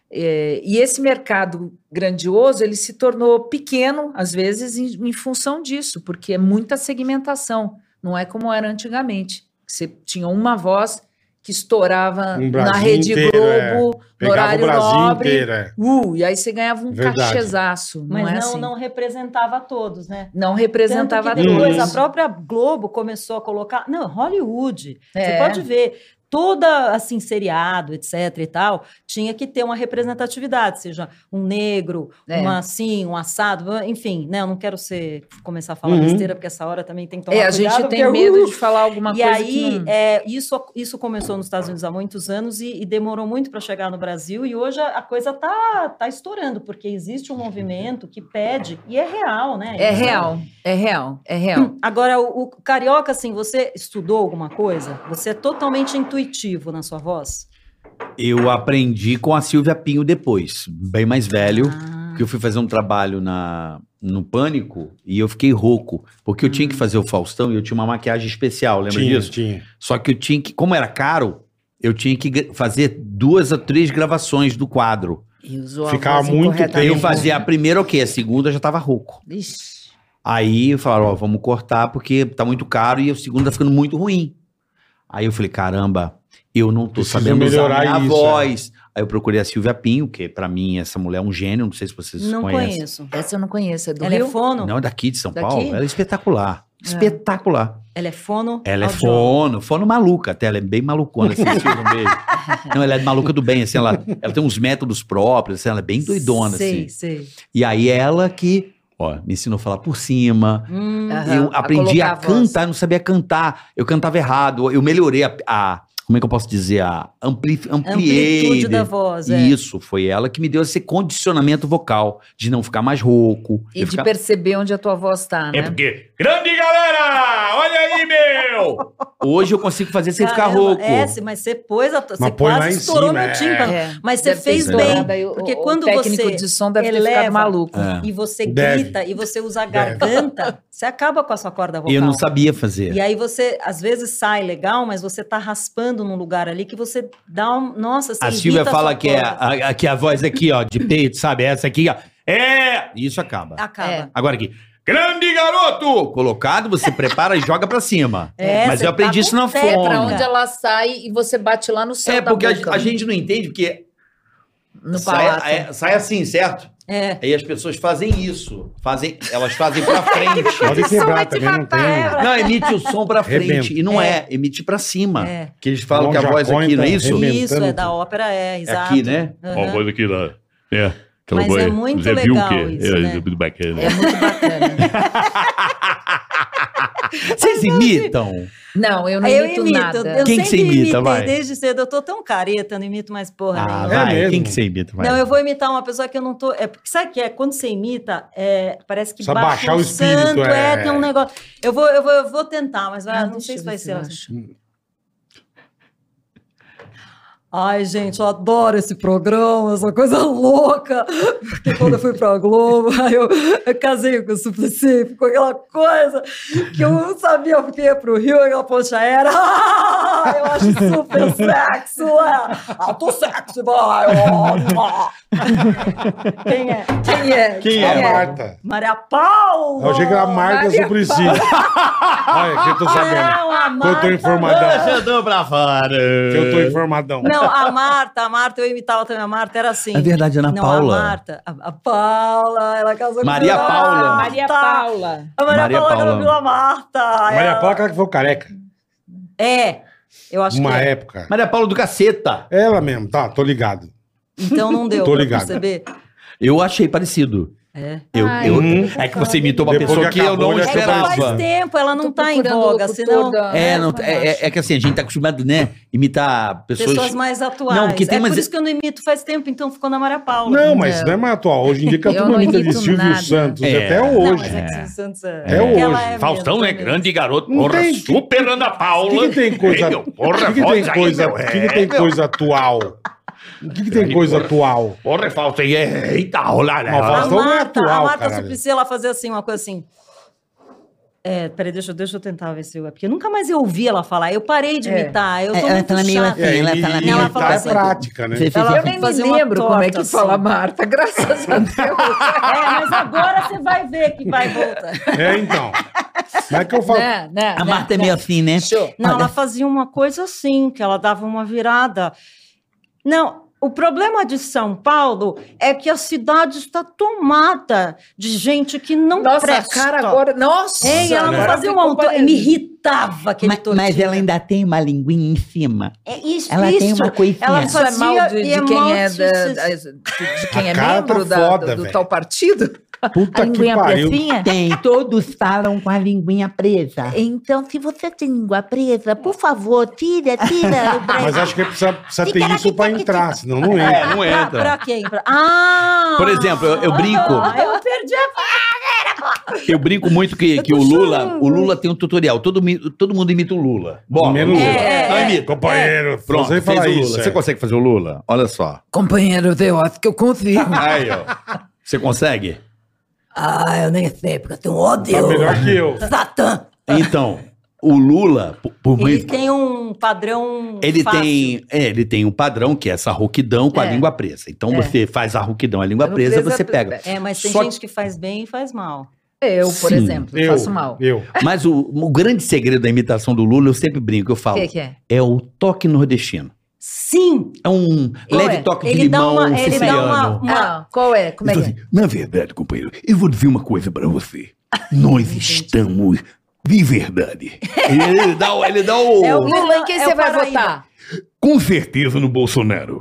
É, e esse mercado grandioso, ele se tornou pequeno, às vezes, em, em função disso, porque é muita segmentação. Não é como era antigamente. Você tinha uma voz que estourava Um na Brasil Rede inteiro, é. Globo, no Pegava o horário Brasil nobre. inteiro, é. Uh, e aí você ganhava um Verdade. cachezaço. Não Mas é não, assim? não representava a todos, né? Não representava Tanto que depois Uhum. a própria Globo começou a colocar. Não, Hollywood. Você É. pode ver. Toda, assim, seriado, etc e tal, tinha que ter uma representatividade, seja um negro, É. uma assim, um assado, enfim, né? Eu não quero ser, começar a falar Uhum. besteira, porque essa hora também tem que tomar É, a cuidado. gente tem porque, medo uh, de falar alguma e coisa aí, que não... é, isso, isso começou nos Estados Unidos há muitos anos e, e demorou muito para chegar no Brasil, e hoje a, a coisa tá, tá estourando, porque existe um movimento que pede, e é real, né? É Isso. real, é real, é real. Agora, o, o carioca, assim, você estudou alguma coisa? Você é totalmente intuitivo na sua voz? Eu aprendi com a Silvia Pinho depois, bem mais velho, Ah. que eu fui fazer um trabalho na, no Pânico e eu fiquei rouco, porque eu tinha que fazer o Faustão e eu tinha uma maquiagem especial, lembra Tinha, disso? tinha. Só que eu tinha que, como era caro, eu tinha que gra- fazer duas ou três gravações do quadro. E usou a Ficava voz muito incorretamente. Eu tempo. fazia a primeira, ok, a segunda eu já tava rouco. Ixi. Aí falaram, ó, vamos cortar porque tá muito caro e o segundo tá ficando muito ruim. Aí eu falei, caramba, eu não tô Preciso sabendo usar melhorar minha isso, voz. Aí eu procurei a Silvia Pinho, que pra mim essa mulher é um gênio, não sei se vocês Não conhecem. conheço. Essa eu não conheço, é do Ela Rio? é fono? Não, é daqui de São Daqui? Paulo. Ela é espetacular. Espetacular. Ela é fono? Ela é audióloga. fono, fono maluca até, ela é bem malucona, assim, Silvia, um beijo. Não, ela é maluca do bem, assim, ela, ela tem uns métodos próprios, assim, ela é bem doidona, sei, assim. Sei, E aí ela que, ó, me ensinou a falar por cima, Hum, Aham, eu a aprendi a, colocar a voz. cantar, eu não sabia cantar, eu cantava errado, eu melhorei a, a- como é que eu posso dizer, a ampli, ampliei. amplitude da voz, é. Isso, foi ela que me deu esse condicionamento vocal, de não ficar mais rouco. E de de ficar... perceber onde a tua voz tá, né? É porque, grande galera, olha aí, meu! Hoje eu consigo fazer sem ficar Caramba, rouco. É, se- mas você pôs, a, você põe lá quase em estourou cima, meu é. tímpano. É, Mas você deve ter fez estourado, bem, aí o- porque o quando técnico você de som deve ter eleva ficado maluco. É. e você Deve. grita e você usa a garganta, você acaba com a sua corda vocal. E eu não sabia fazer. E aí você, às vezes, sai legal, mas você tá raspando num lugar ali que você dá um... Nossa, você A Silvia irrita fala sua que é corda. a, a- que a voz aqui, ó, de peito, sabe? Essa aqui, ó. É! E isso acaba. Acaba. É. Agora aqui. Grande garoto! Colocado, você prepara e joga pra cima. É, Mas você eu aprendi tá isso com na técnica. fome. Pra onde ela sai e você bate lá no céu É, da porque a, boca. a gente não entende, porque No sai, palato. é, sai assim, certo? É. Aí as pessoas fazem isso. Fazem, elas fazem pra frente. Pode som quebrar vai te também, não matar, tem. Não, emite o som pra frente. Rebenta. E não é, É. emite pra cima. É. Que eles falam Bom, que a voz Jacó, aqui, não é então, isso? rebenta. Isso, é Arrebentando da tudo. ópera, é, É exato. aqui, né? Aham. voz aqui lá. É. aquela Mas voz- é muito Você viu legal o quê? isso, é, né? muito bacana. É muito bacana. Vocês imitam? Não, eu não Eu imito, imito, nada. eu Quem que sempre você imita, imitei vai? desde cedo. Eu tô tão careta, eu não imito mais porra Ah, nenhuma. É vai. mesmo? Quem que você imita? Vai. Não, eu vou imitar uma pessoa que eu não tô. É, porque sabe o que é? Quando você imita, é, parece que Precisa baixa baixar um o espírito, santo, é. é. tem um negócio. Eu vou, eu vou, eu vou tentar, mas vai- Ah, não deixa sei eu se ver vai se ser. eu assim. acho. Ai, gente, eu adoro esse programa, essa coisa louca. Porque quando eu fui pra Globo, aí eu, eu casei com o Suplicy, ficou aquela coisa que eu não sabia, eu fiquei pro Rio, aquela ponte aérea. Ah, eu acho super sexy, é. Ah, tô sexy, vai. ó. Quem é? Quem é? Quem A é? Marta. Maria Paula! Eu achei que era a Marta Maria Suplicy. Olha, que eu tô sabendo. Não, a Que eu tô Marta- informadão. Eu tô pra fora. Que eu tô informadão. Não, a Marta, a Marta, eu imitava também a Marta, era assim. É verdade, Ana não, Paula. a Marta, a, a Paula, ela casou Maria com a Paula. Maria Paula. A Maria, Maria Paula, Paula. casou com a Marta. Maria ela- Paula, aquela que foi careca. É, eu acho Uma que é. época. Maria Paula do caceta. Ela mesmo, tá, tô ligado. Então não deu Tô pra ligado. perceber. Eu achei parecido. É. Eu, Ai, eu- Hum. é que você imitou uma Depois pessoa que que eu acabou, não ele É que esperava. faz esperava. tempo, ela não Tô tá em procurando o voga, locutor senão... da- É, não, foi é, é- baixo. é que assim, a gente tá acostumado, né? Imitar pessoas. Pessoas mais atuais. Não, porque tem é mais- por isso que eu não imito faz tempo, então ficou na Maria Paula. Não, mas não é mais atual. Hoje em dia que a Eu turma não imita de imito Silvio nada. Santos. É. Até Não, hoje. mas é que Silvio Santos é... É porque ela hoje. é Faustão mesmo, é grande garoto, Não porra, tem- super Ana Paula. O que, que tem coisa, Ei, meu, porra, que que tem voz aí, coisa, meu, que que tem é, meu. coisa atual? O que, que tem coisa atual? Porra, Faustão, é, eita, olha, né? Mas A Faustão não é Marta, atual, a Marta caralho. Suplicy, ela fazia assim, uma coisa assim... É, peraí, deixa, eu- deixa eu tentar ver se eu... Porque eu nunca mais eu ouvi ela falar. Eu parei de É. imitar, eu tô Ela muito fala meio chata. É, ela e, fala e meio- Ela fala imitar é assim, prática, né? Você fez Eu assim. nem me Fazer uma lembro como é que torta, fala assim. Marta, graças a Deus. É, mas agora você vai ver que vai voltar. É, então. Mas é que eu falo. Né, né, A né, Marta é né. meio assim, né? Show. Não, Olha, ela fazia uma coisa assim, que ela dava uma virada. Não, o problema de São Paulo é que a cidade está tomada de gente que não Nossa, presta. a cara agora... Nossa! Ei, ela não né? fazia ficou uma... auto- parecendo. Me irritava aquele mas, mas tortinha. ela ainda tem uma linguinha em cima. É isso, Ela tem isso. uma coisinha. Ela Isso é fazia mal de, e de é quem mal é, de- da, da- de quem A é cara membro tá da- foda, do, do velho. tal partido? Puta A que linguinha pariu. pretinha? Tem, todos falam com a linguinha presa. Então, se você tem língua presa, por favor, tira, tira. Mas acho que precisa, precisa ter isso pra entrar, senão não entra. É, não Pra, entra. pra quem? Pra... Ah! Por exemplo, eu, eu brinco. Ah, eu perdi a... Eu brinco muito que, que o Lula, o Lula tem um tutorial. Todo, mi- todo mundo imita o Lula. Bom, Menos Lula. eu. É, Não é, imita. Companheiro, Pronto, você fez fala o Lula. isso. Você é. consegue fazer o Lula? Olha só. Companheiro, eu acho que eu consigo. Aí, ó. Você consegue? Ah, eu nem sei, porque eu tenho ódio. Tá melhor que eu. Satã. Então, o Lula, por, por Ele muito- tem um padrão ele fácil. tem, é, ele tem um padrão que é essa rouquidão com a É. língua presa. Então É. você faz a rouquidão, a língua Língua presa, presa você é- pega. É, mas tem Só gente que faz bem e faz mal. Eu, por Sim. exemplo, Eu, faço mal. Eu. Mas o, o grande segredo da imitação do Lula, eu sempre brinco, eu O falo, que, que é? é o toque nordestino. Sim, É um Qual leve é? toque de ele dá limão uma, ele dá siciliano. uma, uma- Ah, qual é? Como é que Então, é? assim, na verdade, companheiro, eu vou dizer uma coisa pra você. Nós estamos de verdade. Ele dá, o- ele dá o... É o- Lula, em quem É você o vai Paraíba. votar? Com certeza no Bolsonaro.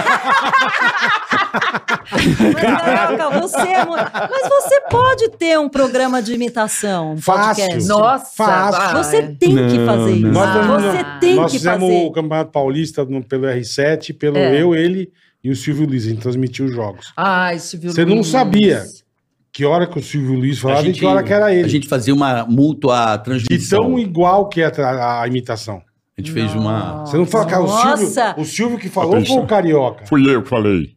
Mas, Carioca, você é muito... Mas você pode ter um programa de imitação, um Fácil. podcast. Nossa, Fácil. vai. Você tem que Não, fazer isso. não. Nós, fizemos- Você tem nós que fizemos fazer. o Campeonato Paulista no- pelo R sete, pelo É. eu, ele e o Silvio Luiz. A gente transmitiu os jogos. Ai, Silvio Você não Luiz. sabia que hora que o Silvio Luiz A falava e gente, que hora que era ele. a gente fazia uma mútua De transmissão. tão igual que é a, tra- a imitação. A gente fez uma... Você não fala, cara, o Nossa! Silvio, o Silvio que falou Atenção. foi o Carioca. Fui eu que falei.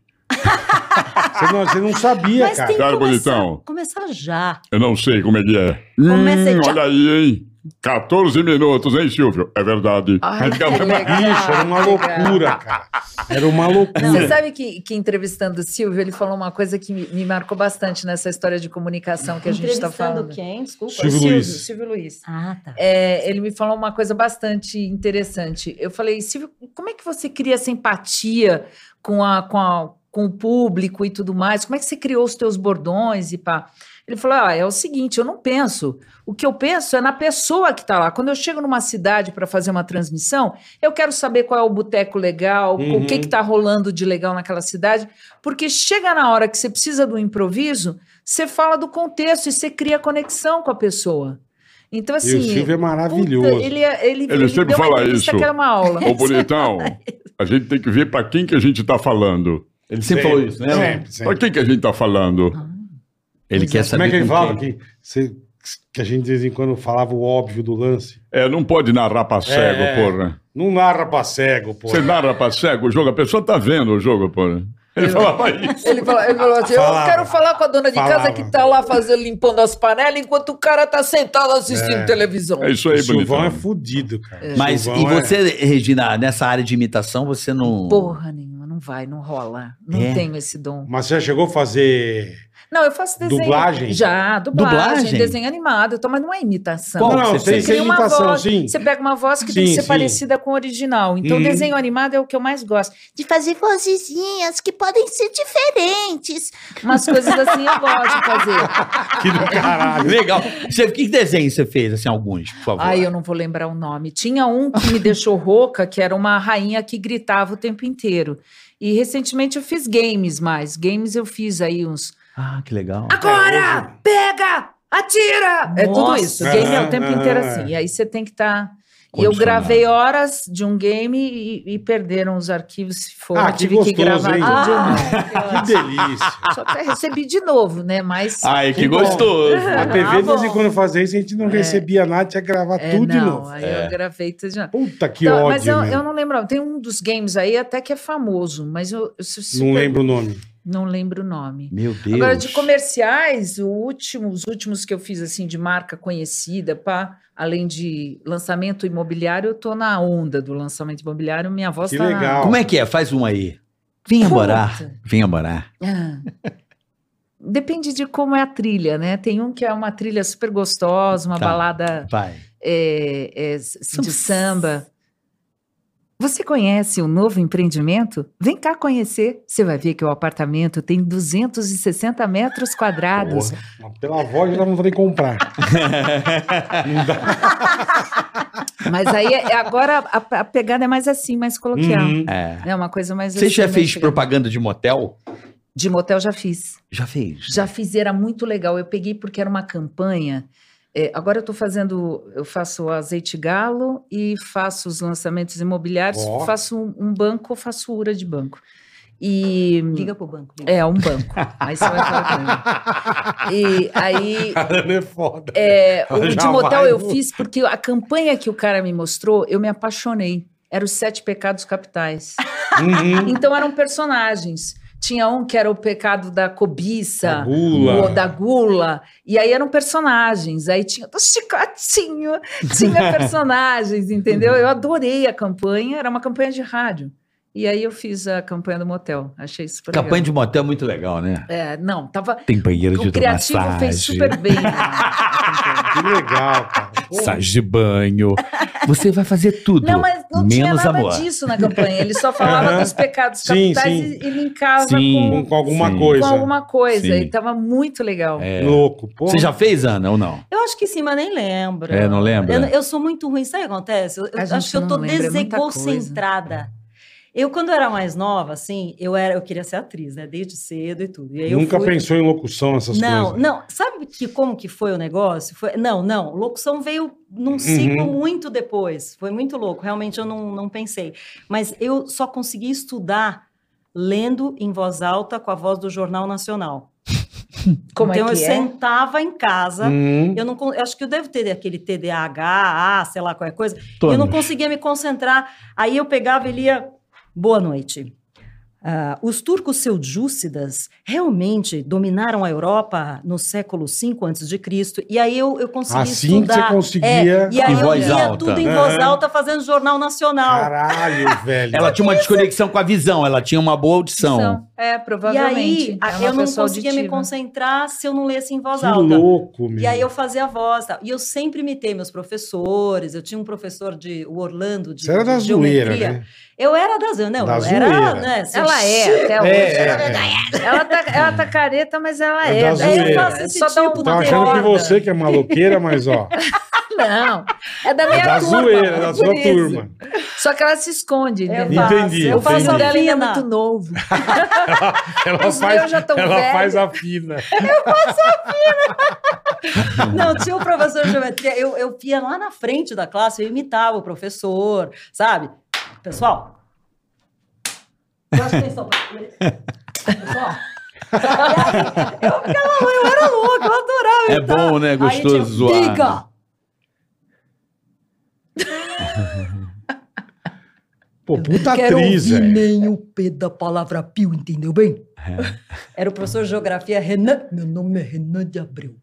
Você não, você não sabia, Mas cara. tem que Cara, começar, bonitão. começar já. Eu não sei como é que é. Comece Hum, já. olha aí, hein? quatorze minutos, hein, Silvio? É verdade. Ai, que Ficava- legal. Bicho, era uma loucura, cara. Era uma Você loucura. sabe que, que entrevistando o Silvio, ele falou uma coisa que me, me marcou bastante nessa história de comunicação que a gente está Entrevistando falando. quem? Desculpa. Silvio Silvio, Luiz. Silvio Luiz. Ah, tá. É, ele me falou uma coisa bastante interessante. Eu falei, Silvio, como é que você cria essa empatia com, a, com, a, com o público e tudo mais? Como é que você criou os teus bordões e pá? Ele falou, ah, é o seguinte, eu não penso. O que eu penso é na pessoa que está lá. Quando eu chego numa cidade para fazer uma transmissão, eu quero saber qual é o boteco legal, Uhum. o que está rolando de legal naquela cidade, porque chega na hora que você precisa do improviso, você fala do contexto e você cria conexão com a pessoa. Então, E assim... o Silvio é maravilhoso. Puta, ele, é- ele, Ele sempre deu uma fala entrevista isso. que era uma aula. Ô, bonitão, a gente tem que ver pra quem que a gente tá falando. Ele sempre falou isso, né? Sempre, Pra sempre. quem que a gente tá falando? Ele quer Como saber é que ele com falava quem. que, você- que a gente de vez em quando falava o óbvio do lance? É, não pode narrar pra cego, É. porra. Não narra pra cego, pô. Você narra pra cego o jogo, a pessoa tá vendo o jogo, porra. Ele falava isso. Ele falou, ele falou assim, Falava. eu quero falar com a dona de Falava. casa que tá lá fazendo, limpando as panelas, enquanto o cara tá sentado assistindo É. televisão. É isso O aí, Silvão bonitão. é fudido, cara. O Mas Silvão e é- você, Regina, nessa área de imitação, você não... Porra nenhuma, não vai, não rola. Não É? tenho esse dom. Mas você já chegou a fazer... Não, eu faço desenho. Dublagem? Já, dublagem, Dublagem? desenho animado, então, mas não é imitação. Qual Não, não, que você tem Você fez? que ser cria uma imitação, voz, sim. você pega uma voz que tem Sim, que ser sim. parecida com o original. Então, Uhum. desenho animado é o que eu mais gosto. De fazer vozezinhas que podem ser diferentes. Umas coisas assim eu gosto de fazer. Que do caralho. Legal. Você, que desenho você fez, assim, alguns, por favor? Ai, eu não vou lembrar o nome. Tinha um que me deixou rouca, que era uma rainha que gritava o tempo inteiro. E recentemente eu fiz games mais. Games eu fiz aí uns... Ah, que legal. Agora! Pega! Atira! É tudo Nossa. isso. Game é o tempo Ah, inteiro ah, assim. E aí você tem que estar... E eu Condicionado. gravei horas de um game e, e perderam os arquivos, se for. Ah, eu que tive que gostoso, gravar hein? tudo de novo. Ah, Que delícia. Só até recebi de novo, né? Mas... Ai, que, Que bom. gostoso. A T V, Ah, de vez em bom. quando fazia isso, a gente não recebia nada, tinha que gravar é, tudo de não, novo. aí É. eu gravei tudo de novo. Puta que Então, ódio, mas eu, meu. eu não lembro. Tem um dos games aí até que é famoso, mas eu, eu sou super- Não lembro o nome. Não lembro o nome. Meu Deus. Agora, de comerciais, o último, os últimos que eu fiz assim de marca conhecida, pá, além de lançamento imobiliário, eu tô na onda do lançamento imobiliário, minha voz Que tá na- legal. Como é que é? Faz um aí. Venha Puta. morar. Venha morar. Ah. Depende de como é a trilha, né? Tem um que é uma trilha super gostosa, uma Tá. balada Vai. é, é, s- de samba. Você conhece o novo empreendimento? Vem cá conhecer. Você vai ver que o apartamento tem duzentos e sessenta metros quadrados. Porra, mas pela voz já não vou nem comprar. Não dá. Mas aí, é- agora, a, a pegada é mais assim, mais coloquial. Uhum. É. É uma coisa mais Você assim, já mais fez chegada. propaganda de motel? De motel já fiz. Já fez. Já fiz, era muito legal. Eu peguei porque era uma campanha. É, agora eu estou fazendo, eu faço o azeite galo e faço os lançamentos imobiliários, Ó. faço um, um banco, faço U R A de banco. E liga pro banco. liga. é um banco. Aí você vai falar comigo. E aí A Ana é foda. é, Ela o já de motel vai eu no- fiz porque a campanha que o cara me mostrou, eu me apaixonei. Era os Sete Pecados Capitais. Uhum. Então eram personagens. Tinha um que era o pecado da cobiça, Da gula. o da gula, e aí eram personagens. Aí tinha do chicotinho, tinha personagens, entendeu? Eu adorei a campanha, era uma campanha de rádio. E aí eu fiz a campanha do motel. Achei super legal. Campanha de motel é muito legal, né? É, não, tava... Tem banheiro de O criativo hidromassagem. fez super bem. Né? Que legal, cara. Pô, Massagem de banho. Você vai fazer tudo, Não, mas não tinha menos nada amor. disso na campanha. Ele só falava Aham. dos pecados Sim, capitais sim. E, e linkava Sim. com, com, com alguma Sim. coisa. com alguma coisa. Sim. E tava muito legal. É. Louco. Pô. Você já fez, Ana, ou não? Eu acho que sim, mas nem lembro. É, não lembra? Eu, eu sou muito ruim, sabe o que acontece? Eu, eu A gente acho que eu não tô lembra muita desegocentrada. Eu, quando eu era mais nova, assim, eu era, eu queria ser atriz, né? Desde cedo e tudo. E aí eu Nunca fui- pensou em locução, essas Não, coisas? não. Sabe que, como que foi o negócio? Foi, não, não. Locução veio num ciclo muito depois. Foi muito louco. Realmente eu não, não pensei. Mas eu só consegui estudar lendo em voz alta com a voz do Jornal Nacional. Como então é eu que é? sentava em casa. Hum. Eu não, con- eu acho que eu devo ter aquele T D A H, A, sei lá, qualquer coisa. Tony. Eu não conseguia me concentrar. Aí eu pegava e lia, boa noite. Ah, os turcos seljúcidas realmente dominaram a Europa no século cinco antes de Cristo. E aí eu, eu consegui Assim que estudar. você conseguia- É, e aí Em eu voz lia alta. tudo em voz Aham. alta fazendo Jornal Nacional. Caralho, velho. Ela tinha uma desconexão com a visão, ela tinha uma boa audição. São. É, E provavelmente. aí É a- uma eu não pessoa conseguia me auditiva. concentrar se eu não lesse em voz Que alta. louco, meu. E aí eu fazia a voz, tal. E eu sempre imitei meus professores. Eu tinha um professor de o Orlando de, Você era de da zoeira, geometria. né? Eu era da zoeira, não, Da eu era, zoeira. né, se- Ela é, até hoje. É, é, é. Ela, tá, ela tá careta, mas ela É é. da né? zoeira. Eu faço esse Só dá tipo um de Tô achando que corda. você que é maloqueira, mas ó, Não, é da é minha da turma. zoeira, da por sua isso. turma. Só que ela se esconde, Eu entendeu? faço, Entendi, eu faço O a dela ainda é fina. muito novo. Ela, Os faz, meus já tão ela velhos. faz a fina. Não, tinha o professor de geometria, eu, eu ia lá na frente da classe, eu imitava o professor, sabe? Pessoal, presta atenção. Pessoal, eu ficava, eu era louca, eu adorava É imitar. bom, né? Aí Gostoso tinha, zoar. Diga! Pô, puta Quero atriz, ouvir velho. nem o P da palavra pio, entendeu bem? Era o professor de geografia Renan. Meu nome é Renan de Abreu.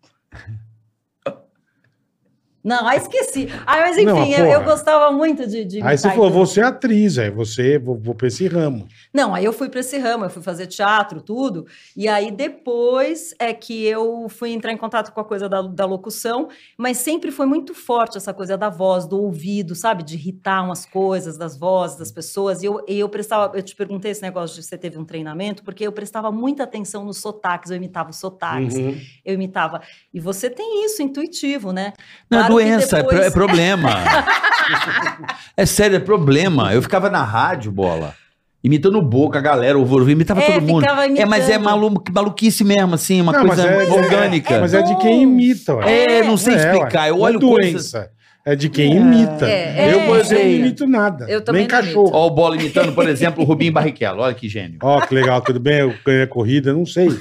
Não, aí esqueci. Ah, mas enfim, Não, eu, eu porra. gostava muito de, de Aí você imitar falou, e tudo. você é atriz, aí você, vou, vou pra esse ramo. Não, aí eu fui para esse ramo, eu fui fazer teatro, tudo. E aí depois é que eu fui entrar em contato com a coisa da, da locução, mas sempre foi muito forte essa coisa da voz, do ouvido, sabe? De irritar umas coisas, das vozes das pessoas. E eu, e eu prestava, eu te perguntei esse negócio de você teve um treinamento, porque eu prestava muita atenção nos sotaques, eu imitava os sotaques, Uhum. eu imitava. E você tem isso intuitivo, né? Não é Claro que doença, é pro- depois- é problema. É sério, é problema. Eu ficava na rádio, bola, imitando o Boca, a galera, o Voro, imitava É, todo mundo. ficava É, mas é imitando. malu maluquice mesmo, assim, uma Não, mas coisa é- orgânica. Mas é de quem imita, ué. É, não sei É, ué. explicar. Eu Não é olho coisas. doença. É de quem imita. É, eu, é, por exemplo, é. não imito nada. Eu também Nem não cachorro. Ó, o Bola imitando, por exemplo, o Rubinho Barrichello. Olha que gênio. Ó, que legal, tudo bem? Eu ganhei a corrida, não sei.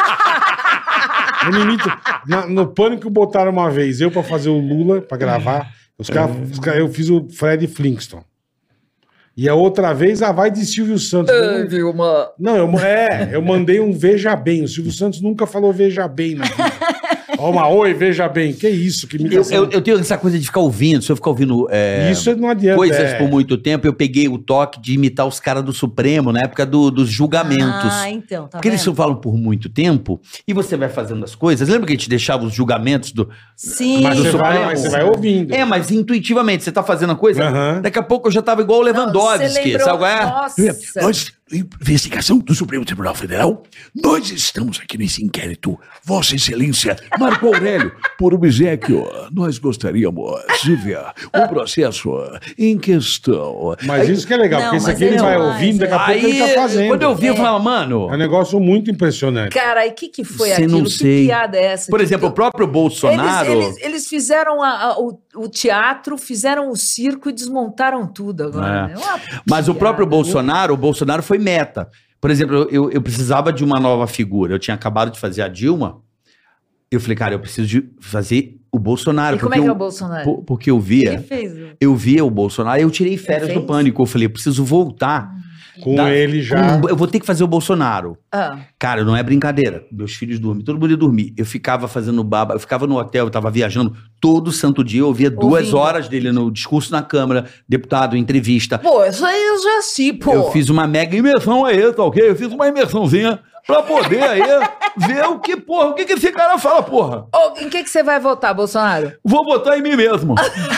Eu não imito. Na- no Pânico botaram uma vez eu pra fazer o Lula, pra gravar. Os cara, os cara- eu fiz o Fred Flintstone. E a outra vez, ah, vai de Silvio Santos. Eu não- uma... Não, eu, é, eu mandei um Veja Bem. O Silvio Santos nunca falou Veja Bem na vida. Ó, uma oi, Veja Bem. Que isso? Que Eu, imitação. eu, eu tenho essa coisa de ficar ouvindo, se eu ficar ouvindo é, Isso não adianta. coisas é. por muito tempo, eu peguei o toque de imitar os caras do Supremo na época do- dos julgamentos. Ah, então, tá Porque eles vendo? falam por muito tempo e você vai fazendo as coisas. Lembra que a gente deixava os julgamentos do. Sim. Mas do você, vai, Supremo? mas você vai ouvindo. É, mas intuitivamente, você tá fazendo a coisa. Aham. Daqui a pouco eu já tava igual o Lewandowski, Você lembrou- sabe qual é? Nossa. Antes da investigação do Supremo Tribunal Federal, nós estamos aqui nesse inquérito. Vossa Excelência, Marco Aurélio, por obséquio, nós gostaríamos de ver o processo em questão. Mas isso que é legal, Não, porque isso mas aqui ele é vai demais, ouvindo, daqui a é. pouco ele Aí, tá fazendo. quando eu vi, eu É. falava, mano. É um negócio muito impressionante. Cara, e o que, que foi Você aquilo? não sei. Que piada é essa? Por Que- exemplo, o próprio Bolsonaro. Eles, eles, eles fizeram a- a- o, o teatro, fizeram o circo e desmontaram tudo agora. É. né? Uma Mas o próprio piada. Bolsonaro, o Bolsonaro foi meta. Por exemplo, eu, eu precisava de uma nova figura. Eu tinha acabado de fazer a Dilma. Eu falei, cara, eu preciso de fazer o Bolsonaro. E como porque é que é eu- o Bolsonaro? por- Porque eu via, Ele fez. o- eu via o Bolsonaro. Aí eu tirei férias Ele do fez? pânico. Eu falei, eu preciso voltar. Com Da- ele já. com- eu vou ter que fazer o Bolsonaro. Ah, Cara, não é brincadeira. Meus filhos dormem, todo mundo ia dormir. Eu ficava fazendo baba, eu ficava no hotel, eu tava viajando todo santo dia, eu ouvia duas Ouvindo. horas dele no discurso na Câmara, deputado, entrevista. pô, isso aí eu já sei, pô. Eu fiz uma mega imersão aí, tá ok? Eu fiz uma imersãozinha pra poder aí ver o que, porra, o que, que esse cara fala, porra. Ô, em que, que você vai votar, Bolsonaro? Vou botar em mim mesmo.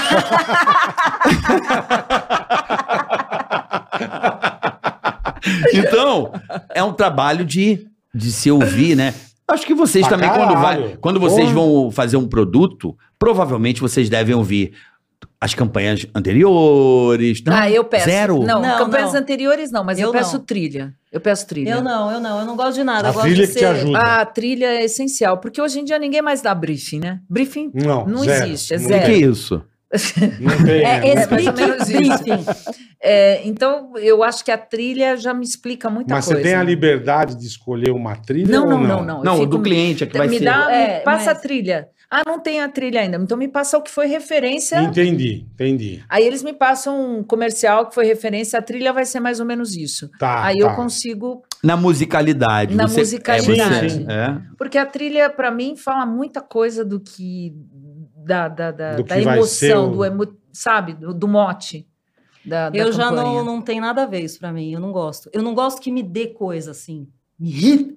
Então, é um trabalho de, de se ouvir, né? Acho que vocês Pra também, quando, vai, caralho. quando vocês Porra. vão fazer um produto, provavelmente vocês devem ouvir as campanhas anteriores. Não, ah, eu peço. Zero? Não, Não, campanhas não. anteriores não, mas eu, Eu peço não. trilha. Eu peço trilha. Eu não, eu não, eu não gosto de nada. A eu gosto trilha de que te ser- ajuda. A trilha é essencial, porque hoje em dia ninguém mais dá briefing, né? Briefing Não, não zero. existe, é Não O que, que é zero. isso? Não tem. É, né? mais ou explique menos isso. briefing. É, então, eu acho que a trilha já me explica muita Mas coisa. você tem a liberdade de escolher uma trilha? Não, ou não, não, não, não. Eu Não, o fico- do cliente é que vai me ser. dá, É, me passa mas- a trilha. Ah, não tem a trilha ainda. Então me passa o que foi referência. Entendi, entendi. Aí eles me passam um comercial que foi referência, a trilha vai ser mais ou menos isso. Tá, Aí tá. eu consigo. Na musicalidade. Na você- musicalidade. É, você- é. Porque a trilha, pra mim, fala muita coisa do que. Da, da, da, Do da que vai ser emoção, o- do emo, sabe? Do, do mote. Da, da Eu já campanha. não, não tem nada a ver isso pra mim, eu não gosto. Eu não gosto que me dê coisa assim. Me irrita.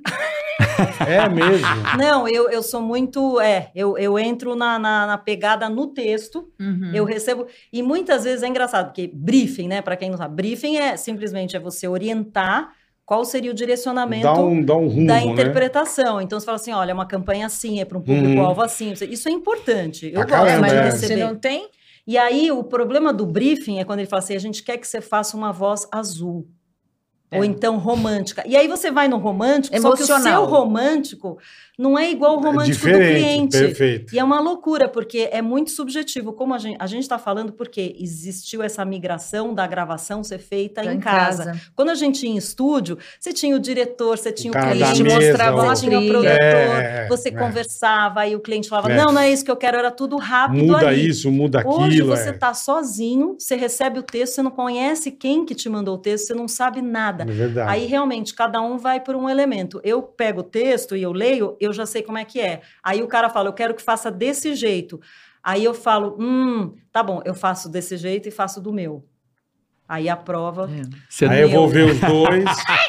É mesmo. Não, eu, eu sou muito. É, eu, eu entro na, na, na pegada no texto, Uhum. eu recebo. E muitas vezes é engraçado, porque briefing, né? Para quem não sabe, briefing é simplesmente é você orientar qual seria o direcionamento Dá um, dá um rumo, da né? interpretação. Então você fala assim: olha, é uma campanha assim, é para um público-alvo assim. Isso é importante. Eu Pra gosto caramba, de é. Mas se receber. não tem. E aí, o problema do briefing é quando ele fala assim: a gente quer que você faça uma voz azul. É. Ou então romântica. E aí você vai no romântico, só que o Emocional. seu romântico não é igual o romântico do Diferente, cliente. perfeito. E é uma loucura, porque é muito subjetivo. Como a gente a gente está falando, porque existiu essa migração da gravação ser feita Tá em casa. Quando a gente ia em estúdio, você tinha o diretor, você tinha o, cara cliente, da mesa, mostrava, o- você tinha o trilha. produtor, É, você é. conversava, aí o cliente falava, É. não, não é isso que eu quero, era tudo rápido Muda ali. isso, muda aquilo. Hoje você é. está sozinho, você recebe o texto, você não conhece quem que te mandou o texto, você não sabe nada. É verdade. Aí realmente cada um vai por um elemento. Eu pego o texto e eu leio, eu já sei como é que é. Aí o cara fala, eu quero que faça desse jeito. Aí eu falo, hum, tá bom, eu faço desse jeito e faço do meu. Aí a prova. Você- Aí eu meu. vou ver os dois.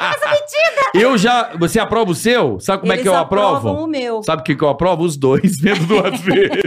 Eu já. Você aprova o seu? Sabe como é Eles que eu aprovam aprovo? o meu. Sabe o que, que eu aprovo? Os dois, vendo duas vezes.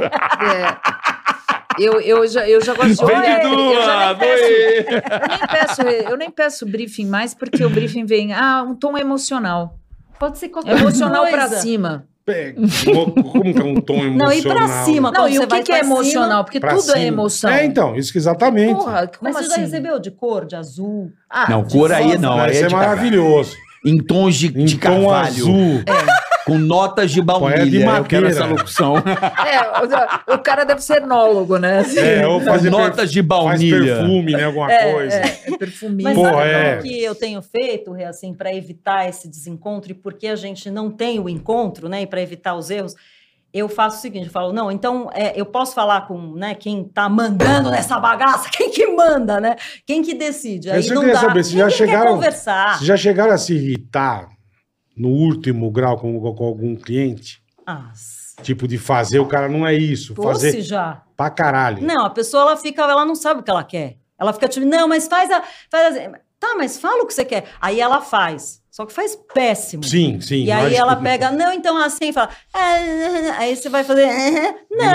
É. Eu, eu, já, eu já gosto de Vem olhar. de Eu já duas, nem peço, oi. eu nem peço, eu nem peço briefing mais, porque o briefing vem, ah, um tom emocional. Pode ser qualquer Emocional coisa. pra cima. É, como que é um tom emocional? Não, e pra cima. Não, quando e você o que, vai que é pra cima- emocional? Porque Pra tudo cima. é emoção. É, então, isso que exatamente. Porra, como Mas você assim? já recebeu de cor, de azul? Ah, Não, de cor aí rosa. não. Vai aí é ser de maravilhoso. Em tons de, Em de tom carvalho. azul. Com notas de Põe baunilha. de Eu quero madeira. essa locução. É, o, o cara deve ser enólogo, né? É, ou fazer Notas de Faz baunilha. perfume, né? Alguma É, coisa. é, é perfuminho. Mas Pô, sabe é. como que eu tenho feito, Rê, assim, para evitar esse desencontro e porque a gente não tem o encontro, né, e para evitar os erros, eu faço o seguinte, eu falo, não, então é, eu posso falar com, né, quem tá mandando nessa bagaça, quem que manda, né, quem que decide, aí Isso eu não queria dá, saber, se ninguém já chegaram- quer conversar. Vocês já chegaram a se irritar no último grau com, com algum cliente? Ah, Tipo, de fazer, o cara não é isso. fosse Fazer já. pra caralho. Não, a pessoa, ela fica, ela não sabe o que ela quer. Ela fica tipo, não, mas faz a, faz a... Tá, mas fala o que você quer. Aí ela faz, só que faz péssimo. Sim, sim. E aí mas- ela pega, não, então assim, fala, "Ah", aí você vai fazer, "Ah,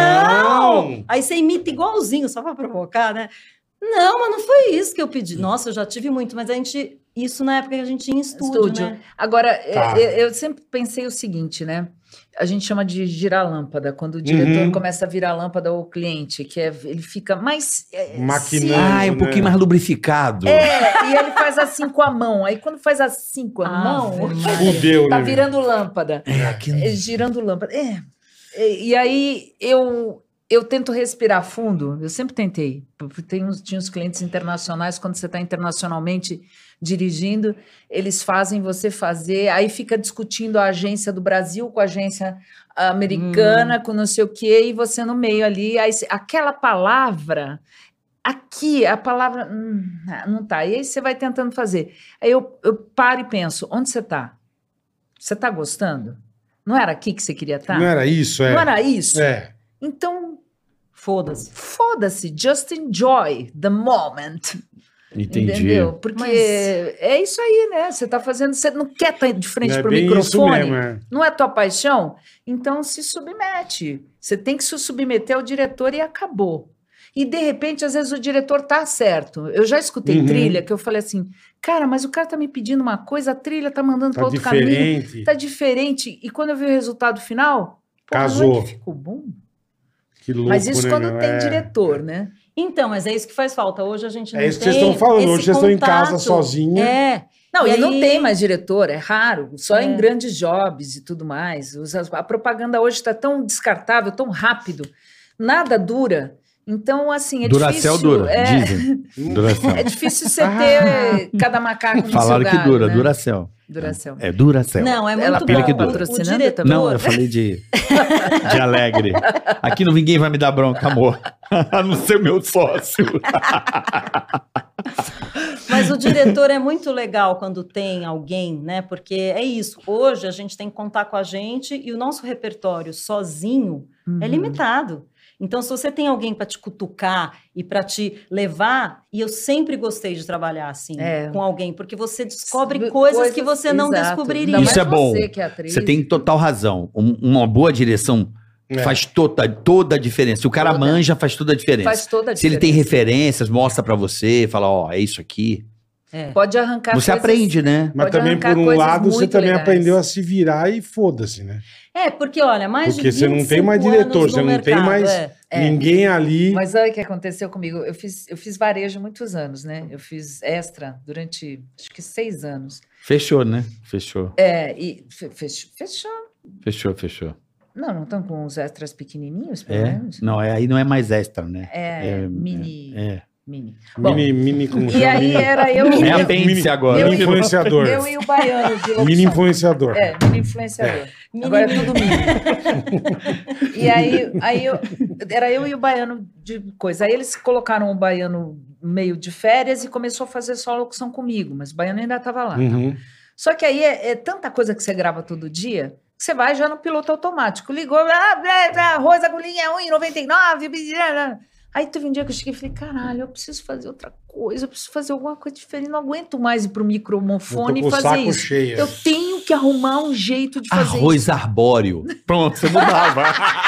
Não. não! Aí você imita igualzinho, só pra provocar, né? Não, mas não foi isso que eu pedi. Nossa, eu já tive muito, mas a gente, isso na época que a gente tinha estúdio, Estúdio. né? Agora, Tá. é, eu, eu sempre pensei o seguinte, né? A gente chama de girar lâmpada, quando o diretor Uhum. começa a virar lâmpada ao cliente, que é, ele fica mais... é, Maquinando. Ah, é um né? pouquinho mais lubrificado. É, e ele faz assim com a mão. Aí quando faz assim com a Ah, mão, verdade. Fudeu, tá né? virando lâmpada. É, aqui É, girando lâmpada. É. E, e aí eu, eu tento respirar fundo. Eu sempre tentei. Porque tem uns, tinha uns clientes internacionais, quando você está internacionalmente dirigindo, eles fazem você fazer, aí fica discutindo a agência do Brasil com a agência americana, com não sei o quê, e você no meio ali. Aí, se- aquela palavra aqui a palavra hum, não tá. E aí você vai tentando fazer. Aí eu, eu paro e penso, onde você tá? Você tá gostando? Não era aqui que você queria estar? Não era isso, é. Não era isso? É. Então, Foda-se. foda-se, just enjoy the moment. Entendi. Entendeu? Porque Mas- é isso aí, né? Você tá fazendo, você não quer estar de frente É pro bem isso microfone, mesmo, é. não é tua paixão? Então se submete. Você tem que se submeter ao diretor e acabou. E de repente, às vezes, o diretor tá certo. Eu já escutei Uhum. trilha que eu falei assim, cara, mas o cara tá me pedindo uma coisa, a trilha tá mandando Tá para outro caminho, diferente. tá diferente. E quando eu vi o resultado final, pô, não Casou. é que ficou bom? Que louco, Mas isso né, quando meu? tem É. diretor, né? Então, mas é isso que faz falta. Hoje a gente não É isso que tem vocês estão falando. esse Hoje vocês estão em casa contato. sozinha. É. Não, E e, não aí- tem mais diretor, é raro, só É. em grandes jobs e tudo mais. Os- A propaganda hoje está tão descartável, tão rápido, nada dura. Então, assim, é Duracell difícil. dura, é, dizem. Duracell. é difícil você ter cada macaco no Falaram seu que galho, dura, né? Duracell. Duracell. É Duracell. Não, é Ela muito pilha bom. que dura. O Patrocinando diretor, Não, eu falei de, de alegre. Aqui não ninguém vai me dar bronca, amor. A não ser meu sócio. Mas o diretor é muito legal quando tem alguém, né? Porque é isso. Hoje a gente tem que contar com a gente e o nosso repertório sozinho é Uhum. limitado. Então, se você tem alguém para te cutucar e para te levar, e eu sempre gostei de trabalhar assim, É. com alguém, porque você descobre Coisas- coisas, que você não exato. descobriria. Ainda mais Isso é bom. Você, que é atriz. Você tem total razão. Um- uma boa direção É. faz toda, toda a diferença. Se o cara Toda. manja, faz toda a diferença. Faz toda a Se ele tem diferença. referências, mostra pra você, fala, ó, é isso aqui. É. Pode arrancar Você coisas- aprende, né? Mas Pode também, arrancar por um coisas lado, você muito também legais. aprendeu a se virar e foda-se, né? É, porque olha, mais Porque de você não tem vinte e cinco mais diretor, anos você no não tem mercado, mais é. É. ninguém ali. Mas olha o que aconteceu comigo. Eu fiz, eu fiz varejo muitos anos, né? Eu fiz extra durante, acho que seis anos. Fechou, né? Fechou. É, e fe- fech- fechou. Fechou, fechou. Não, não estão com os extras pequenininhos, pelo É? menos? Não, é, aí não é mais extra, né? É, É, mini, É. mini. Bom, Mini, mini, como e chama? aí Mini- era eu, É eu, apêndice mini- agora. Mini influenciador. eu e o baiano de locução. Mini influenciador. É, mini influenciador. Agora é tudo mini. E aí, aí eu, era eu e o baiano de coisa. Aí eles colocaram o baiano meio de férias e começou a fazer só locução comigo, mas o baiano ainda estava lá. Uhum. Só que aí é, é tanta coisa que você grava todo dia, que você vai já no piloto automático. Ligou, ah, blá, blá, arroz, agulhinha um e noventa e nove. Aí teve um dia que eu cheguei e falei, caralho, eu preciso fazer outra coisa, eu preciso fazer alguma coisa diferente, não aguento mais ir pro Eu microfone tô com e o fazer saco isso. cheio. Eu tenho que arrumar um jeito de fazer Arroz isso. arbóreo. Pronto, você mudava.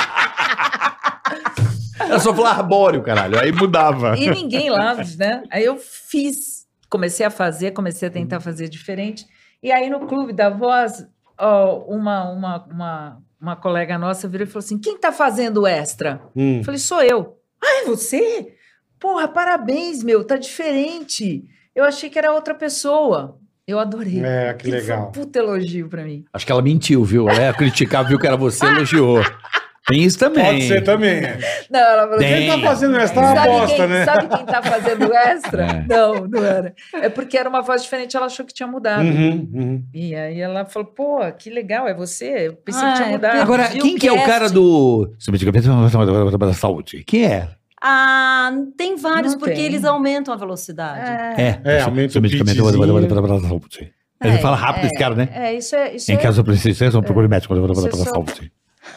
Eu só falar arbóreo, caralho. Aí mudava. E ninguém lá, né? Aí eu fiz, comecei a fazer, comecei a tentar fazer diferente. E aí no Clube da Voz, ó, uma, uma, uma, uma colega nossa virou e falou assim, quem tá fazendo extra? Hum. Eu falei, sou eu. Ah, é você? Porra, parabéns, meu, tá diferente. Eu achei que era outra pessoa. Eu adorei. É, que Aquilo legal. Foi um puta elogio pra mim. Acho que ela mentiu, viu? Ela ia criticar, viu que era você, elogiou. Tem isso também. Pode ser também. é. Não, ela falou, Tem. Quem tá fazendo essa? Tá uma Sabe bosta, quem, né? sabe quem tá fazendo extra? É. Não, não era. É porque era uma voz diferente, ela achou que tinha mudado. Uhum, uhum. E aí ela falou, pô, que legal, é você? Eu pensei Ah, que tinha é mudado. Agora, Viu quem que é o cast? cara do... da saúde? Quem é? Ah, tem vários, Não porque tem. eles aumentam a velocidade. É, É, É, aumenta o medicamento pitzinho. da saúde. Ele É, fala rápido é, esse cara, né? É, isso é... Isso Em é caso de precisão, procure médico da Isso é só- saúde.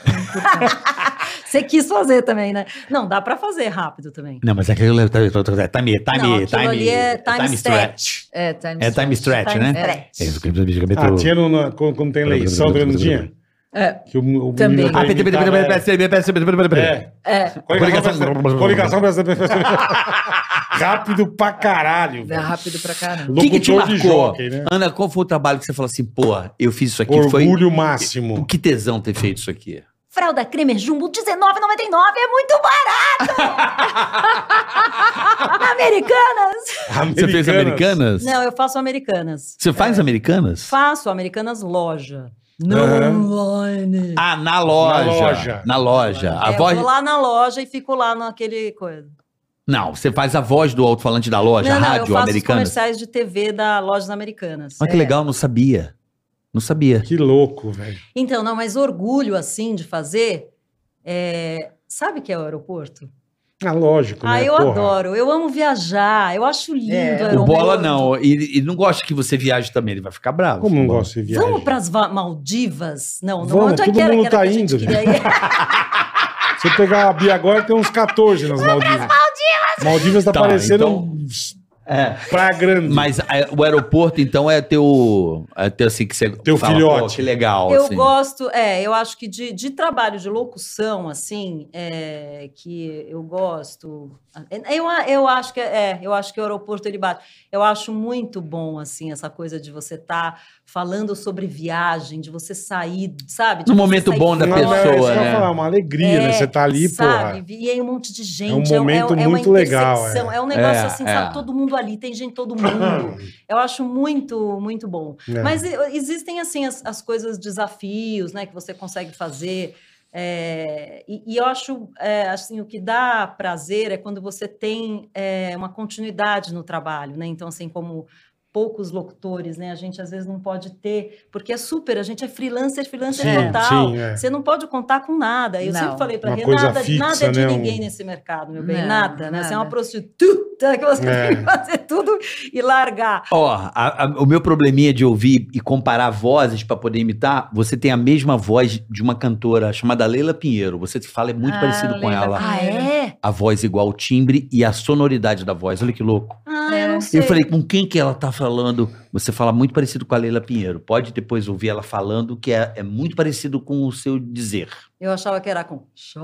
Você quis fazer também, né? Não, dá pra fazer rápido também. Não, mas aquilo é time, time, Não, time, aquilo ali é time stretch. É, time É time stretch, Time né? stretch. É isso que medicamento... Ah, tinha no, no- quando, quando tem eleição, também não tinha? É. Que o, o Também. menino Ah, pra peraí, peraí, imitar, peraí, peraí, peraí, peraí, peraí, peraí. É. É, Coligação, coligação brasileira. Rápido pra caralho. é velho. rápido pra caramba. O que que te Locutor de marcou? jockey, né? Ana, qual foi o trabalho que você falou assim, pô, eu fiz isso aqui, foi... Orgulho máximo. Que tesão ter feito isso aqui. Fralda Cremer Jumbo dezenove reais e noventa e nove é muito barato! Americanas! Você fez Americanas? Não, eu faço Americanas. Você faz Americanas? Faço Americanas loja. Aham. Não online. Ah, na loja. Na loja. Na loja. A É, eu voz... vou lá na loja e fico lá naquele coisa. Não, você faz a voz do alto-falante da loja, não, não, eu rádio faço os Americanas. comerciais de T V da Lojas Americanas. Olha que legal, não sabia. Não sabia. Que louco, velho. Então, não, mas orgulho assim de fazer. é, Sabe o que é o aeroporto? Ah, lógico, Ah, né? eu Porra. adoro. Eu amo viajar. Eu acho lindo. É. o O aeroporto. Bola não, ele, ele não gosta que você viaje também, ele vai ficar bravo. Como não Bola. gosto de viajar? Vamos para as Maldivas? Não, não. Vamos, Onde é todo que era, mundo que era tá que a gente indo, queria ir? Se você pegar a Bia agora, tem uns catorze nas Maldivas. Maldivas! Maldivas tá, Tá, parecendo então- um É. praia grande. Mas é, o aeroporto, então, é teu. É teu assim que você. Teu fala, filhote. pô, que legal. Eu assim. gosto, é, eu acho que de, de trabalho de locução, assim, é, que eu gosto. Eu, eu acho que é, eu acho que o aeroporto ele bate. Eu acho muito bom, assim, essa coisa de você estar falando sobre viagem, de você sair, sabe? De No você momento sair bom da fora. Não, não, é pessoa, isso que eu ia né? falar, uma alegria, né? É, Você tá ali, sabe? porra. E aí um monte de gente. É um momento é, é muito uma legal, intersecção, é. É um negócio É, assim, é. sabe? Todo mundo ali, tem gente todo mundo. Eu acho muito, muito bom. É. Mas e- existem, assim, as, as coisas, desafios, né? Que você consegue fazer. é, e, e eu acho, é, assim, o que dá prazer é quando você tem é, uma continuidade no trabalho, né? Então, assim, como poucos locutores, né? A gente às vezes não pode ter, porque é super, a gente é freelancer, freelancer Sim, total. sim, é. Você não pode contar com nada. Eu Não. sempre falei para Uma Rê, coisa nada, fixa, nada é de né? Um- ninguém nesse mercado, meu bem, Não, nada, né? Você é uma nada. prostituta que você É. tem que fazer tudo e largar. Ó, a- a- o meu probleminha de ouvir e comparar vozes pra poder imitar, você tem a mesma voz de uma cantora chamada Leila Pinheiro. Você fala é muito Ah, parecido com Leila ela. Ah, é? A voz igual, o timbre e a sonoridade da voz. Olha que louco. Ah, É. eu não sei. Eu falei, com quem que ela tá falando? Você fala muito parecido com a Leila Pinheiro. Pode depois ouvir ela falando, que é, é muito parecido com o seu dizer. Eu achava que era com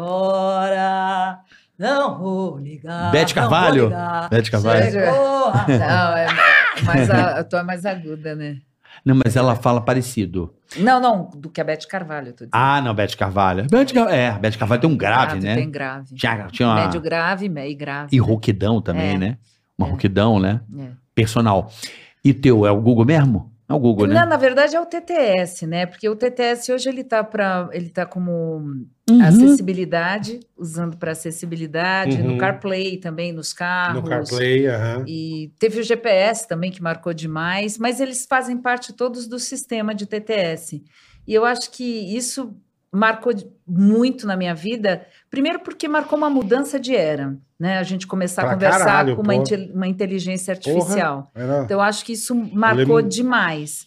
chora, não vou ligar. Bete não vou Carvalho? ligar, Bete Carvalho? chegou a Não, é, mas a, a tua é mais aguda, né? Não, mas ela fala parecido. Não, não, do que a Beth Carvalho, eu tô dizendo. Ah, não, Bete Carvalho. Bete Car... É, Bete Carvalho tem um grave, né? Tem grave. Tinha, tinha uma... Médio grave me- e grave. E né? rouquidão também, É. né? Uma É. rouquidão, né? É. Personal. E teu, é o Google mesmo? É o Google, né? Não, na verdade é o T T S, né? Porque o T T S hoje ele tá para ele tá como Uhum. acessibilidade, usando para acessibilidade, Uhum. no CarPlay também, nos carros. No CarPlay, aham. E teve o G P S também, que marcou demais, mas eles fazem parte todos do sistema de T T S. E eu acho que isso marcou de- muito na minha vida, primeiro porque marcou uma mudança de era, né? A gente começar Pra a conversar caralho, com uma, pô. inte- uma inteligência artificial. Era... Então, eu acho que isso marcou lembro- demais.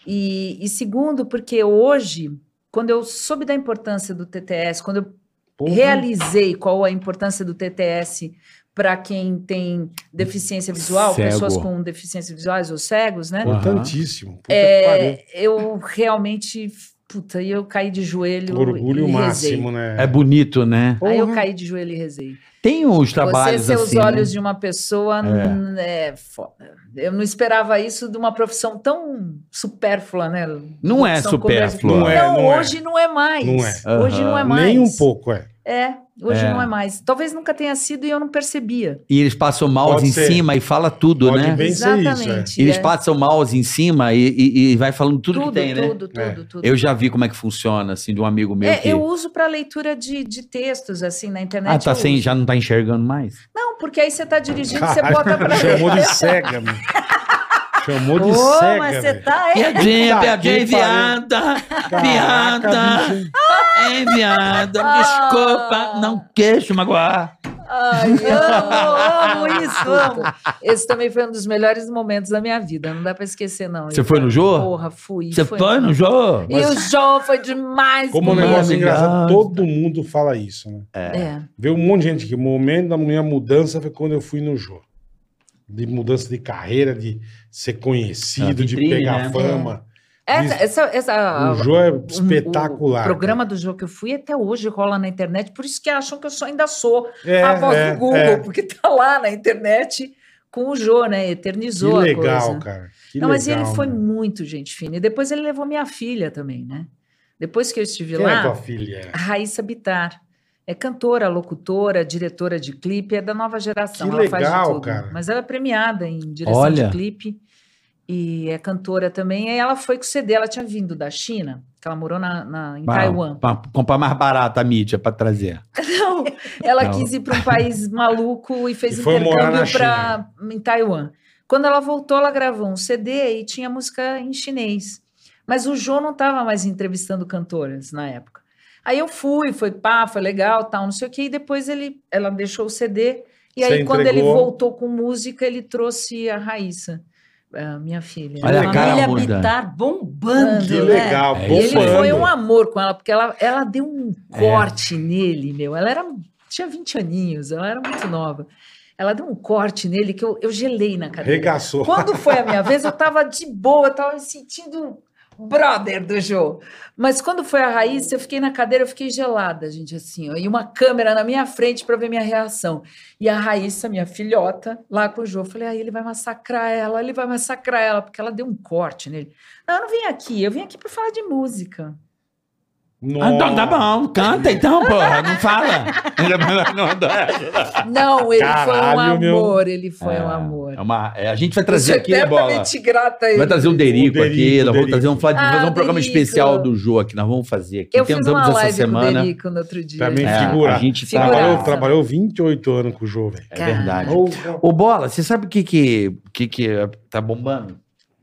E, e segundo, porque hoje, quando eu soube da importância do T T S, quando eu Porra. realizei qual a importância do T T S para quem tem deficiência visual, Cego. pessoas com deficiências visuais ou cegos, né? Aham. Importantíssimo. Puta que pariu. É, eu realmente, puta, eu caí de joelho Orgulho e máximo, rezei. né? É bonito, né? Aí eu Porra. caí de joelho e rezei. Tem uns trabalhos Você ser os assim, olhos né? de uma pessoa n- é foda. Eu não esperava isso de uma profissão tão supérflua, né? Não é Profissão supérflua. Não é, Não, não é. hoje não é mais. Não é. Hoje não é Aham. mais. Nem um pouco, é. É, hoje É. não é mais. Talvez nunca tenha sido e eu não percebia. E eles passam o mouse Pode em ser. cima e fala tudo, Pode né? bem ser isso, é. Exatamente. Eles é. passam o mouse em cima e, e- e vai falando tudo, tudo, que tem, né? tudo, tudo, É. tudo. Eu já vi como é que funciona, assim, de um amigo meu É, que... eu uso para leitura de, de textos, assim, na internet. Ah, tá eu sem, uso. já não tá enxergando mais? Não, porque aí você tá dirigindo, você Caralho, bota pra Chamou ler. de cega, meu. Chamou de Ô, cega, mas você velho. tá aí. Piadinha, Tá, piadinha, que viada, Caraca, viada, bicho. hein, viada, desculpa, não queixo magoar. Ai, Amo, amo isso, amo. Esse também foi um dos melhores momentos da minha vida, não dá pra esquecer, não. Você Eu- foi no Jô? Porra, fui. Você foi no jogo? E o Jô foi demais. Como um comigo. negócio Maravilhoso. engraçado, todo mundo fala isso, né? É. Veio um monte de gente que o momento da minha mudança foi quando eu fui no Jô. De mudança de carreira, de ser conhecido, Ah, vitrine, de pegar né? fama. Essa, essa, essa- O Jô é o- espetacular. O programa do Jô que eu fui até hoje rola na internet, por isso que acham que eu só ainda sou É, a voz é, do Google, é. porque tá lá na internet com o Jô, né? Que Eternizou a legal, coisa. cara. Que Não, mas ele legal, foi meu. muito gente fina. E depois ele levou minha filha também, né? Depois que eu estive Quem é lá, tua filha? a Raíssa Bittar. É cantora, locutora, diretora de clipe, é da nova geração. Que ela faz de legal, tudo. cara. Mas ela é premiada em direção Olha. de clipe e é cantora também. E ela foi com o C D, ela tinha vindo da China, que ela morou na, na- em Pra- Taiwan. Pra comprar mais barato a mídia pra trazer. Não, ela Não. quis ir para um país maluco e fez E foi morar na intercâmbio pra, em Taiwan. Quando ela voltou, ela gravou um C D e tinha música em chinês. Mas o Jô não estava mais entrevistando cantoras na época. Aí eu fui, foi pá, foi legal, tal, não sei o quê. E depois ele, ela deixou o C D. E Você aí, quando ele entregou. voltou com música, ele trouxe a Raíssa, a minha filha. Olha a cara Família muda. Bittar bombando, Que né? legal, É E ele bombando. foi um amor com ela, porque ela, ela deu um É. corte nele, meu. Ela era, tinha vinte aninhos, ela era muito nova. Ela deu um corte nele que eu, eu gelei na cadeira. Regaçou. Quando foi a minha vez, eu tava de boa, eu tava me sentindo brother do Jô. Mas quando foi a Raíssa, eu fiquei na cadeira, eu fiquei gelada, gente, assim, ó, e uma câmera na minha frente para ver minha reação. E a Raíssa, minha filhota, lá com o Jô, eu falei, aí ele vai massacrar ela, ele vai massacrar ela, porque ela deu um corte nele. Não, eu não vim aqui, eu vim aqui para falar de música. Ah, então tá bom, canta então, porra, não fala. Não, ele foi um Caralho, meu. amor, ele foi É, um amor. é uma, é, a gente vai Eu trazer sou aqui, né, Bola? eternamente grata a ele. Vai trazer o Derico, O aqui, Derico, nós vamos Derico. trazer um, fazer Ah, um programa Derico. especial do Jô aqui, nós vamos fazer aqui. Eu fiz Tentamos uma essa live semana. com o Derico no outro dia. Também É, figura. a gente tá- Trabalhou, Figuraça. trabalhou vinte e oito anos com o Jô, velho. É verdade. Ô, Ô, Bola, você sabe o que que, que que tá bombando?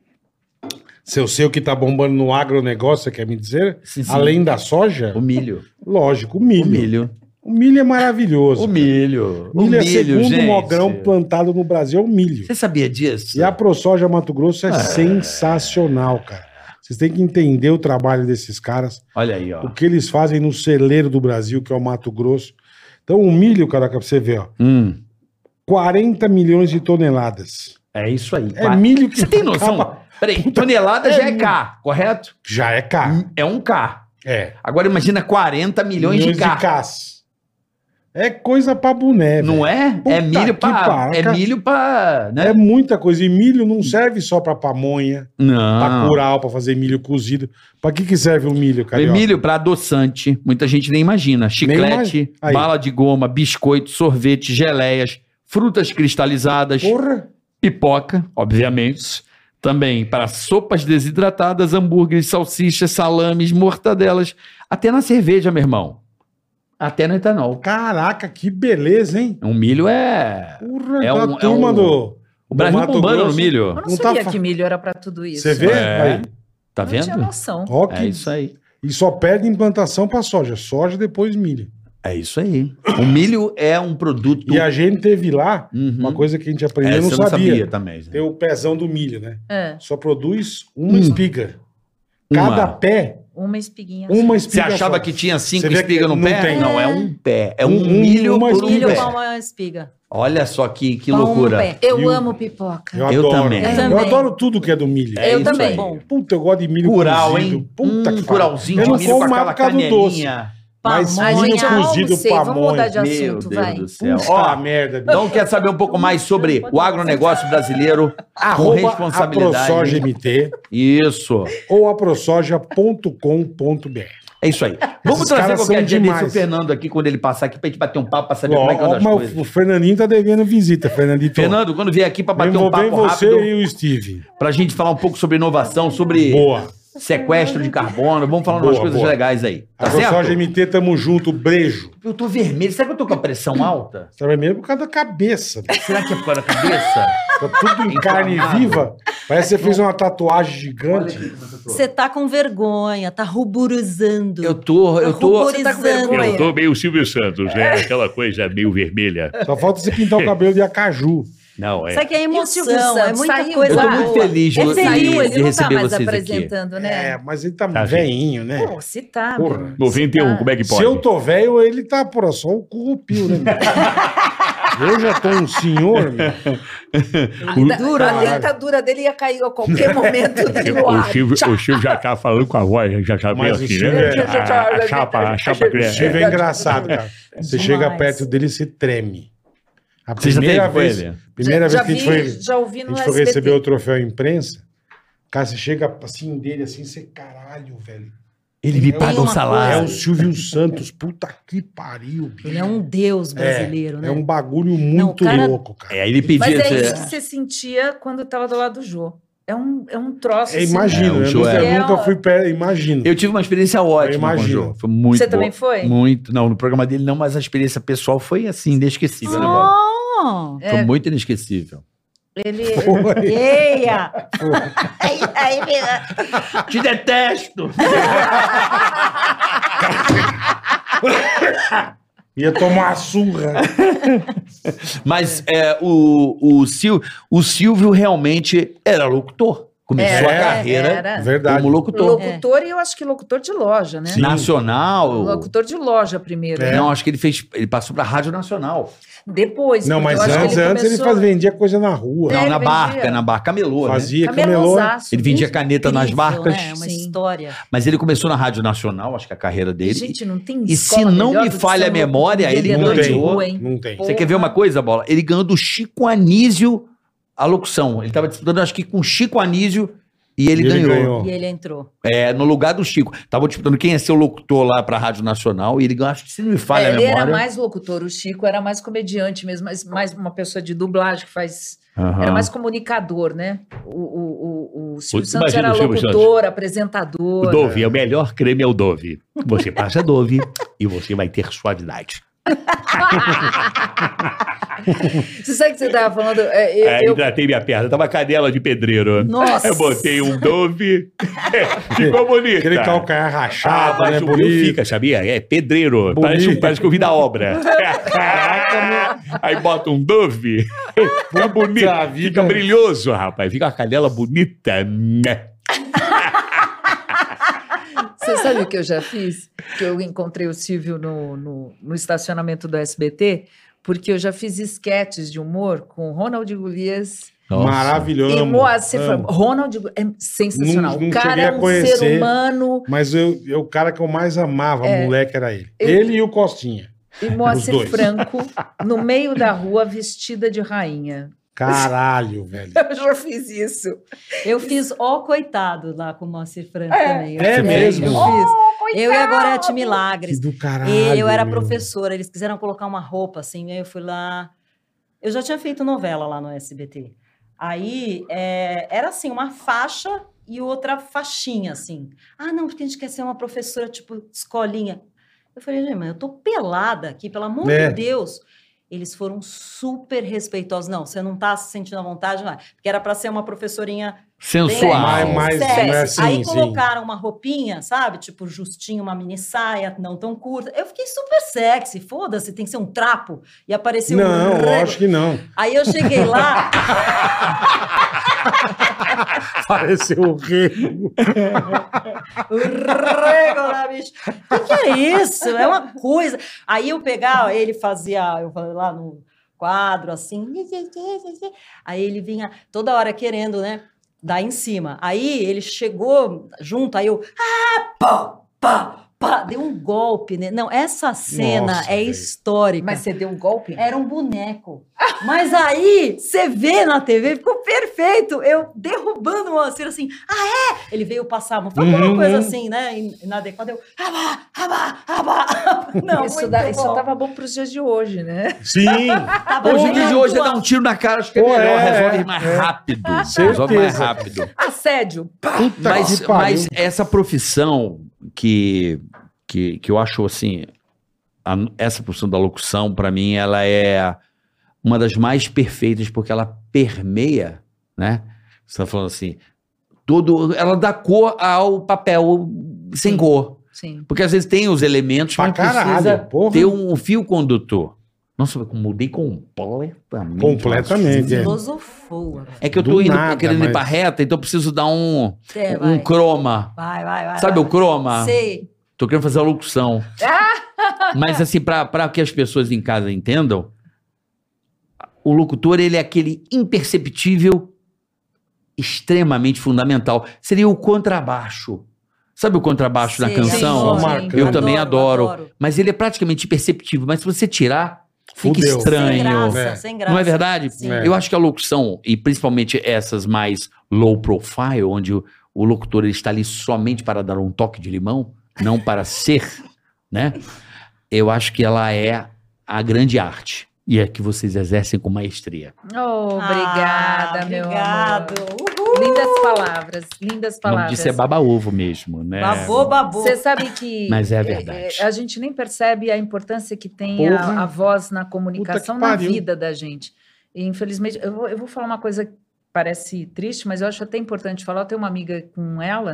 Se eu sei o que tá bombando no agronegócio, você quer me dizer? Sim, sim. Além da soja? O milho. Lógico, o milho. O milho. O milho é maravilhoso. O milho. O milho é o segundo gente. maior grão plantado no Brasil, é o milho. Você sabia disso? E a ProSoja Mato Grosso é, sensacional, cara. Vocês têm que entender o trabalho desses caras, Olha aí, ó. o que eles fazem no celeiro do Brasil, que é o Mato Grosso. Então, o milho, cara, pra você ver, ó, Hum, quarenta milhões de toneladas. é isso aí. É milho que Você tem não noção? acaba. Peraí, tonelada É já é mu- K, correto? Já é caro. É um K. É. Agora imagina quarenta milhões, de K. Ks. É coisa pra boné, Não velho. é? Puta É milho que pra. pariu, É cara. milho pra. Né? É muita coisa. E milho não serve só pra pamonha, pra Não. curau, pra fazer milho cozido. Pra que que serve o milho, É carioca? milho pra adoçante. Muita gente nem imagina. Chiclete, imagi- aí. bala de goma, biscoito, sorvete, geleias, frutas cristalizadas, Porra. pipoca, obviamente. Também para sopas desidratadas, hambúrgueres, salsichas, salames, mortadelas. Até na cerveja, meu irmão. Até no etanol. Caraca, que beleza, hein? Um milho é. Porra, É da um- é turma um- do... O Brasil do Mato bombando no Grosso. milho. Eu não, Não tá sabia fa- que milho era pra tudo isso. Você vê? É. Aí. Tá Não tinha vendo? noção. Ó, que... É isso aí. E só perde implantação pra soja. Soja, depois milho. É isso aí. O milho é um produto. E a gente teve lá, Uhum. uma coisa que a gente aprendeu, Essa eu não eu sabia. também. Tem o pezão do milho, né? É, Só produz uma Hum. espiga. Cada Uma. pé, uma espiguinha. uma Você espiga achava só. que tinha cinco Você vê que espigas no não pé? tem. Não, é um pé. É um, Um- um- milho uma por um Milho pé. com uma espiga. Olha só que, que Com um loucura. pé. Eu E o- amo pipoca. Eu, Eu adoro. também. Eu Eu também. adoro tudo que é do milho. É Eu isso também. aí. Bom. Puta, eu gosto de milho Curau, cozido. hein? Puta um que pariu. curauzinho Eu de não milho como com mais aquela por causa do doce. canelinha. Mas Pamonha. milho Já cozido, almocei, vamos mudar de pamonha. Meu assunto, Deus vai. do céu. Puta Ó, merda. então quer saber um pouco mais sobre o agronegócio brasileiro com Arroba a responsabilidade? ProSoja M T Isso. ou a prosoja ponto com ponto b r. É isso aí. Vamos Esses trazer caras qualquer são dia desse demais. o Fernando aqui, quando ele passar aqui, pra gente bater um papo, pra saber Ó, como é que anda ó, as mas coisas. o Fernandinho tá devendo visita, Fernandinho. Fernando, quando vier aqui pra bater Vem, um vem papo você rápido, e o Steve. pra gente falar um pouco sobre inovação, sobre Boa. sequestro de carbono, vamos falar Boa, umas coisas boa. legais aí. Tá A certo? ProSoja M T, tamo junto, brejo. Eu tô vermelho. Será que eu tô com a pressão alta? Tá vermelho por causa da cabeça. né? Será que é por causa da cabeça? Tá tudo em carne Inflamado. viva. Parece que você fez uma tatuagem gigante. Você tá com vergonha, tá ruborizando. Eu tô, eu tô. Você tá com vergonha? Eu tô meio Silvio Santos, né? Aquela coisa meio vermelha. Só falta você pintar o cabelo de acaju. Não, é. Isso aqui é E o Silvio emoção, é Santos muita saiu coisa Eu tô lá? muito boa. feliz de, Ele de- saiu, de ele não tá receber mais vocês aqui. apresentando, né? É, mas ele tá Tá, veinho, né? Pô, se tá. Porra. meu. noventa e um, como é que Se pode? eu tô velho, ele tá, porra, só o currupio, né? meu? Eu já tô um senhor, meu. A, Duro, a né? dentadura dele ia cair a qualquer momento no O ar. Silvio, o Silvio já tá falando com a voz, já tá bem Mas o assim, Silvio né? é- A, a chapa, a chapa O Steve é é. engraçado, cara. Você Demais. chega perto dele e você treme. A Você já primeira teve com vez, ele? primeira já, vez que a gente já vi, foi, já ouvi a no gente foi S B T. receber o troféu imprensa, cara, você chega assim dele, assim, você, caralho, velho. Ele me É paga uma um coisa- É salário. o Silvio Santos, puta que pariu, bicho. Ele é um deus brasileiro, é, né? É um bagulho muito cara- louco, cara. É, ele Mas pedia. é isso que você sentia quando tava do lado do Jô. É um, é um troço. É, assim. imagino, É, o eu Joel. nunca, É, nunca ó. fui perto, imagino. Eu tive uma experiência ótima com o imagino. Jô. Foi muito Você boa. também foi? Muito. Não, no programa dele não, mas a experiência pessoal foi assim, inesquecível, né, Bola? Oh, É. Foi muito inesquecível. Ele. Foi. eia! Aí, aí, me- Te detesto! Ia tomar uma surra. Mas é, o, o, Sil, o Silvio realmente era locutor. Começou É, a carreira era. Verdade. como locutor. Locutor e eu acho que locutor de loja, né? Sim. Nacional. Locutor de loja primeiro. É. né? Não, acho que ele fez. Ele passou pra Rádio Nacional. Depois. Não, porque mas eu acho que antes, antes ele começou- faz, vendia coisa na rua. É, Não, ele na vendia. barca, na barca. Camelô, né? Fazia camelô. Camelosaço. Ele vendia mesmo. caneta nas Incrível, barcas. né? Uma Sim. história. Mas ele começou na Rádio Nacional, acho que a carreira dele. Gente, não tem E se escola não melhor me do que falha ser a um memória, ele vendedor de ganhou- rua, hein? Não tem. Você quer ver uma coisa, Bola? Ele ganhou do Chico Anísio a locução. Ele estava disputando, acho que com o Chico Anísio, e ele, E ele ganhou. ganhou. E ele entrou. É, no lugar do Chico. Tava disputando quem ia ser o locutor lá pra Rádio Nacional, e ele ganhou, acho que se não me falha É, a ele memória. era mais locutor, o Chico era mais comediante mesmo, mais, mais uma pessoa de dublagem que faz. Aham. Era mais comunicador, né? O, o, o, o Silvio O- Santos imagina era o Silvio locutor, apresentador. O Dove, é o melhor creme é o Dove. Você passa Dove e você vai ter suavidade. Você sabe o que você estava falando? É, eu, Aí eu- tratei minha perna, tava cadela de pedreiro. Nossa! Eu botei um Dove, ficou bonita. Aquele calcanhar Ah, rachado, mas né? o meu Bonito. fica, sabia? É pedreiro. Parece, Bonito. parece que eu vi da obra. Aí bota um Dove, fica bonito, Puta vida. fica brilhoso, rapaz. Fica uma cadela bonita. Né? Você sabe o que eu já fiz? Que eu encontrei o Silvio no, no, no estacionamento do S B T, porque eu já fiz esquetes de humor com Ronald Golias Maravilhoso. e amo, Moacir amo. Franco. Ronald é sensacional. Não- não o cara cheguei é a um conhecer. ser humano. Mas eu, eu, o cara que eu mais amava, É. moleque, era ele. Eu- Ele e o Costinha. E Moacir dois. Franco no meio da rua vestida de rainha. Caralho, velho. Eu já fiz isso. Eu fiz Ó Coitado lá com o Moacir Franco É. também. Eu É fiz, mesmo? Eu fiz. Eu e a Gorete Que Milagres. do caralho. E eu era meu. professora, eles quiseram colocar uma roupa assim, aí eu fui lá. Eu já tinha feito novela lá no S B T. Aí é, era assim, uma faixa e outra faixinha, assim. Ah, não, porque a gente quer ser uma professora, tipo, escolinha. Eu falei, gente, mas eu tô pelada aqui, pelo amor É. de Deus. Eles foram super respeitosos. Não, você não tá se sentindo à vontade, vai. Porque era para ser uma professorinha Sensual. Mais- mais- sexy. né, sim, Aí sim. colocaram uma roupinha, sabe? Tipo, justinho, uma mini saia, não tão curta. Eu fiquei super sexy. Foda-se, tem que ser um trapo. E apareceu um Não, rego. lógico que não. Aí eu cheguei lá, Pareceu o rego. o rego da bicha. O que, que é isso? É uma coisa. Aí eu pegava, ele fazia, eu falei lá no quadro, assim. Aí ele vinha toda hora querendo, né? Dar em cima. Aí ele chegou junto, aí eu. Ah, pá, pá, pá, deu um golpe, né? Não, essa cena Nossa, é velho. histórica. Mas você deu um golpe? Era um boneco. Mas aí, você vê na T V, ficou perfeito. Eu derrubando o Moacir assim, ah, é? Ele veio passar a mão. Foi alguma Uhum. coisa assim, né? in- Inadequada. Eu, rabá, rabá, rabá. Não, isso, muito dá, isso bom. tava bom para os dias de hoje, né? Sim. Tava Hoje, o dia de muito hoje é dar um alto. tiro na cara, acho que é Pô, melhor, é, resolve mais é. rápido. Certeza. Resolve mais rápido. Assédio. Pá. Puta Mas, que pariu. mas essa profissão que, que, que eu acho assim, a- essa profissão da locução, pra mim, ela é uma das mais perfeitas, porque ela permeia, né? Você tá falando assim, tudo, ela dá cor ao papel sem Sim. cor. Sim. Porque às vezes tem os elementos, Pra mas caralho, precisa porra. ter um fio condutor. Nossa, eu mudei completamente. Completamente, é. Filosofou. agora. É que eu Do tô indo, nada, querendo ir mas- pra reta, então eu preciso dar um, É, um vai. croma. Vai, vai, vai. Sabe vai. o croma? Sei. Tô querendo fazer a locução. Mas assim, para que as pessoas em casa entendam, o locutor, ele é aquele imperceptível extremamente fundamental. Seria o contrabaixo. Sabe o contrabaixo na Sei, canção? adoro, marcando. Eu também adoro. adoro. Mas ele é praticamente imperceptível. Mas se você tirar, fica Fudeu. estranho. Sem graça, É. sem graça. Não é verdade? Sim. É. Eu acho que a locução, e principalmente essas mais low profile, onde o, o locutor ele está ali somente para dar um toque de limão, não para ser, né? Eu acho que ela é a grande arte. E é que vocês exercem com maestria. Oh, obrigada, Ah, meu obrigado. amor. Uhul. Lindas palavras, lindas O nome palavras. disso é baba-ovo mesmo, né? Babou, babou. Você sabe que Mas é a eh, verdade. eh, a gente nem percebe a importância que tem Porra. a, a voz na comunicação, Puta que na pariu. vida da gente. E, infelizmente, eu vou, eu vou falar uma coisa que parece triste, mas eu acho até importante falar. Eu tenho uma amiga com ela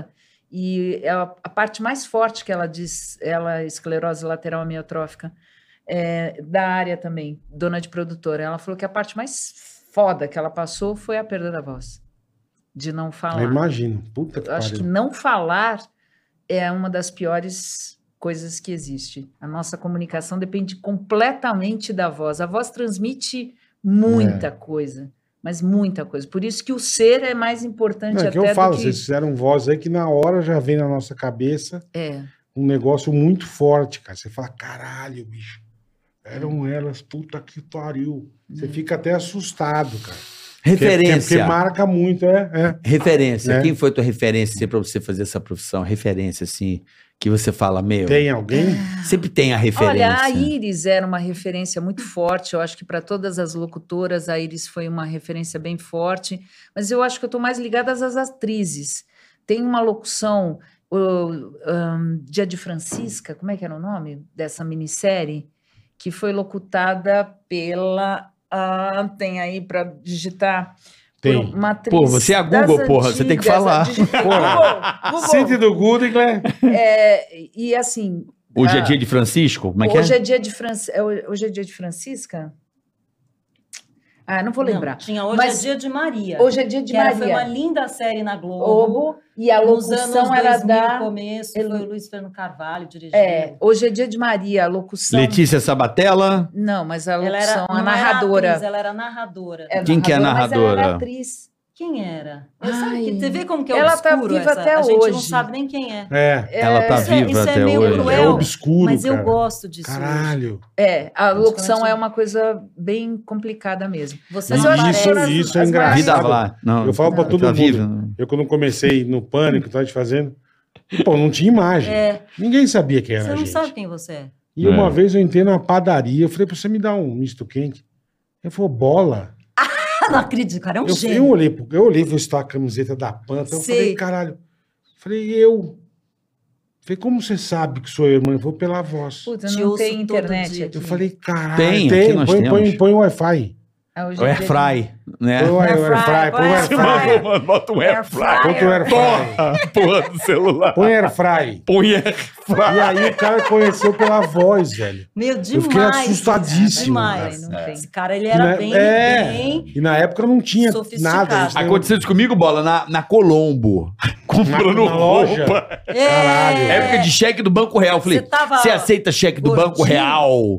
E é a, a parte mais forte que ela diz, ela é esclerose lateral amiotrófica, é, da área também, dona de produtora. Ela falou que a parte mais foda que ela passou foi a perda da voz, de não falar. Eu imagino. Puta que Eu acho pariu. que não falar é uma das piores coisas que existe. A nossa comunicação depende completamente da voz. A voz transmite muita É. coisa, mas muita coisa. Por isso que o ser é mais importante Não, é até que eu falo, do que... vocês fizeram voz aí que na hora já vem na nossa cabeça É. um negócio muito forte, cara. Você fala, caralho, bicho. Eram elas, puta que pariu. Você fica até assustado, cara. Porque- Referência. Porque marca muito, é. é. Referência. É. Quem foi tua referência assim, pra você fazer essa profissão? Referência, assim, que você fala, meu. Tem alguém? Sempre tem a referência. Olha, a Iris era uma referência muito forte. Eu acho que para todas as locutoras, a Iris foi uma referência bem forte. Mas eu acho que eu estou mais ligada às atrizes. Tem uma locução, o um, Dia de Francisca, como é que era o nome dessa minissérie? Que foi locutada pela... ah, tem aí para digitar... Tem. Por uma atriz Pô, você é a Google, das porra, você tem que antigas, falar. digita- Porra. Google, Google. City do Google, né? É, e assim... Hoje é ah, dia de Francisco? Como é que hoje é? é dia de Franci... é, hoje é dia de Francisca? Ah, não vou Não, lembrar. tinha Hoje Mas é Dia de Maria. Hoje é dia de que era, foi uma Maria. linda série na Globo. Globo, e a Nos anos locução era dois mil, da... no começo, Ele- foi o Luiz Fernando Carvalho dirigindo. É, hoje é dia de Maria, a locução... Letícia Sabatella? Não, mas a Ela locução, era, a não narradora... Era atriz, ela era narradora. É Quem que é a mas ela narradora? era atriz. Quem era? Eu Ai, sabe que, você vê como que é ela tá obscuro viva essa? até A gente não hoje. sabe nem quem é. É. Ela tá Isso é- viva isso é até meio hoje. cruel. É obscuro, Mas eu cara. gosto disso. hoje. Caralho. É, a locução Praticamente- é uma coisa bem complicada mesmo. Você Mas não eu acho que Isso, foram as- isso é as mais- Vida engraçado. lá. Não, Eu falo pra não, todo tá mundo. viva. Eu, quando comecei no Pânico, tava te fazendo. Pô, não tinha imagem. É, Ninguém sabia quem era você a não gente. sabe quem você é. E uma É. vez eu entrei na padaria, eu falei, pra você me dar um misto quente. Ele falou, bola. Ah, não acredito, cara, é um Eu, gênio. eu olhei, pro- eu olhei, vou estar a camiseta da Panta. Eu Sei. falei, caralho. Eu falei, eu. Falei, como você sabe que sou eu, irmã? Eu vou pela voz. Puta, Te não ouço tem todo internet dia. aqui. Eu falei, caralho. Tem, aqui nós põe, temos. põe, põe o Wi-Fi. Ah, hoje O é Air dia- Fry, né? Põe o Air Air Fry, fry, põe o Air põe Air Fry. fry. Mano, bota um Air fryer. Põe o Air Fry. Porra do celular. Põe Air Fry. Põe Air E aí o cara conheceu pela voz, velho. Meu, demais. Eu fiquei assustadíssimo, Demais. cara. Não tem. Esse cara, ele E era na- bem, é, bem... E na época não tinha Sofisticado. nada. a gente nem- Aconteceu isso comigo, Bola, na, na Colombo. Comprando Na- na loja? roupa. Caralho. É, Época de cheque do Banco Real. Eu falei, Você tava você aceita cheque do gordinho? Banco Real?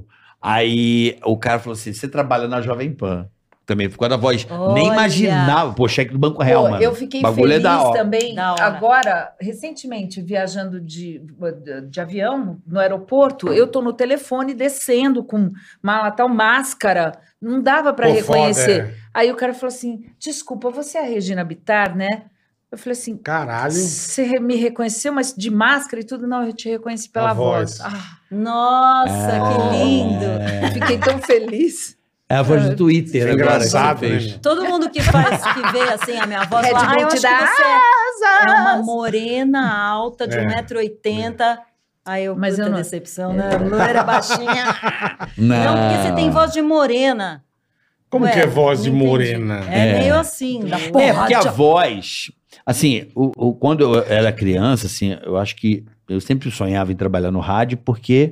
Aí o cara falou assim, você trabalha na Jovem Pan. Também, por causa da voz. Nem Olha. imaginava. Pô, cheque do Banco Real, Pô, mano. eu fiquei Bagulho é feliz da hora. também, Da hora. agora, recentemente, viajando de, de avião no aeroporto, eu tô no telefone descendo com mala tal, máscara, não dava para Pô, reconhecer. foda, é. Aí o cara falou assim, desculpa, você é a Regina Bittar, né? Eu falei assim, Caralho. você re- me reconheceu, mas de máscara e tudo? Não, eu te reconheci pela A voz. voz. Ah, Nossa, que lindo. É. fiquei tão feliz. É a voz do Twitter É agora. que engraçado, você né? fez. meu? Todo mundo que faz, que vê assim a minha voz, Red fala, ah, Bull eu te acho que dá você é, é uma asas." morena alta de É. um metro e oitenta. Aí eu, Mas puta eu não- decepção, né? Loira baixinha. Não, Não, porque você tem voz de morena. Como Ué, que é voz de não entendi. morena? É, É. meio assim, da É, porra. porque a de- voz... Assim, o, o- quando eu era criança, assim, eu acho que eu sempre sonhava em trabalhar no rádio, porque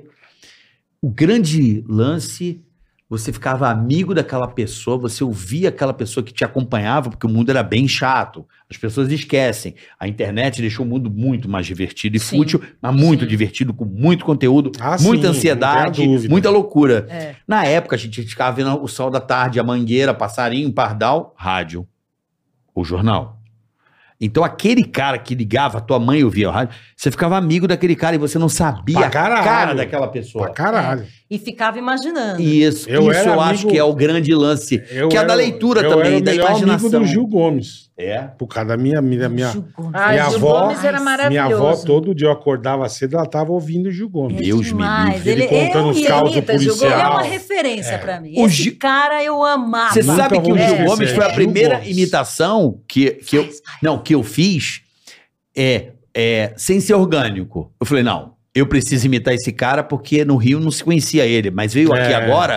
o grande lance, você ficava amigo daquela pessoa, você ouvia aquela pessoa que te acompanhava, porque o mundo era bem chato. As pessoas esquecem. A internet deixou o mundo muito mais divertido e Sim. fútil, mas muito Sim. divertido, com muito conteúdo, Ah, muita sim, ansiedade, não tenha dúvida. muita loucura. É. Na época, a gente ficava vendo o sol da tarde, a mangueira, passarinho, pardal, rádio, o jornal. Então, aquele cara que ligava, a tua mãe ouvia o rádio, você ficava amigo daquele cara e você não sabia Pra a caralho. cara daquela pessoa. Pra caralho. E ficava imaginando. Isso, Eu isso era eu amigo- acho que é o grande lance. Eu que é a era- da leitura eu também, era o da melhor imaginação. amigo do Gil Gomes. É. Por causa da minha, minha, minha, Gil Gomes. Ah, Minha Gil avó- Gomes era Ai, maravilhoso. minha avó, todo dia eu acordava cedo, ela tava ouvindo o Gil Gomes. Deus me demais. livre. Ele contando eu, os e causos ele- Gil Gomes Ele é policial. uma referência pra mim. O Esse Gil- cara eu amava. Você Nunca sabe que vou o Gil esquecer, Gomes foi a Gil primeira Gomes. imitação que, que eu, não, que eu fiz é, é, sem ser orgânico. Eu falei, não, eu preciso imitar esse cara porque no Rio não se conhecia ele, mas veio aqui É. agora,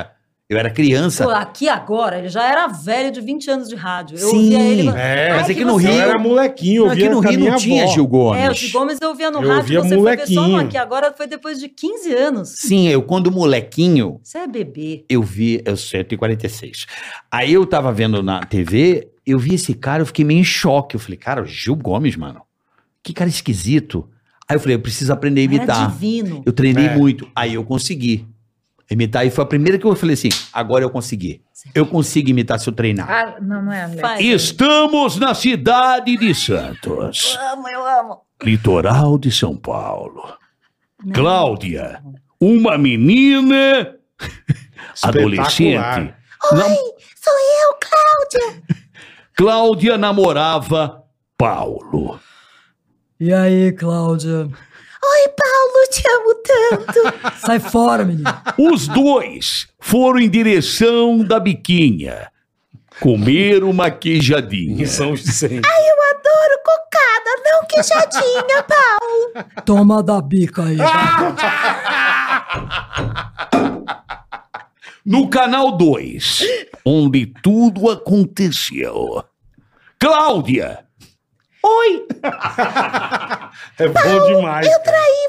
Eu era criança. Pô, aqui agora, ele já era velho de vinte anos de rádio. Eu Sim. ouvia ele... É, Mas Ai, aqui no você- Rio- Eu era molequinho, eu Não, aqui via no com a Rio minha não tinha avó. Gil Gomes. É, o Gil Gomes eu ouvia no Eu rádio, ouvia você foi ver só molequinho. no aqui agora, foi depois de quinze anos. Sim, eu quando molequinho, Você é bebê. eu vi, eu cento e quarenta e seis. Aí eu tava vendo na T V, eu vi esse cara, eu fiquei meio em choque. Eu falei, cara, o Gil Gomes, mano. Que cara esquisito. Aí eu falei, eu preciso aprender a Era imitar. divino. Eu treinei É. muito. Aí eu consegui imitar. E foi a primeira que eu falei assim, agora eu consegui. Eu consigo imitar se eu treinar. Ah, não, não é Alex. Faz. Estamos na cidade de Santos, Eu amo, eu amo. litoral de São Paulo. Não. Cláudia, uma menina adolescente. Espetacular. Oi, sou eu, Cláudia. Cláudia namorava Paulo. E aí, Cláudia? Oi, Paulo, te amo tanto. Sai fora, menino. Os dois foram em direção da biquinha. Comer uma queijadinha. Em São Vicente. Eu adoro cocada, não queijadinha, Paulo. Toma da bica aí. No canal dois, onde tudo aconteceu. Cláudia, É bom demais. Eu traí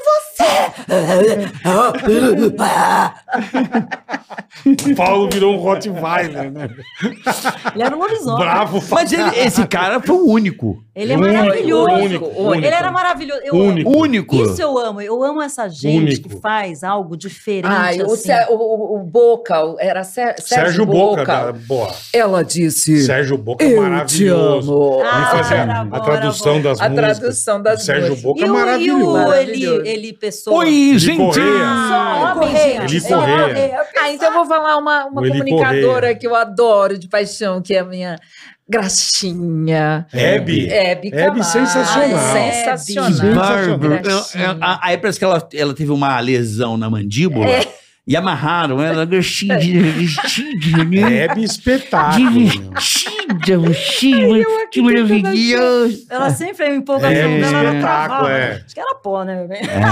você. Paulo virou um Rottweiler, né? Ele era um lobisomem. Bravo. Mas ele- esse cara foi o único. Ele é Único, maravilhoso. único, único. Ele era maravilhoso. Eu Único. amo. Único. Isso eu amo. Eu amo essa gente Único. que faz algo diferente Ai, o, assim. Sé- o, o- o Boca, o- era Sé- Sérgio, Sérgio Boca. Boca. da- boa. Ela disse, Sérgio Boca é eu te maravilhoso. amo. Ah, Ele fazia era a bom, tradução era bom. das A músicas. tradução das Sérgio músicas. Boca E é o, e maravilhoso. o Maravilhoso. ele, ele pessoa. oi, Ele gente. Correia. Ah, Homem, Correia. Ele É, Correia. Ah, então eu vou falar uma, uma O Eli comunicadora Correia. que eu adoro de paixão, que é a minha graxinha. Hebe. Hebe Hebe Camargo. sensacional. Ai, sensacional. Sensacional. Bárbaro. Graxinha. Eu- eu- a- Aí parece que ela, ela teve uma lesão na mandíbula e amarraram ela. Vestida, vestida, né? Hebe espetáculo. Vestida, vestida, que maravilhoso. Ela sempre, a empolgação É, dela era espetáculo, travada. é. Acho que era pó, né?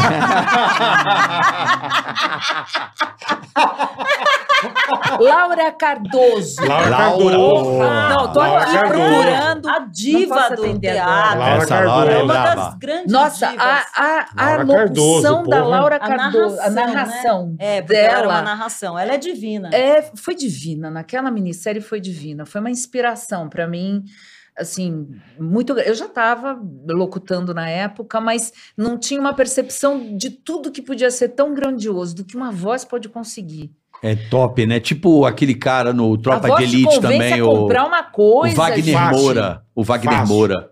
Laura Cardoso. Laura Laura. Cardoso. Não, tô Laura aqui Cardoso. procurando. A Não diva posso do atender teatro. Laura Essa Laura É é uma brava. das grandes Nossa, divas. a, a, a Laura locução Cardoso, da porra. Laura A Cardoso, a narração, narração É, porque ela era uma dela narração. Ela é divina. é, foi divina. Naquela minissérie foi divina. Foi uma inspiração para mim. Assim, muito. Eu já estava locutando na época, mas não tinha uma percepção de tudo que podia ser tão grandioso, do que uma voz pode conseguir. É top, né? Tipo aquele cara no Tropa a voz de te Elite convence também, a o, comprar uma o coisa. Wagner gente. Moura. O Wagner Fácil. Moura.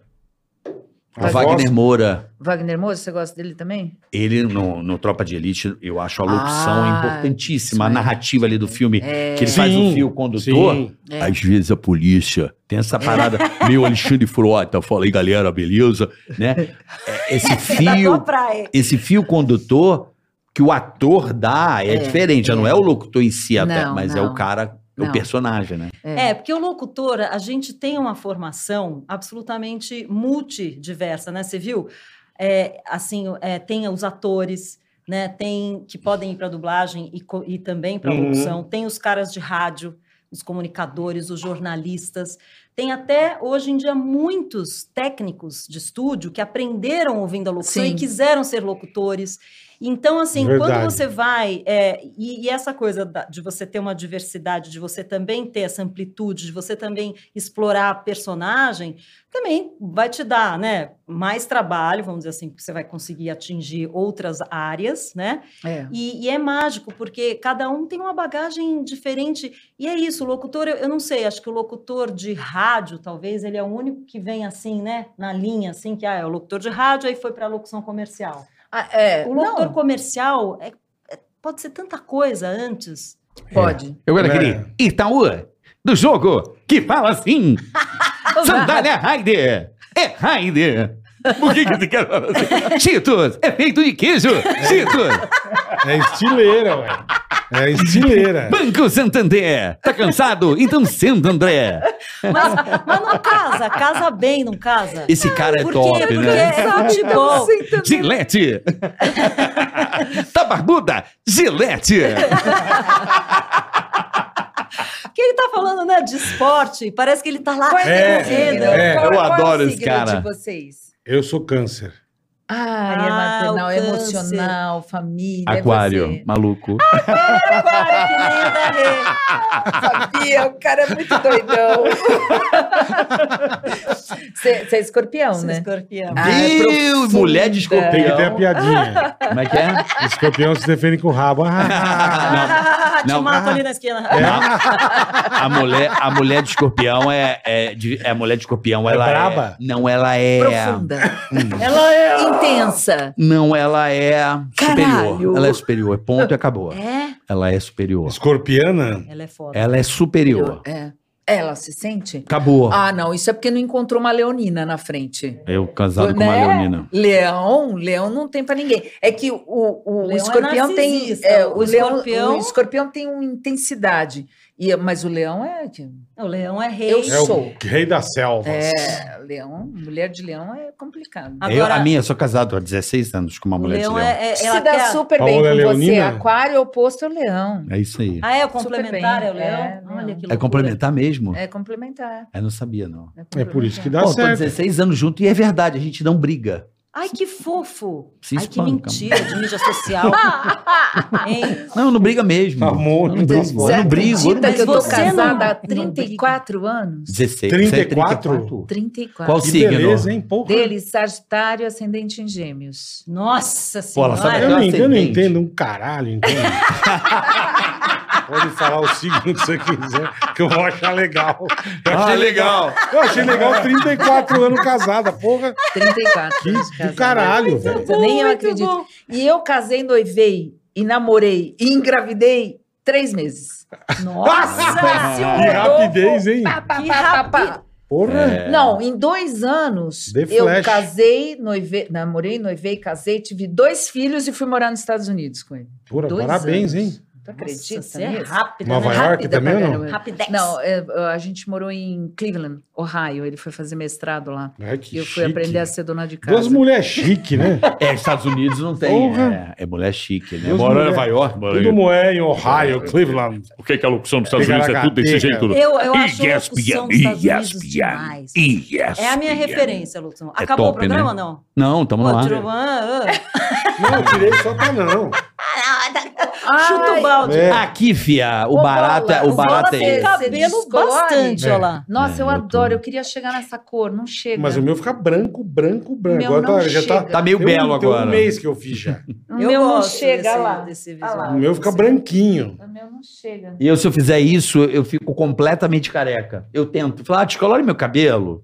O A Wagner voz- Moura. Wagner Moura, você gosta dele também? Ele no, no Tropa de Elite, eu acho a locução Ah, importantíssima, a isso é. narrativa ali do filme, É. que ele faz o Sim, fio condutor. sim. É. Às vezes a polícia Tem essa parada, meu Alexandre Frota, fala aí galera, beleza? Né? É, Esse Da fio, tua praia. esse fio condutor que o ator dá é, É, diferente, já é. não é o locutor em si até, Não, mas é não. o cara, é o Não. personagem, né? É, porque o locutor, a gente tem uma formação absolutamente multidiversa, né? Você viu? É, assim, é, tem os atores, né? Tem que podem ir para dublagem e, co- e também para Uhum. locução. Tem os caras de rádio, os comunicadores, os jornalistas. Tem até hoje em dia muitos técnicos de estúdio que aprenderam ouvindo a locução Sim. e quiseram ser locutores. Então, assim, Verdade. quando você vai. é, e, e essa coisa da- de você ter uma diversidade, de você também ter essa amplitude, de você também explorar a personagem, também vai te dar, né, mais trabalho, vamos dizer assim, porque você vai conseguir atingir outras áreas, né? É. E, e é mágico, porque cada um tem uma bagagem diferente. E é isso, o locutor, eu, eu não sei, acho que o locutor de rádio, talvez, ele é o único que vem assim, né, na linha, assim, que ah, é o locutor de rádio, aí foi para a locução comercial. Ah, é, O locutor não, comercial é- é- pode ser tanta coisa antes. pode. Eu era É. aquele Itaú do jogo que fala assim, sandália Raider, é Raider. Por que que você quer falar assim? Cheetos, é feito de queijo, Cheetos. É estileira, ué. É estileira. Banco Santander, tá cansado? Então senta, André. Mas, mas não casa, casa bem, não casa. Esse cara é Por top, quê? Porque né? é futebol. Gillette. Tá barbuda? Gillette. ele tá falando, né, de esporte. Parece que ele tá lá Qual É, correndo. é. Qual- Eu qual é o adoro esse signo cara. de vocês? Eu sou câncer. Ah, é Ah, maternal, o é câncer. emocional, família. é Aquário, você. maluco. Aquário, que nem o da Rê. Sabia, o cara é muito doidão. Você você é escorpião, Sou né? escorpião. Ah, é Deus, profunda. mulher de escorpião. Tem que ter a piadinha. Como é que é? Escorpião se defende com o rabo. Ah, Te não. mato ali na esquina. A mulher, a mulher de escorpião é, é, de- é a mulher de escorpião, É ela braba? é. Não, ela é. Profunda. Ela é... Intensa. Não, ela é superior. Caralho. Ela é superior. Ponto e acabou. É? Ela é superior. escorpiana? Ela é foda. Ela é superior. É. Ela se sente? Acabou. Ah, não, isso é porque não encontrou uma leonina na frente. Eu casado com Né? uma leonina. Leão, leão não tem pra ninguém. É que o, o, o Leão é escorpião tem, narcisista. é, O o, leão, escorpião- o escorpião tem uma intensidade. E, mas o leão é que O leão é rei. Eu É o sou. rei das selvas. é leão, mulher de leão é complicado. Agora- eu, a minha, eu sou casado há dezesseis anos com uma O mulher de leão leão. é, é- Se ela dá quer... super Paola bem com é você. leonina? Aquário oposto é o leão. É isso aí. Ah, é o Super complementar, bem. é o leão? É, Olha leão. que loucura. É complementar mesmo? É complementar. Eu não sabia, não. É por isso que dá Pô, tô certo. dezesseis anos junto e é verdade, a gente não briga. Ai, que fofo. Se Ai, que espanta, mentira de mídia social. Hein? Não, não briga mesmo. Amor eu não de brigo. Deus. Eu Você não brigo. eu não acredita que eu tô Mas você não- casada há não trinta e quatro anos? dezesseis. trinta e Você é quatro? trinta e quatro. Qual Que signo? beleza, hein? Porra. Dele, Sagitário, ascendente em Gêmeos. Nossa Pô, ela senhora. sabe Eu não, Ascendente. eu não entendo um caralho, entende? Pode falar o signo que você quiser, que eu vou achar legal. Eu Ah, achei legal. Eu achei legal trinta e quatro anos casada, porra. trinta e quatro Que, anos de do casada. caralho, velho. Puta, Nem eu Muito acredito. bom. E eu casei, noivei, e namorei, e engravidei três meses. Nossa Que senhora. rapidez, hein? Pá, pá, Que pá, pá, pá. rápido. Porra. É. Não, em dois anos, The eu Flash. casei, noivei, namorei, noivei, casei, tive dois filhos e fui morar nos Estados Unidos com ele. Porra, Dois parabéns, anos. hein? Tu acredita Nossa, você é nisso? rápida, Nova né? York Rápida também, pra não? caramba. Rapidex. Não, é, a gente morou em Cleveland, Ohio. Ele foi fazer mestrado lá. Ai, que E eu fui chique. aprender a ser dona de casa. Duas mulheres chiques, né? É, Estados Unidos não tem. Porra. É, é mulher chique, né? Deus Mora em mulher. Nova York. mora Tudo em- mulher em Ohio, Cleveland. Por que, que a locução dos Estados Pegar Unidos a é tudo desse gateca. jeito? Eu, eu acho a Yes, locução Bian, dos Estados yes, Unidos Bian, demais. yes, É a minha Bian. referência, Luciano. É Acabou top, o programa né? ou não? Não, tamo Pô, lá. tirou- ah, ah. Não, eu tirei só pra não. Chuta o balde. É. Aqui, fia, o Ô, barato, é- Bola, o barato Bola é tem esse. Você Cabelo descolore? bastante, É. olha lá. Nossa, É, eu eu adoro. tô- Eu queria chegar nessa cor. Não chega. Mas o meu fica branco, branco, branco. meu Agora não tá, já tá, chega. Tá meio tem um- belo tem agora. um mês que eu fiz já. O Eu meu não gosto chega desse- lá. desse Ah visual. lá. O meu fica branquinho. O meu não chega. E eu, se eu fizer isso, eu fico completamente careca. Eu tento. Falar, ah, descolore meu cabelo.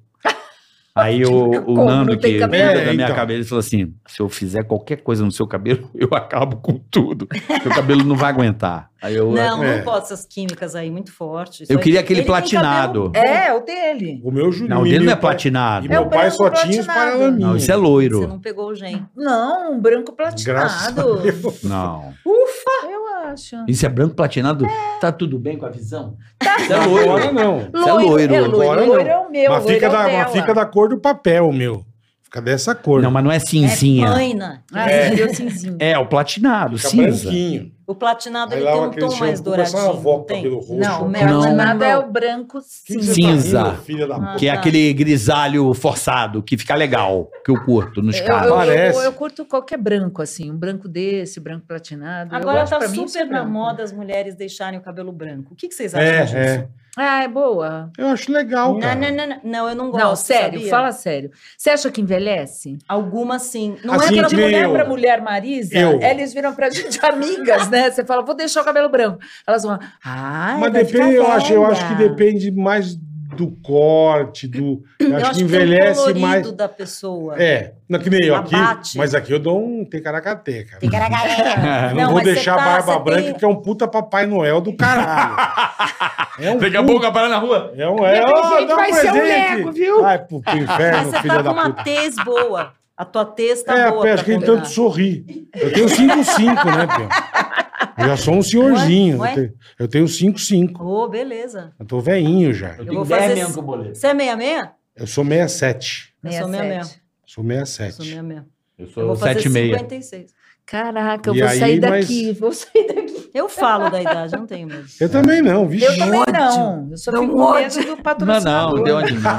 Aí o, o Como? Nando, Não tem que cabelo? cuida É, da minha então. cabeça, ele falou assim: se eu fizer qualquer coisa no seu cabelo, eu acabo com tudo. Meu cabelo não vai aguentar. Aí eu. Não, É. não pode essas químicas aí muito fortes. Eu Isso queria aí- aquele ele tem platinado. cabelo bom. É, o dele. O meu Juninho. Não, o dele não é meu pai- platinado. E meu É o pai branco só tinha os platinado. paralaminhos. Não, isso é Você loiro. não pegou o gen. Não, um branco Graças a platinado. Deus. Não. Eu acho. Isso é branco platinado? Tá tudo bem com a visão? Isso é loiro. Agora não. Isso é loiro. É loiro, Agora loiro não. é o meu. Mas loiro fica, é o da, dela. mas fica da cor do papel, o meu. Fica dessa cor. Não, mas não é cinzinha. É paina. Ah, É. é. deu cinzinho. É, o platinado, Fica cinza. branquinho. O platinado Aí ele lava tem um aquele tom mais shampoo, parece uma douradinho. avó não com tem? cabelo roxo. Não, o Não. platinado é o branco Que que você cinza. tá Cinza. rindo, filha da Ah, Que é tá. aquele grisalho forçado, que fica legal, que eu curto nos Eu, carros. eu, Parece. eu, eu curto qualquer branco, assim. Um branco desse, branco platinado. Eu Agora gosto, tá pra mim, isso é super na branco. moda as mulheres deixarem o cabelo branco. O que, que vocês acham É, disso? é. Ah, é boa. Eu acho legal, Não, cara. não, não, não. Não, eu não gosto. Não, sério, sabia? fala sério. Você acha que envelhece? Algumas sim. Não Assim, é aquela De que nem mulher eu. pra mulher, Marisa, Eu. eles viram pra gente amigas, né? Você fala, vou deixar o cabelo branco. Elas vão, ai, Mas vai depende, ficar eu acho, eu acho que velha. depende mais do corte, do. Eu, Eu acho, acho que que tem o envelhece colorido mais. da pessoa. É, não que nem eu aqui. Abate. Mas aqui eu dou um ticaracateca. Eu Não, não, vou mas você deixar tá- a barba você branca, tem- que é um puta Papai Noel do caralho. É um Daqui a puta- pouco parar na rua. É um. É, Meu ó, presente dá um vai ser um presente. Lego, viu? Vai pro, pro Mas inferno, você filha tá da com uma puta. tez boa. A tua tez tá É, boa. pé, pra acho que ele combinar. tanto sorri. Eu tenho cinco cinco, né, Pê? Eu já sou um senhorzinho. Ué? Eu tenho- Eu tenho cinco cinco. Ô, beleza. Eu tô velhinho já. Eu vou fazer... Você é meia meia? Eu sou sessenta e sete. Eu sou meia meia. Sou sessenta e Eu sou sete. meia meia. Eu Eu vou fazer sete e meia. cinquenta e seis. Caraca, eu E vou aí, sair mas- daqui, vou sair daqui. Eu falo da idade, eu não tenho medo. Eu também não, vixe. Eu também não. Eu só Dá fico um com ódio. medo do Não, patrocinador. não, deu onde não.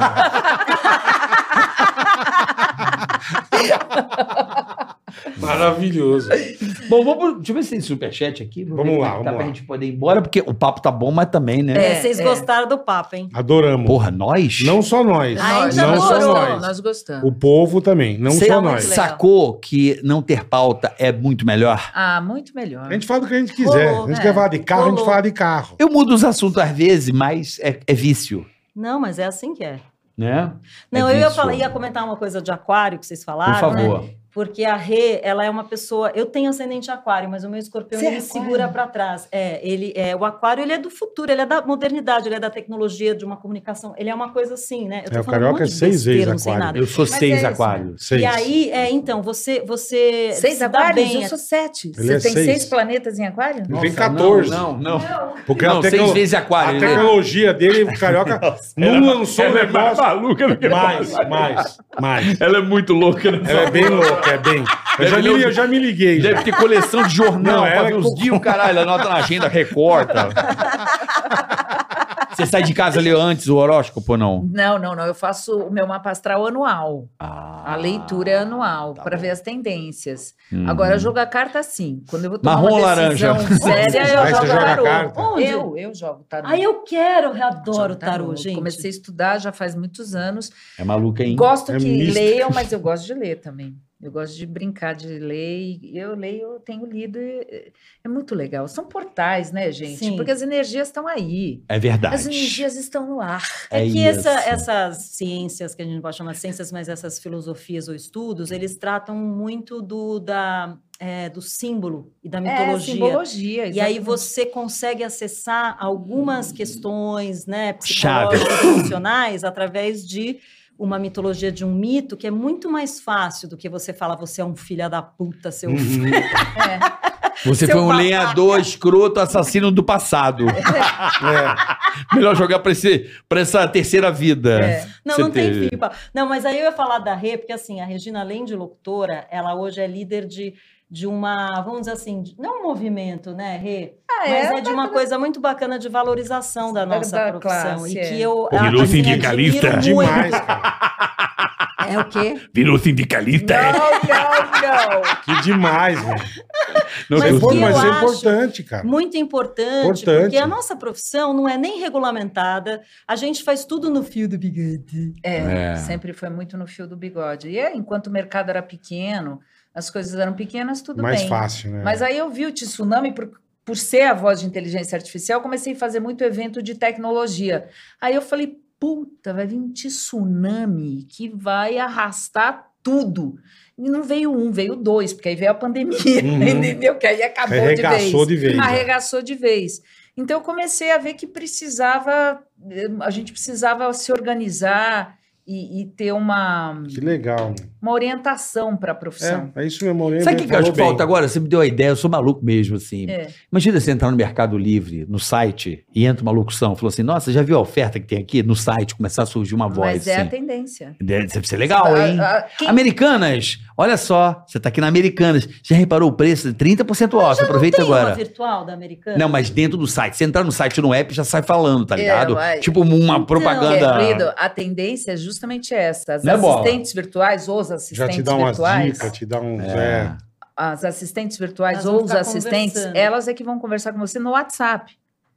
Maravilhoso. Bom, vamos, deixa eu ver se tem superchat aqui. Vou Vamos ver lá, como é que tá vamos pra lá. gente poder ir embora, porque o papo tá bom, mas também, né? É, É, vocês é. gostaram do papo, hein? Adoramos. Porra, nós? Não só nós. Ah, Nós, então não só gostou. nós. nós gostamos. O povo também, não Você só muito nós. legal. sacou que não ter pauta é muito melhor? Ah, muito melhor. A gente fala do que a gente quiser. Rolou, a gente é. quer falar de carro, a gente Rolou. fala de carro. Eu mudo os assuntos às vezes, mas é, é vício, Não, mas é assim que é. né? Não, É eu ia, vício. falar, ia comentar uma coisa de aquário que vocês Por falaram, né? favor. Porque a Rê, ela é uma pessoa. Eu tenho ascendente aquário, mas o meu escorpião Você é ele me aquário? segura para trás. É, ele é o aquário, ele é do futuro, ele é da modernidade, ele é da tecnologia, de uma comunicação. Ele é uma coisa assim, né? Eu tô É, o falando Carioca um é monte de seis besteira, vezes não sei aquário. nada. Eu sou Mas seis é isso aquário. Seis. E aí, é, então, você. você Seis se dá aquários? bem, Eu sou sete. Ele Você é tem seis. seis planetas em aquário? Ele Nossa, tem quatorze. Não, não. Porque Não, a, seis tecno- vezes aquário. a ele- tecnologia dele, o Carioca, não lançou um negócio. maluca do que Mais, mais, mais. Ela é muito louca, né? Ela é bem louca, é bem. Eu já, Deve me, ler eu os- já me liguei. já. Deve ter coleção de jornal Não, pra ela ver é os co- dias, caralho. Anota na agenda, recorta. Você sai de casa ler antes o horóscopo ou não? Não, não, não. Eu faço o meu mapa astral anual. Ah, A leitura é anual, tá para bom. ver as tendências. Hum. Agora, jogar carta, sim. Quando eu vou tomar Marrom ou uma laranja? decisão séria, eu Aí você jogo joga tarô. carta? Onde? Eu, eu jogo tarô. Ah, eu quero, eu adoro Jogo o tarô, gente. Comecei a estudar já faz muitos anos. É maluca, hein? Gosto É que mística. leiam, mas eu gosto de ler também. Eu gosto de brincar de ler. E eu leio, eu tenho lido. e É muito legal. São portais, né, gente? Sim. Porque as energias estão aí. É verdade. As energias estão no ar. É, É que essa- isso. essas ciências, que a gente não pode chamar de ciências, mas essas filosofias ou estudos, eles tratam muito do, da, é, do símbolo e da É, mitologia. simbologia. E aí exatamente. você consegue acessar algumas questões, né, Chaves. psicológicas, emocionais, através de uma mitologia, de um mito, que é muito mais fácil do que você falar, você é um filho da puta, seu Uhum. É. Você Seu foi um babaca. lenhador escroto, assassino do passado. É. Melhor jogar pra, esse, pra essa terceira vida. É. Não, Você não tem teve. fim. pa- Não, mas aí eu ia falar da Rê, porque assim, a Regina, além de locutora, ela hoje é líder de, de uma, vamos dizer assim, de- não um movimento, né, Rê? Ah, Mas é, é de uma coisa muito bacana de valorização da Da- nossa da profissão. classe, e é. que eu Pô, virou assim, sindicalista? admiro muito. Demais, cara. É o quê? Virou sindicalista, é? Não, não, não. Que demais, velho. Não, Mas eu- Pô, que mas eu é acho importante, cara. Muito importante, Importante. porque a nossa profissão não é nem regulamentada, a gente faz tudo no fio do bigode. É, É. sempre foi muito no fio do bigode. E é, enquanto o mercado era pequeno, as coisas eram pequenas, tudo Mais bem. fácil, né? Mas aí eu vi o Tsunami, por, por ser a voz de inteligência artificial, eu comecei a fazer muito evento de tecnologia. Aí eu falei, puta, vai vir um tsunami que vai arrastar tudo. E não veio um, veio dois, porque aí veio a pandemia, Uhum. entendeu? Que aí acabou Arregaçou de de vez. vez. é. Arregaçou de vez. Então eu comecei a ver que precisava, eh, a gente precisava se organizar e, e ter uma, Que legal, né? uma orientação para a profissão. É, é isso mesmo, Moreno. Sabe o que, que eu acho falou que falta bem. agora? Você me deu a ideia, eu sou maluco mesmo, assim. É. Imagina você entrar no Mercado Livre, no site, e entra uma locução, falou assim, nossa, já viu a oferta que tem aqui no site? Começar a surgir uma voz, Mas é a assim. tendência. Deve ser legal, hein? A- a- quem- Americanas, olha só, você tá aqui na Americanas, já reparou o preço? trinta por cento off, aproveita Tem uma agora. virtual da Americana? Não, mas dentro do site. Se entrar no site no app, já sai falando, tá É, ligado? vai. Tipo uma Então, propaganda. Querido, a tendência é justamente essa. As Né, Bola? assistentes virtuais ou os Já assistentes te dá umas virtuais, dicas, te dá uns... É. É. as assistentes virtuais Elas ou vão os ficar assistentes, conversando. elas é que vão conversar com você no WhatsApp.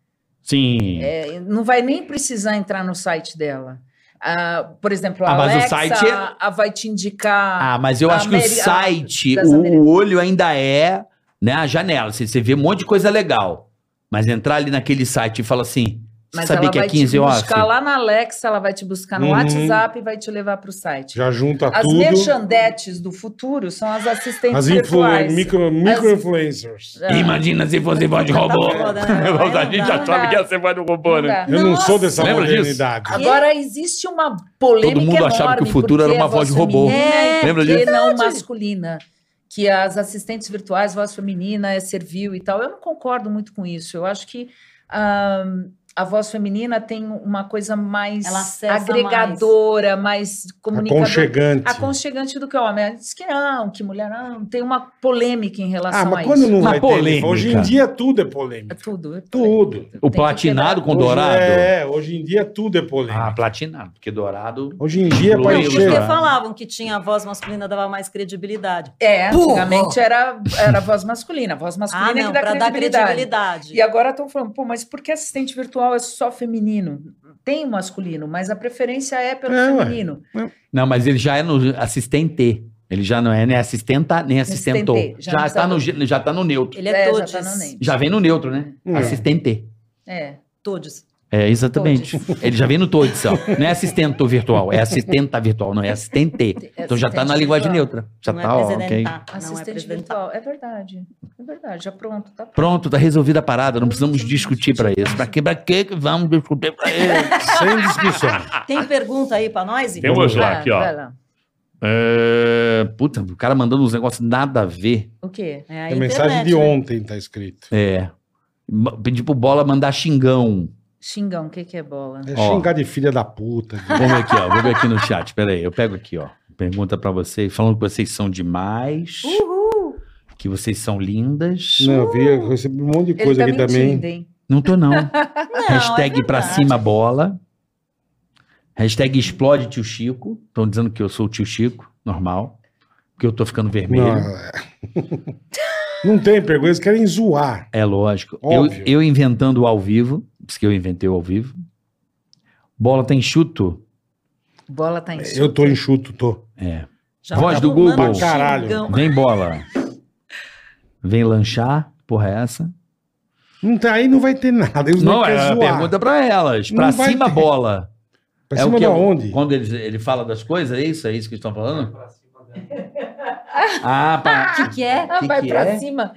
Sim. É, não vai nem precisar entrar no site dela. Ah, por exemplo, a Ah, mas o Alexa site é- a- vai te indicar. Ah, mas eu acho que o Ameri- site, das o, Ameri- o olho ainda é, né, a janela. Você, você vê um monte de coisa legal. Mas entrar ali naquele site e falar assim, você Mas sabia ela que é vai quinze te off? buscar lá na Alexa, ela vai te buscar no Uhum. WhatsApp e vai te levar para o site. Já junta As tudo. merchandetes do futuro são as assistentes As influ virtuais. micro, micro-influencers. É. Imagina se fosse voz de Tá robô. foda, né? a Não gente dá, já não sabe dá. que ia ser voz do robô, Não né? dá. Eu não Nossa. sou dessa Lembra disso? modernidade. Agora, existe uma polêmica Todo mundo achava que o enorme, futuro era porque uma a voz de robô. feminina É, e Lembra por que disso? não masculina. Que as assistentes virtuais, voz feminina, é servil e tal. Eu não concordo muito com isso. Eu acho que ah, a voz feminina tem uma coisa mais Ela acessa agregadora, mais, comunicadora. Aconchegante. Aconchegante do que o homem. Diz que não, que mulher não. Tem uma polêmica em relação Ah, mas a quando isso. não Uma vai ter... polêmica. Hoje em dia tudo é É polêmica. tudo. É Tudo. Tem O que platinado com Hoje- dourado? É, hoje em dia tudo é polêmica. Ah, platinado, porque dourado... Hoje em dia, Inclui pai, o Porque chega. dourado. falavam que tinha a voz masculina, dava mais credibilidade. É, antigamente era, era a voz masculina. A voz masculina Ah, é não, que dá para dar credibilidade. credibilidade. E agora estão falando, pô, mas por que assistente virtual é só feminino? Tem o masculino, mas a preferência é pelo É, ué. feminino. Não, mas ele já é no assistente. Ele já não é nem assistenta, nem assistentou. Assistente, já Já, não tá no, precisa- ge- já tá no neutro. Ele é, É, já todes. tá no nem. Já vem no neutro, né? Hum. Assistente. É. Todes. É, exatamente. Ele já vem no todes, ó. Não é assistente virtual, é assistenta virtual, não é assistente. Então já tá na assistente linguagem virtual. neutra. Já não tá, é ó, ok. presidentar. Não é Assistente presidentar. virtual. É verdade. É verdade. Já pronto. Tá pronto. Pronto, tá resolvida a parada, não precisamos discutir pra isso. Pra que, pra que que vamos discutir pra isso? Sem discussão. Tem pergunta aí pra nós? Ivy? Temos lá, Vai, aqui, ó. vai lá. É, puta, o cara mandando uns negócios nada a ver. O quê? É a É mensagem internet, de né? ontem, tá escrito. É. Ma- Pedir pro Bola mandar xingão. Xingão, o que, que é bola? É Ó. xingar de filha da puta. Vamos ver aqui, ó. Vou ver aqui no chat. Pera aí, eu pego aqui, ó. Pergunta pra vocês, falando que vocês são demais. Que vocês são lindas. Não, eu vi, eu recebi um monte de Ele coisa tá aqui também. mentindo, hein? Não tô, não. Não, Hashtag é pra verdade. cima bola. Hashtag explode tio Chico. Estão dizendo que eu sou o tio Chico, normal. Porque eu tô ficando vermelho. Não, é. Não tem pergunta, eles querem zoar. É lógico. Eu, Óbvio. eu inventando o ao vivo. Diz que eu inventei o ao vivo. Bola tá enxuto? Bola tá em Eu tô enxuto, tô. É. Já Voz tá do rolando Google. um Caralho. xingão. Vem bola. Vem lanchar. Porra, é essa? Não tem, aí não vai ter nada. Eles não, Não, querem é a zoar. pergunta pra elas. Pra Não vai cima ter. bola. Pra é cima o que da eu- onde? Quando ele, ele fala das coisas, é isso? É isso que estão falando? Ah, pra... O que, que é? Ah, que vai que pra é? cima.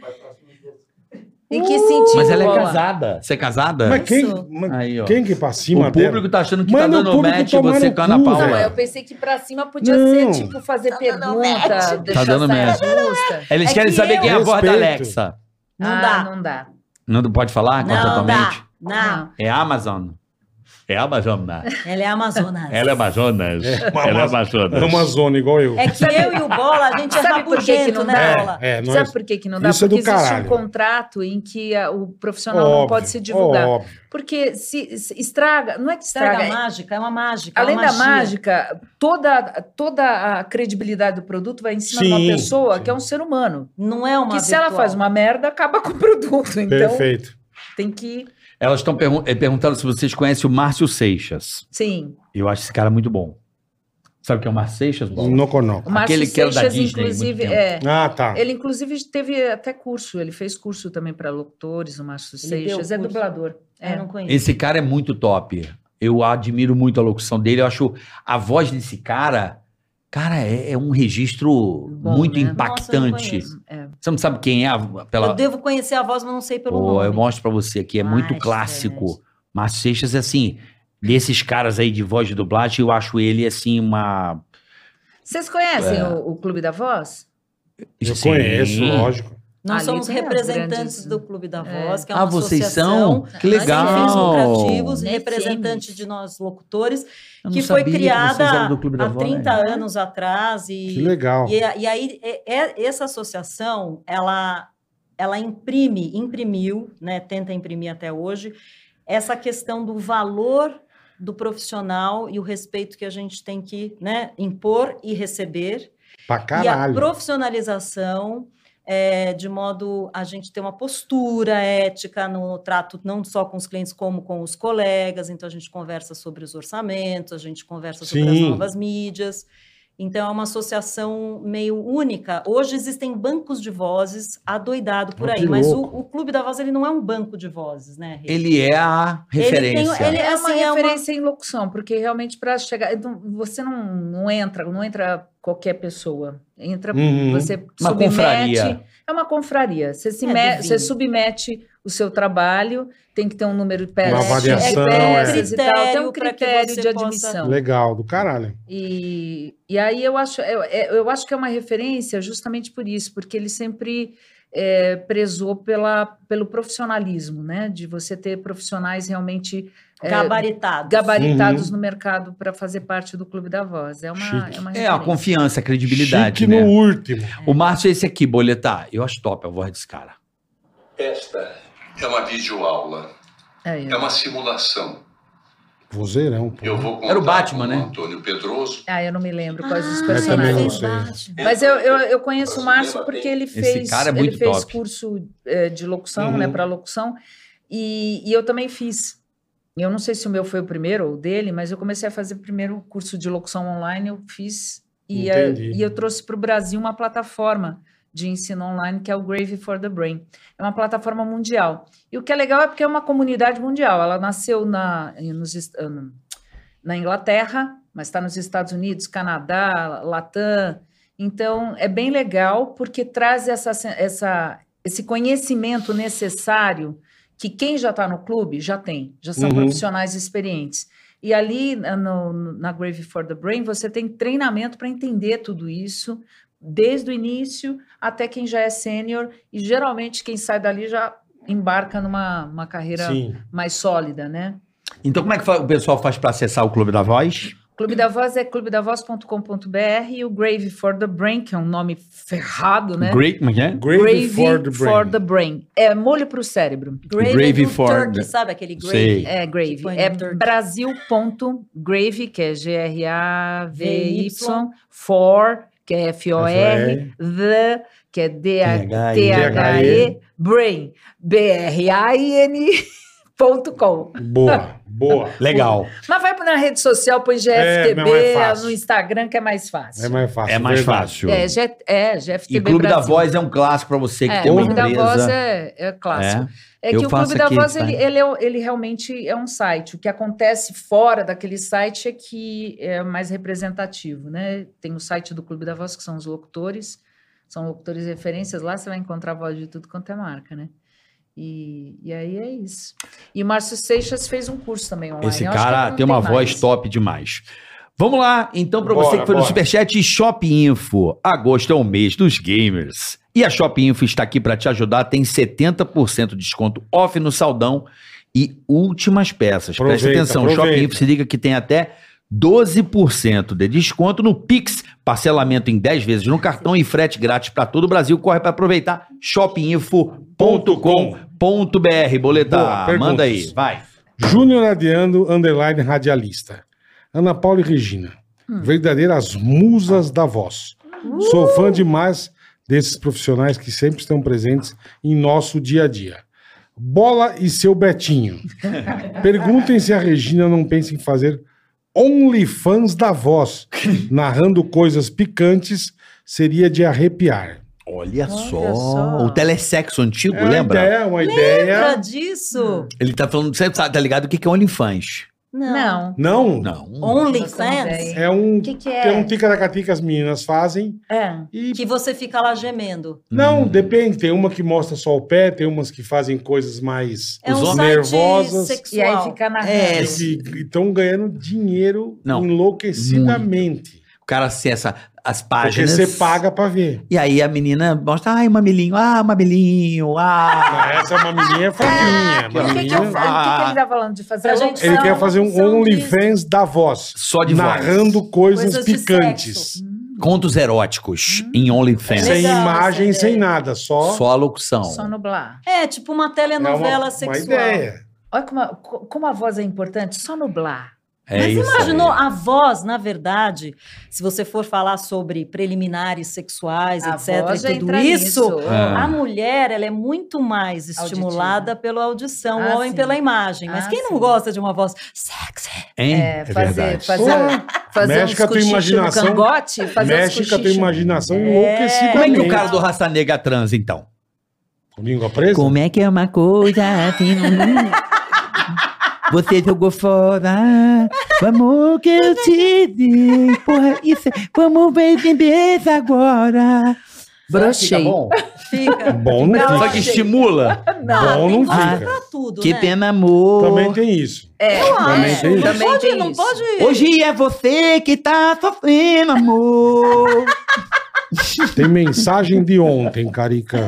Em que sentido? Mas ela é Bola? casada. Você é casada? Mas quem, Isso. mas Aí, ó. quem que pra cima O público dela? tá achando que Manda tá o dando público match tomar você no com a Ana cu, Paula. Não, velho. eu pensei que pra cima podia Não. ser, tipo, fazer Tá dando pergunta, match. deixar Tá dando saia match. justa. Eles É querem que saber eu- quem é a voz da Respeito. Alexa. Não Ah, dá. Não dá. Não pode falar Não totalmente? dá. Não. É Amazon. É Amazonas. Ela é Amazonas. Ela é Amazonas. É uma Ela é Amaz- Amazonas. É uma zona igual eu. É que eu e o Bola, a gente é Sabe por que que rabugento, não né, dá? Bola? É, não Sabe é... por que, que não dá? Isso é do Porque existe caralho. um contrato em que a- o profissional não Óbvio, pode se divulgar. óbvio. Porque se, se estraga, não é que Estraga estraga. a mágica, é uma mágica. é Além uma da magia. mágica, toda, toda a credibilidade do produto vai em cima de Sim, uma pessoa sim. que é um ser humano. Não é uma Que se ela virtual. faz uma merda, acaba com o produto. Então, Perfeito. tem que... Elas estão pergun eh, perguntando se vocês conhecem o Márcio Seixas. Sim. Eu acho esse cara muito bom. Sabe o que é o Márcio Seixas, Bola? No conoco. O Márcio Aquele que era da Seixas, Disney há muito inclusive, tempo. é... Ah, tá. Ele, inclusive, teve até curso. Ele fez curso também para locutores, o Márcio Ele deu Seixas. É curso? dublador. Eu É. não conheço. Esse cara é muito top. Eu admiro muito a locução dele. Eu acho a voz desse cara... Cara, é, é um registro Bom, muito né? Nossa, eu não impactante. conheço. É. Você não sabe quem é a, pela... Eu devo conhecer a voz, mas não sei pelo Pô, nome. eu mostro pra você aqui, é muito Ai, clássico. gente. Márcio Seixas, assim, desses caras aí de voz de dublagem, eu acho ele, assim, uma... Vocês conhecem É. o, o Clube da Voz? Eu Sim. conheço, lógico. Nós Ali somos tem as representantes grandes- do Clube da É. Voz, que é Ah, uma vocês associação são? Que sem fins legal! lucrativos, Né, representante James? de nós locutores, Eu não que foi sabia que vocês eram criada do Clube da há Voz. trinta anos atrás. E, Que legal. E, e aí, é- é- essa associação, ela, ela imprime, imprimiu, né, tenta imprimir até hoje, essa questão do valor do profissional e o respeito que a gente tem que, né, impor e receber. Pra E a caralho. profissionalização, é, de modo a gente ter uma postura ética no trato não só com os clientes, como com os colegas. Então, a gente conversa sobre os orçamentos, a gente conversa sobre as Sim. novas mídias. Então, é uma associação meio única. Hoje existem bancos de vozes adoidado por Ah, aí, que mas o, louco. o Clube da Voz ele não é um banco de vozes, né, Rê? Ele é a Ele tem- referência. ele- É assim, uma é uma- referência em locução, porque realmente para chegar, não- você não, não entra, não entra qualquer pessoa. Entra, Uhum. você Uma submete. confraria. É uma confraria. Você, se É me- do você vinho. submete o seu trabalho, tem que ter um número de peças, Uma avaliação, de é. peças e tal, tem um Critério pra que critério você de possa- admissão. Legal, do caralho. E, e aí eu acho, eu, eu acho que é uma referência justamente por isso, porque ele sempre é, prezou pela, pelo profissionalismo, né? De você ter profissionais realmente é, Gabaritados. gabaritados Uhum. no mercado para fazer parte do Clube da Voz. É uma, Chique. é uma É, a referência. confiança, a credibilidade, Chique né? no último. O Márcio é esse aqui, Boletar. Eu acho top a voz desse cara. Esta é uma videoaula, É, é uma simulação. Vozeirão, pô. Eu vou contar Era o Batman, com né? o Antônio Pedroso. Ah, eu não me lembro quais os eu também não personagens. sei. Mas eu, eu, eu conheço o Márcio porque ele Esse fez, cara é ele muito fez top. curso eh, de locução, Uhum. né, para locução, e, e eu também fiz. Eu não sei se o meu foi o primeiro ou o dele, mas eu comecei a fazer primeiro o curso de locução online, eu fiz, e, eh, Entendi. e eu trouxe para o Brasil uma plataforma de ensino online que é o Gravy for the Brain. É uma plataforma mundial. E o que é legal é porque é uma comunidade mundial. Ela nasceu na, nos, est- ah, no- na Inglaterra, mas está nos Estados Unidos, Canadá, Latam. Então, é bem legal porque traz essa, essa, esse conhecimento necessário que quem já está no clube já tem, já são Uhum. profissionais experientes. E ali na- no, na Gravy for the Brain, você tem treinamento para entender tudo isso, desde o início até quem já é sênior, e geralmente quem sai dali já embarca numa uma carreira Sim. mais sólida, né? Então, como é que fa- o pessoal faz pra acessar o Clube da Voz? Clube da Voz é clube da voz ponto com ponto b r e o Gravy for the Brain, que é um nome ferrado, né? Great, como é que é? Gravy for the brain. Brain. É molho para o cérebro. Gravy, Gravy do for turkey, the- sabe aquele Sei. gravy? É Gravy. Que põe É no turkey. brasil.gravy, que é G R A V Y, for, que é F O R, the, que é D H E, brain, B R A I N ponto com. Boa, boa. Legal. Mas vai na rede social, põe G F T É, mas é mais B fácil. no Instagram, que é mais fácil. É mais fácil. É mais verdade. fácil. É, G, é G F T B E Clube da Brasil. Voz é um clássico pra você que É, tem o uma Clube da empresa. Voz é, é clássico. É, eu que o faço Clube da aqui, Voz, tá? ele, ele, é, ele realmente é um site. O que acontece fora daquele site é que é mais representativo, né? Tem o site do Clube da Voz, que são os locutores, são locutores de referências. Lá você vai encontrar voz de tudo quanto é marca, né? E, e aí é isso. E o Márcio Seixas fez um curso também online. Esse Eu acho que cara não tem uma voz mais. top demais. Vamos lá, então, para Bora, você que foi no bora. Superchat, Shop Info. Agosto é o mês dos gamers. E a Shop Info está aqui para te ajudar. Tem setenta por cento de desconto off no saldão e últimas peças. Preste Aproveita, atenção, aproveita. Shop Info se liga que tem até doze por cento de desconto no Pix, parcelamento em dez vezes no cartão e frete grátis para todo o Brasil. Corre para aproveitar, shopinfo ponto com ponto b r. Boa, Boletar, perguntas. manda aí, vai. Júnior Adiando, underline radialista. Ana Paula e Regina. Verdadeiras musas da voz. Sou fã demais desses profissionais que sempre estão presentes em nosso dia a dia. Bola e seu Betinho. Perguntem se a Regina não pensa em fazer OnlyFans da voz. Narrando coisas picantes seria de arrepiar. Olha, só. só. O telesexo antigo, É uma lembra? ideia, uma Lembra ideia. disso? Ele tá falando, você sabe, tá ligado? O que que é OnlyFans? Não. Não, Não. OnlyFans? é um, O que, que é é? um ticaracatica que as meninas fazem. É. E Que você fica lá gemendo. não, Hum. depende. Tem uma que mostra só o pé, tem umas que fazem coisas mais É um Os site nervosas. sexual. E aí fica na É, que estão ganhando dinheiro Não, enlouquecidamente. O cara acessa as Porque páginas. você paga pra ver. E aí a menina mostra, ai, mamilinho, ah, mamilinho, ah. Essa é uma menininha fraquinha. O que, que, eu- menininha- o que que ele tá falando de fazer? Pra gente- Ele São- quer fazer um são de- OnlyFans da voz. Só de voz. narrando coisas, Coisas de picantes. sexo. Contos eróticos em OnlyFans. Sem Legal imagem, essa sem ideia. nada. Só, Só a locução. Só nublar. É, tipo uma é uma, telenovela uma sexual. ideia. Olha como a, co- como a voz é importante, só nublar. É Mas isso imaginou, aí. a voz, na verdade, se você for falar sobre preliminares sexuais, A etc, voz já e tudo entra isso, nisso. Ah. a mulher, ela é muito mais estimulada pela audição, Ah, o homem sim. pela imagem. Mas Ah, quem não sim. gosta de uma voz sexy? Hein? É, fazer, verdade. fazer, Porra, fazer mexe uns com a tua cochichos no imaginação. cangote, fazer uns Mexe com a tua cochichos. imaginação É. enlouquecidamente. Como é que o cara do Raça Negra transa, então? Com língua presa? Como é que é uma coisa assim? Você jogou fora. Vamos que eu te dei. Porra, isso. é- Vamos ver quem pensa agora. Brochei. Fica bom? Fica. Bom não Fica fica. Só que estimula. Bom não Tem fica. pra tudo, Que né? pena, amor. Também tem isso. É, Também Acho. tem isso. Não Também pode, tem não isso. pode. Hoje é você que tá sofrendo, amor. Tem mensagem de ontem, Carica.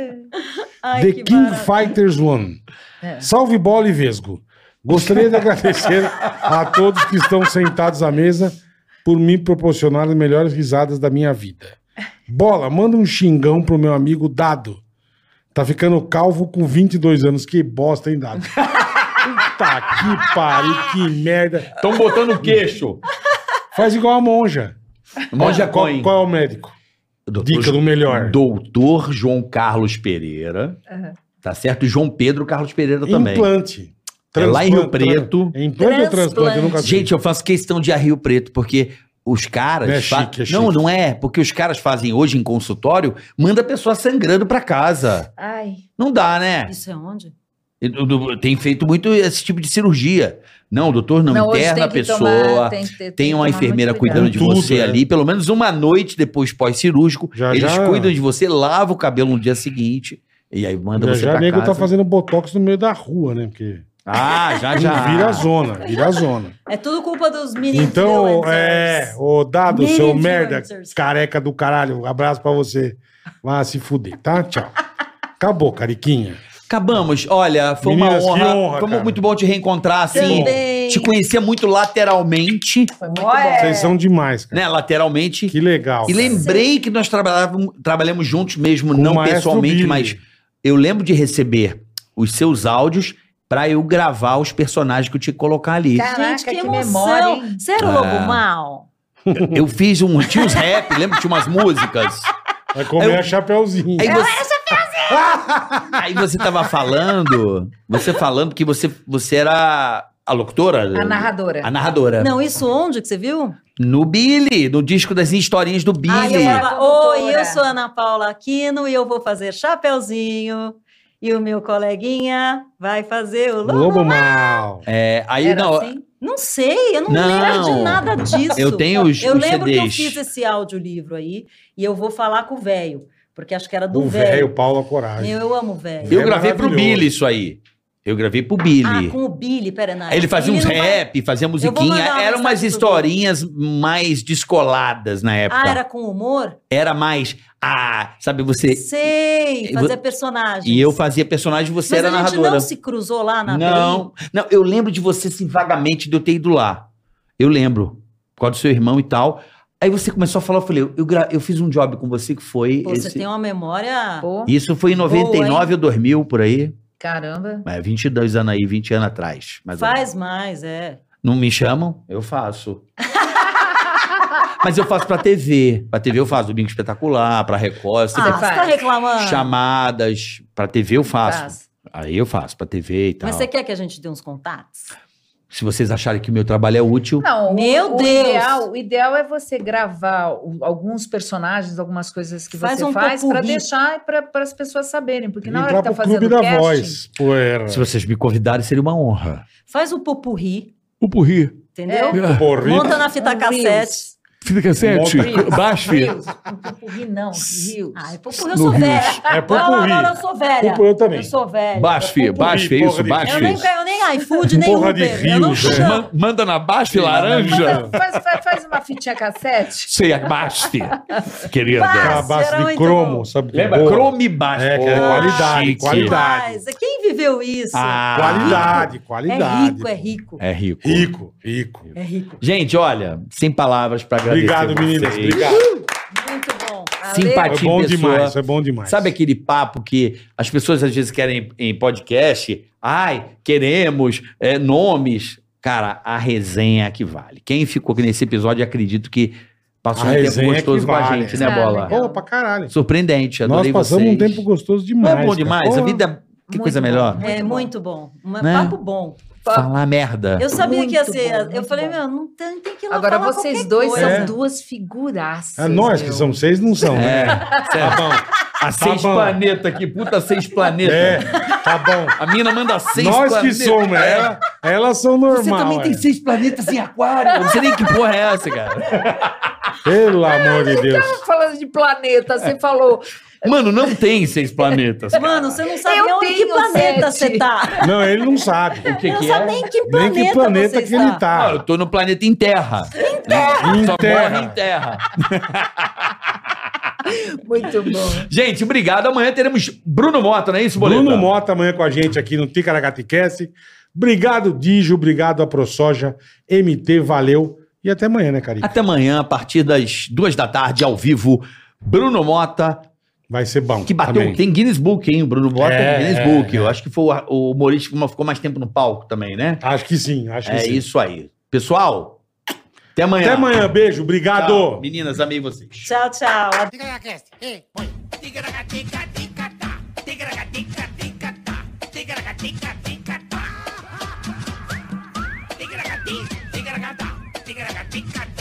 Ai, The que King barato. Fighters One. É. Salve bola e vesgo. Gostaria de agradecer a todos que estão sentados à mesa por me proporcionar as melhores risadas da minha vida. Bola, manda um xingão pro meu amigo Dado. Tá ficando calvo com vinte e dois anos. Que bosta, hein, Dado? Puta que pariu, que merda. Estão botando o queixo. Faz igual a monja. Monja qual, Coin. qual é o médico? Doutor Dica do melhor. Doutor João Carlos Pereira. Uhum. Tá certo? E João Pedro Carlos Pereira também. Implante. É lá em Rio Transplante, Preto. É implante ou transplante? Eu nunca sei. Gente, eu faço questão de ir a Rio Preto, porque os caras... Não é fa- chique, é Não, chique. não é. Porque os caras fazem hoje em consultório, manda a pessoa sangrando pra casa. Ai. Não dá, né? Isso é onde? E do- do- Tem feito muito esse tipo de cirurgia. Não, o doutor não, Não, hoje interna a tem que pessoa. tomar, tem que ter- tem Tem que uma tomar enfermeira muito cuidado. cuidando de Com tudo, você é. ali, pelo menos uma noite depois pós-cirúrgico. Já, Eles já. cuidam de você, lava o cabelo no dia seguinte. E aí manda Já, você já pra nego casa. tá fazendo botox no meio da rua, né? Porque Ah, já, já. vira a zona, vira a zona. É tudo culpa dos mini Então, influencers. é, ô Dado, Mini seu merda, influencers. careca do caralho, um abraço pra você. Vai se fuder, tá? Tchau. Acabou, Cariquinha. Acabamos. Olha, foi Meninas, uma que honra. honra, Foi cara. muito bom te reencontrar, assim. Também. Te conhecia muito lateralmente, Foi muito Olha, bom. Vocês são demais, cara. né? Lateralmente. Que legal. E cara. lembrei que nós trabalhávamos, trabalhamos juntos mesmo, Com o não Maestro pessoalmente, Billy. mas eu lembro de receber os seus áudios pra eu gravar os personagens que eu tinha que colocar ali. Caraca, gente, que, que emoção. memória, hein? Você era o Ah. Lobo Mal? Eu fiz um. Tinha uns rap, lembra que tinha umas músicas? Vai comer Eu- a chapeuzinho. Aí você, aí você tava falando, você falando que você, você era a locutora? A narradora. A narradora. Não, isso onde que você viu? No Billy, no disco das historinhas do Billy. Aí eu Billy. falava, Condutora. oi, eu sou Ana Paula Aquino e eu vou fazer Chapeuzinho. E o meu coleguinha vai fazer o Lobo. Lobo mal. É, aí Era não, assim? Não sei, eu não, Não. lembro de nada disso. eu tenho os, Eu os lembro que eu C Ds. fiz esse audiolivro aí e eu vou falar com o velho, porque acho que era do O velho, velho. Paula Coragem. Eu, eu amo o velho. Eu É gravei pro maravilhoso. Billy isso aí. Eu gravei pro Ah, Billy. com o Billy, pera, não. Aí ele fazia Billy uns não vai- rap, fazia vou musiquinha. mandar uma Eram umas mensagem pro historinhas mais descoladas na época. Ah, era com humor? Era mais. Ah, sabe, você. Sei, E fazer vo- personagens. E eu fazia personagem, você Mas era a gente narradora. não se cruzou lá na Não, não, eu lembro de você, assim, vagamente, de eu ter ido lá. Eu lembro, por causa do seu irmão e tal. Aí você começou a falar, eu falei, eu, gra- eu fiz um job com você que foi... Pô, você esse- tem uma memória... Pô, Isso foi em noventa e nove ou dois mil, por aí. caramba. É, vinte e dois anos aí, vinte anos atrás. mais ou menos. Faz mais, é. Não me chamam? Eu faço. Mas eu faço pra T V. Pra T V eu faço Domingo Espetacular, pra Record. Ah, sempre você tá faz. reclamando. chamadas. Pra T V eu faço. Faz. Aí eu faço, pra T V e tal. Mas você quer que a gente dê uns contatos? Se vocês acharem que o meu trabalho é útil... Não, o- Meu o, Deus! Ideal, o ideal é você gravar o- alguns personagens, algumas coisas que Faz você um faz para popurrí. deixar para as pessoas saberem, porque na hora Entrar que tá pro fazendo Clube o da casting, Voz. Poeira. Se vocês me convidarem, seria uma honra. Faz o popurri, O porri. entendeu? É. Porri. Monta na fita Um cassete. Fita cassete. Monta- Basf. Rios, um popurrí não, rios. Ai, popurri, eu sou No velha. É Não, popurri. não, não, não, eu sou velha. Popurri eu também. Eu sou velha. Basf, popurrí, Basf, é porra isso, de- Basf. Eu nem ganho nem iFood, nem Porra de Uber. Eu não rios, é. chamo. Man- Manda na Basf laranja. Manda- faz, faz, faz uma fitinha cassete. Sei, a Basf. Querida. Aquela Nossa, base era de muito cromo, bom. sabe? que Lembra? boa? Chrome Basf. É, que é Oh, qualidade, chique. qualidade. Mas, quem viveu isso? Ah, Qualidade, É qualidade. rico, é rico. É rico. Rico, rico. É rico. Gente, olha, sem palavras pra agradecer Obrigado, meninas. vocês. Obrigado. Muito bom. Simpatia. É bom pessoa. demais, é bom demais. Sabe aquele papo que as pessoas às vezes querem em podcast? Ai, queremos é, nomes. Cara, a resenha é que vale. Quem ficou aqui nesse episódio, acredito que passou A um tempo resenha é que gostoso com a vale. gente, né, Ah, Bola? legal. Pô, pra caralho. Surpreendente, Nós adorei passamos vocês. um tempo gostoso Não demais. é bom cara. demais? Pô, A vida, que Muito coisa bom. melhor. É bom. muito bom. Um Né? papo bom. Falar merda. Eu sabia que ia Muito ser. bom, eu muito falei, bom. meu, não tem, tem que ir lá Agora falar vocês qualquer dois coisa. É. são duas figuraças. É nós que meu. somos, vocês não são, né? Tá bom. A seis bom. planetas aqui, puta seis planetas. É, tá bom. A mina manda seis Nós que planetas. somos, ela, elas são normais. Você também tem seis planetas em aquário. Eu não sei nem que porra é essa, cara. Pelo amor de Deus. Falando de planeta, você falou. Mano, não tem seis planetas. cara. Mano, você não sabe Eu nem onde que tenho planeta sete. você tá. Não, ele não sabe. O que, Não que sabe é? nem em que Nem planeta, que planeta você que está. ele Ah, tá. eu tô no planeta em terra. Em terra. Em Só terra. morre em terra. Muito bom. Gente, obrigado. Amanhã teremos Bruno Mota, não é isso, Boleta? Bruno Mota amanhã com a gente aqui no Ticaracaticast. Obrigado, Dijo. Obrigado a ProSoja. M T, valeu. E até amanhã, né, Carica? Até amanhã, a partir das duas da tarde, ao vivo, Bruno Mota, Vai ser bom. que bateu. também. Tem Guinness Book, hein? O Bruno Mota É, tem Guinness é, Book. Eu acho que foi o, o humorista que ficou mais tempo no palco também, né? Acho que sim, acho que É sim. isso aí. Pessoal, até amanhã. Até amanhã, beijo. Obrigado. Tchau. Meninas, amei vocês. Tchau, tchau. Ticaracast, ei, põe. Ticaracatica-ticatá, ticaracatica-ticatá, ticaracatica-ticatá. Ticaracati, ticaracatá, ticaracatica-ticatá.